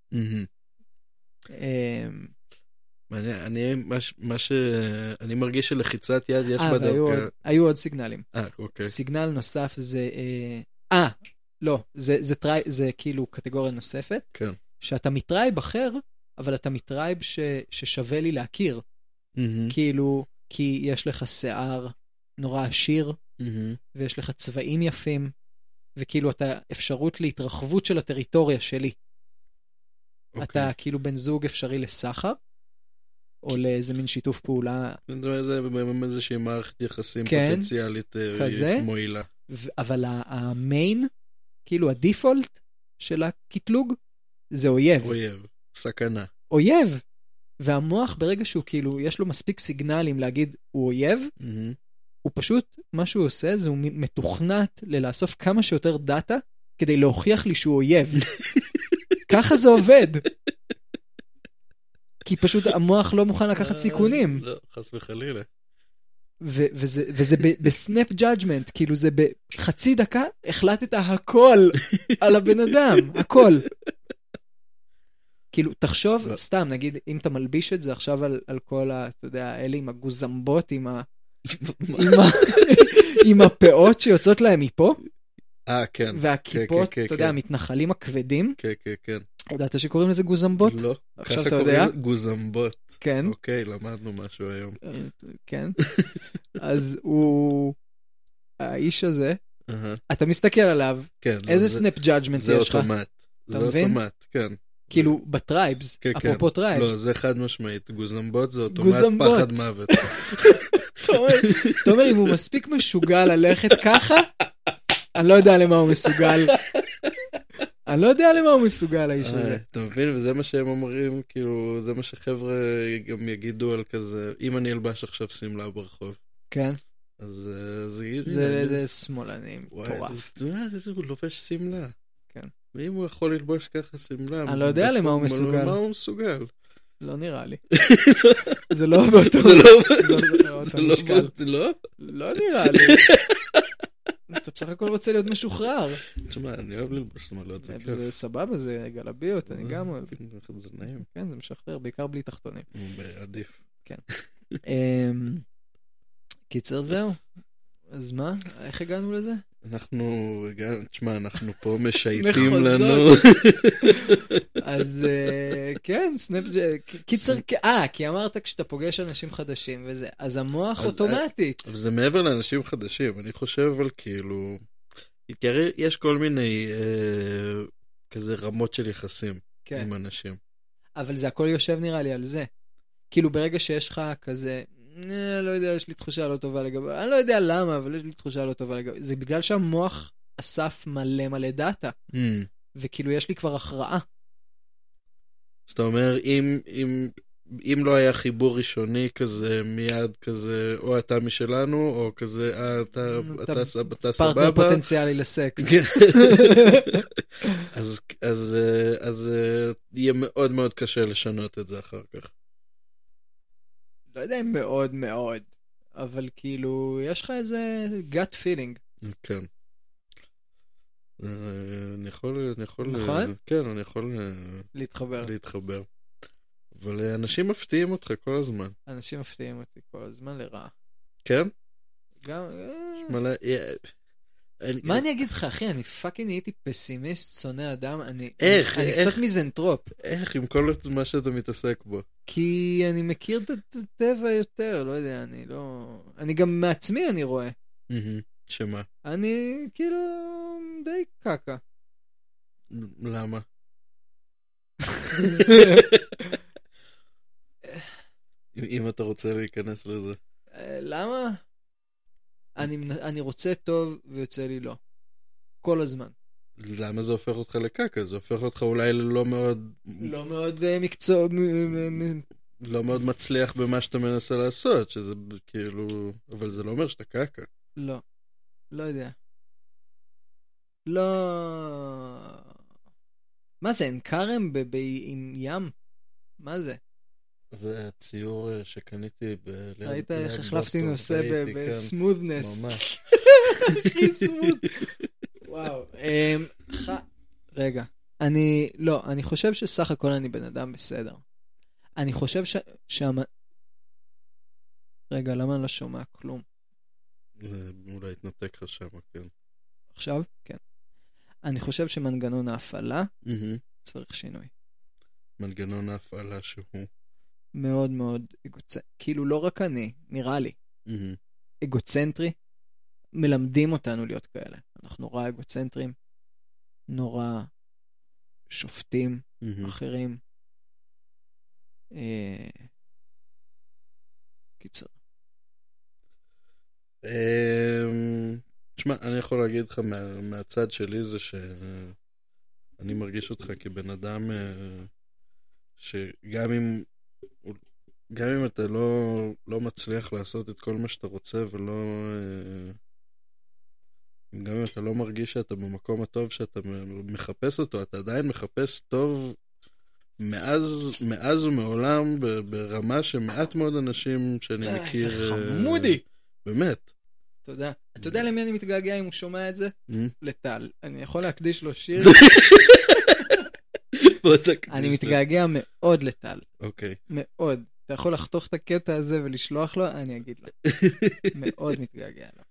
S1: אני מרגיש שלחיצת יד יש בה דווקא...
S2: היו עוד סיגנלים.
S1: אוקיי.
S2: סיגנל נוסף זה... לא, זה כאילו קטגוריה נוספת.
S1: כן.
S2: שאתה מטרייב אחר, אבל אתה מטרייב ששווה לי להכיר. כאילו, כי יש לך שיער נורא עשיר, ויש לך צבעים יפים, וכאילו אתה אפשרות להתרחבות של הטריטוריה שלי. אתה כאילו בן זוג אפשרי לסחר, או לאיזה מין שיתוף פעולה.
S1: זה איזושהי מערכת יחסים פוטנציאלית מועילה.
S2: אבל המיין, כאילו הדיפולט של הקטלוג, זה אויב.
S1: אויב, סכנה.
S2: אויב. והמוח ברגע שהוא כאילו, יש לו מספיק סיגנלים להגיד הוא אויב, הוא פשוט, מה שהוא עושה זה הוא מתוכנת ללאסוף כמה שיותר דאטה, כדי להוכיח לי שהוא אויב. ככה זה עובד. כי פשוט המוח לא מוכן לקחת סיכונים.
S1: לא, חס וחלילה.
S2: וזה בסנאפ ג'אג'מנט, כאילו זה בחצי דקה, החלטת הכל על הבן אדם, הכל. כאילו, תחשוב, סתם, נגיד, אם אתה מלביש את זה עכשיו על כל אתה יודע, אלה עם הגוזמבות, עם הפאות שיוצאות להם מפה,
S1: כן.
S2: והכיפות, אתה יודע, המתנחלים הכבדים.
S1: כן, כן, כן.
S2: ידעת שקוראים לזה גוזמבות?
S1: לא.
S2: עכשיו אתה יודע?
S1: גוזמבות.
S2: כן.
S1: אוקיי, למדנו משהו היום.
S2: כן. אז האיש הזה, אתה מסתכל עליו, איזה סנאפ ג'אג'מנט יש לך?
S1: זה אוטומט. זה אוטומט, כן.
S2: כאילו, בטרייבס, אפרופו טרייבס.
S1: לא, זה חד משמעית. גוזמבות זה אוטומט פחד מוות.
S2: אתה אומר, אם הוא מספיק משוגע ללכת ככה, אני לא יודע למה הוא מסוגל. אני לא יודע למה הוא מסוגל, האיש הזה.
S1: אתה מבין? וזה מה שהם אומרים, כאילו, זה מה שחבר'ה גם יגידו על כזה, אם אני אלבש עכשיו שמלה ברחוב.
S2: כן.
S1: אז
S2: זה שמאלנים, מטורף.
S1: הוא לובש שמלה.
S2: כן.
S1: ואם הוא יכול ללבוש ככה שמלה,
S2: אני לא יודע למה הוא מסוגל.
S1: למה הוא מסוגל?
S2: לא נראה לי. זה לא באותו... לא נראה לי. אתה בסך הכל רוצה להיות משוחרר.
S1: תשמע, אני אוהב ללבוש שמאלות, זה כיף.
S2: זה סבבה, זה גלביות, אני גם אוהב.
S1: זה נעים.
S2: כן, זה משחרר, בעיקר בלי תחתונים.
S1: עדיף.
S2: כן. קיצר זהו. אז מה? איך הגענו לזה?
S1: תשמע, אנחנו פה משייטים לנו.
S2: אז כן, קיצר, כי אמרת כשאתה פוגש אנשים חדשים וזה, אז המוח אוטומטית.
S1: זה מעבר לאנשים חדשים, אני חושב על כאילו, כי הרי יש כל מיני כזה רמות של יחסים עם אנשים.
S2: אבל זה הכל יושב נראה לי על זה. כאילו ברגע שיש לך כזה, לא יודע, יש לי תחושה לא טובה לגבי, אני לא יודע למה, אבל יש לי תחושה לא טובה לגבי, זה בגלל שהמוח אסף מלא דאטה, וכאילו יש לי כבר הכרעה.
S1: אז אתה אומר, אם לא היה חיבור ראשוני כזה, מיד כזה, או אתה משלנו, או כזה, אתה סבבה.
S2: פרטנר פוטנציאלי לסקס.
S1: אז יהיה מאוד מאוד קשה לשנות את זה אחר כך.
S2: לא יודע אם מאוד מאוד, אבל כאילו, יש לך איזה gut feeling.
S1: כן. אני יכול...
S2: נכון?
S1: כן, אני יכול... להתחבר. אבל אנשים מפתיעים אותך כל הזמן.
S2: אנשים מפתיעים אותי כל הזמן לרעה.
S1: כן?
S2: גם...
S1: מה
S2: אני אגיד לך, אחי? אני פאקינג נהייתי פסימיסט, שונא אדם. אני קצת מיזנטרופ.
S1: איך? עם כל מה שאתה מתעסק בו.
S2: כי אני מכיר את הטבע יותר, לא יודע, אני לא... אני גם מעצמי אני רואה.
S1: שמה?
S2: אני כאילו די קקה.
S1: למה? אם אתה רוצה להיכנס לזה.
S2: למה? אני רוצה טוב ויוצא לי לא. כל הזמן.
S1: למה זה הופך אותך לקקה? זה הופך אותך אולי לא מאוד...
S2: לא מאוד מקצוע...
S1: לא מאוד מצליח במה שאתה מנסה לעשות, שזה כאילו... אבל זה לא אומר שאתה קקה.
S2: לא. לא יודע. לא... מה זה, אין קרם עם ים? מה זה?
S1: זה הציור שקניתי
S2: ראית איך החלפתי נושא בסמות'נס.
S1: ממש.
S2: הכי סמות. וואו. רגע. אני חושב שסך הכל אני בן אדם בסדר. אני חושב רגע, למה אני לא שומע כלום?
S1: אולי התנתק לך שם, כן.
S2: עכשיו? כן. אני חושב שמנגנון ההפעלה צריך שינוי.
S1: מנגנון ההפעלה שהוא?
S2: מאוד מאוד כאילו לא רק אני, נראה לי. אגוצנטרי. מלמדים אותנו להיות כאלה. אנחנו נורא אגוצנטרים, נורא שופטים אחרים. קיצר.
S1: תשמע, אני יכול להגיד לך מהצד שלי זה שאני מרגיש אותך כבן אדם שגם אם אתה לא מצליח לעשות את כל מה שאתה רוצה ולא גם אם אתה לא מרגיש שאתה במקום הטוב שאתה מחפש אותו, אתה עדיין מחפש טוב מאז ומעולם ברמה שמעט מאוד אנשים שאני מכיר...
S2: איזה חמודי!
S1: באמת.
S2: תודה. אתה יודע למי אני מתגעגע אם הוא שומע את זה? לטל. אני יכול להקדיש לו שיר? אני מתגעגע מאוד לטל.
S1: אוקיי.
S2: מאוד. אתה יכול לחתוך את הקטע הזה ולשלוח לו? אני אגיד לו. מאוד מתגעגע לו.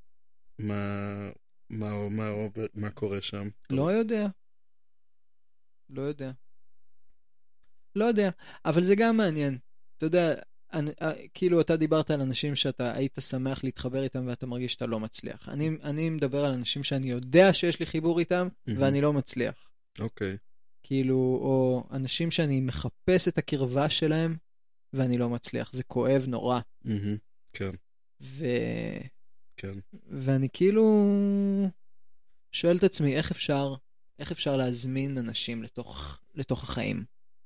S1: מה קורה שם?
S2: לא יודע. לא יודע. אבל זה גם מעניין. אתה יודע, כאילו אתה דיברת על אנשים שאתה היית שמח להתחבר איתם ואתה מרגיש שאתה לא מצליח. אני מדבר על אנשים שאני יודע שיש לי חיבור איתם ואני לא מצליח.
S1: אוקיי.
S2: כאילו, או אנשים שאני מחפש את הקרבה שלהם ואני לא מצליח. זה כואב נורא.
S1: כן.
S2: כן. ואני כאילו שואל את עצמי איך אפשר להזמין אנשים לתוך החיים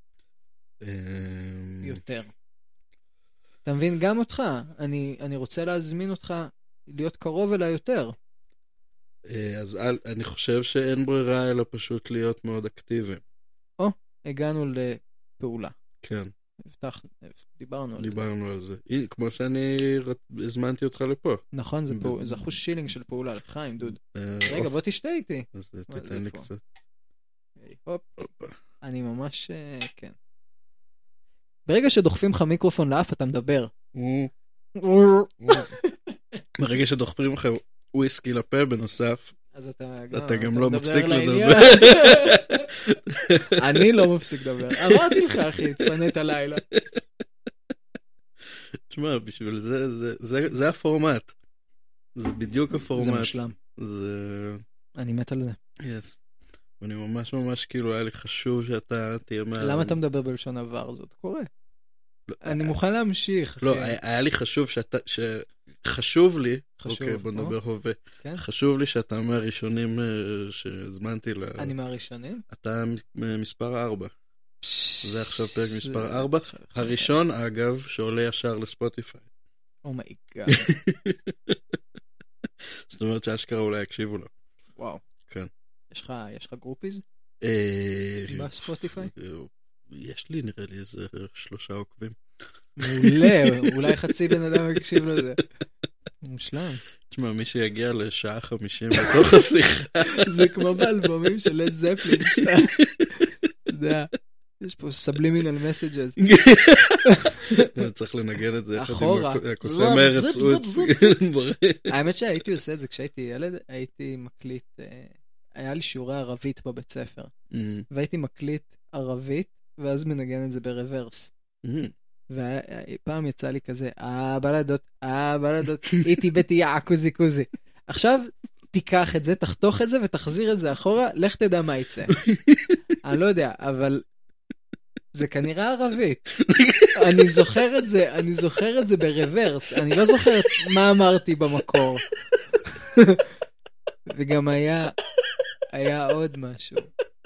S2: יותר. אתה מבין? גם אותך. אני רוצה להזמין אותך להיות קרוב אליי יותר.
S1: אז אני חושב שאין ברירה אלא פשוט להיות מאוד אקטיביים.
S2: הגענו לפעולה.
S1: כן.
S2: דיברנו
S1: על זה. כמו שאני הזמנתי אותך לפה.
S2: נכון, זה אחוז שילינג של פעולה. לחיים, דוד. רגע, בוא תשתה איתי.
S1: אז תתן לי קצת.
S2: הופ. אני ממש, כן. ברגע שדוחפים לך מיקרופון לאף, אתה מדבר.
S1: ברגע שדוחפים לך וויסקי לפה בנוסף,
S2: אז
S1: אתה גם לא מפסיק לדבר.
S2: אני לא מפסיק לדבר. אמרתי לך, אחי, תפנית לילה.
S1: תשמע, בשביל זה הפורמט. זה בדיוק הפורמט.
S2: זה מושלם. אני מת על זה.
S1: יס. ואני ממש ממש כאילו היה לי חשוב שאתה תהיה
S2: למה אתה מדבר בלשון עבר? זאת קורה. אני מוכן להמשיך.
S1: לא, היה לי חשוב חשוב לי, אוקיי, בוא נדבר הווה. חשוב לי שאתה מהראשונים שהזמנתי
S2: אני מהראשונים?
S1: אתה מספר 4. זה עכשיו פרק מספר 4. הראשון, אגב, שעולה ישר לספוטיפיי.
S2: אומייגאד.
S1: זאת אומרת שאשכרה אולי יקשיבו לו.
S2: וואו.
S1: כן.
S2: יש לך גרופיז? בספוטיפיי?
S1: יש לי נראה לי איזה 3 עוקבים.
S2: מעולה, אולי חצי בן אדם יקשיב לזה. מושלם.
S1: תשמע, מי שיגיע לשעה 50 בתוך השיחה.
S2: זה כמו באלבומים של לד זפלין, שאתה יודע, יש פה subliminal messages.
S1: צריך לנגן את זה.
S2: אחורה.
S1: הקוסם ארץ עוץ.
S2: האמת שהייתי עושה את זה כשהייתי ילד, הייתי מקליט, היה לי שיעורי ערבית בבית ספר, והייתי מקליט ערבית, ואז מנגן את זה ברוורס. ופעם יצא לי כזה, בלדות, איתי ביתי יעקוזי קוזי. עכשיו תיקח את זה, תחתוך את זה ותחזיר את זה אחורה, לך תדע מה יצא. אני לא יודע, אבל זה כנראה ערבית. אני זוכר את זה ברוורס, אני לא זוכר מה אמרתי במקור. וגם היה עוד משהו.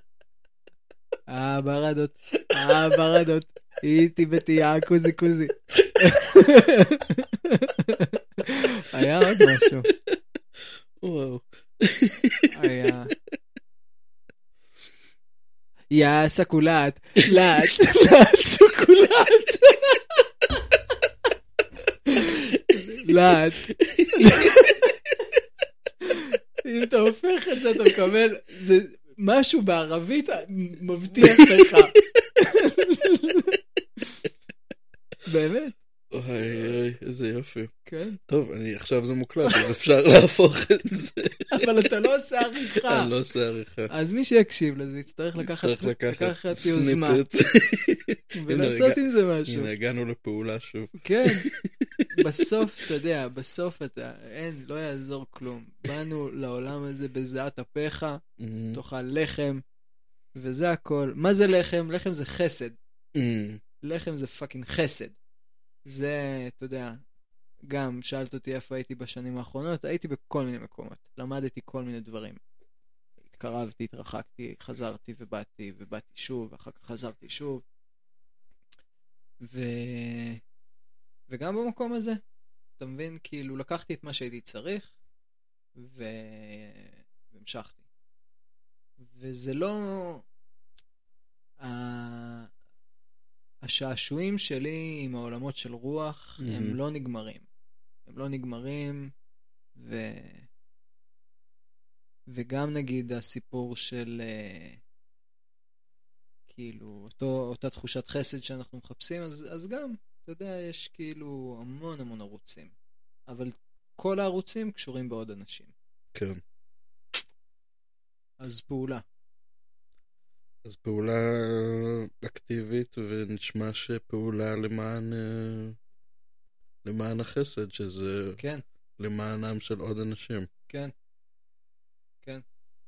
S2: ברדות, איתי בתיה, קוזי. היה עוד משהו.
S1: וואו.
S2: היה. יא סקולת, לאט, סקולת. לאט. אם אתה הופך את זה, אתה מקבל, זה משהו בערבית מבטיח לך. באמת.
S1: אוי, איזה יופי.
S2: כן.
S1: טוב, עכשיו זה מוקלט, אז אפשר להפוך את זה.
S2: אבל אתה לא עושה עריכה.
S1: אני לא עושה עריכה.
S2: אז מי שיקשיב לזה יצטרך לקחת יוזמה. ולעשות עם זה משהו.
S1: הנה, הגענו לפעולה שוב.
S2: כן. בסוף, אתה יודע, לא יעזור כלום. באנו לעולם הזה בזעת אפיך, תאכל לחם, וזה הכל. מה זה לחם? לחם זה חסד. לחם זה פאקינג חסד. זה, אתה יודע, גם שאלת אותי איפה הייתי בשנים האחרונות, הייתי בכל מיני מקומות, למדתי כל מיני דברים. התקרבתי, התרחקתי, חזרתי ובאתי שוב, ואחר כך חזרתי שוב. וגם במקום הזה, אתה מבין, כאילו לקחתי את מה שהייתי צריך, והמשכתי. וזה לא... השעשועים שלי עם העולמות של רוח הם לא נגמרים. הם לא נגמרים, וגם נגיד הסיפור של כאילו אותה תחושת חסד שאנחנו מחפשים, אז גם, אתה יודע, יש כאילו המון המון ערוצים. אבל כל הערוצים קשורים בעוד אנשים.
S1: כן.
S2: אז פעולה.
S1: אז פעולה אקטיבית, ונשמע שפעולה למען החסד, שזה
S2: כן,
S1: למענם של עוד אנשים.
S2: כן, כן.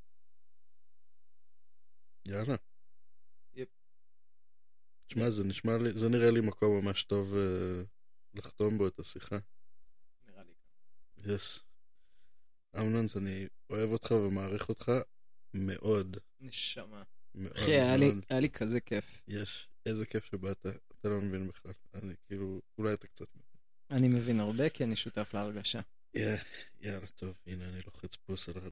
S1: יאללה.
S2: יפ.
S1: תשמע, זה נראה לי מקום ממש טוב לחתום בו את השיחה.
S2: נראה לי.
S1: יס. אמנון, אני אוהב אותך ומעריך אותך מאוד.
S2: נשמה.
S1: מאוד
S2: אחי, היה לי כזה כיף.
S1: יש, איזה כיף שבאת, אתה לא מבין בכלל. אני כאילו, אולי אתה קצת מבין.
S2: אני מבין הרבה כי אני שותף להרגשה.
S1: יאללה, טוב, הנה אני לוחץ פוס על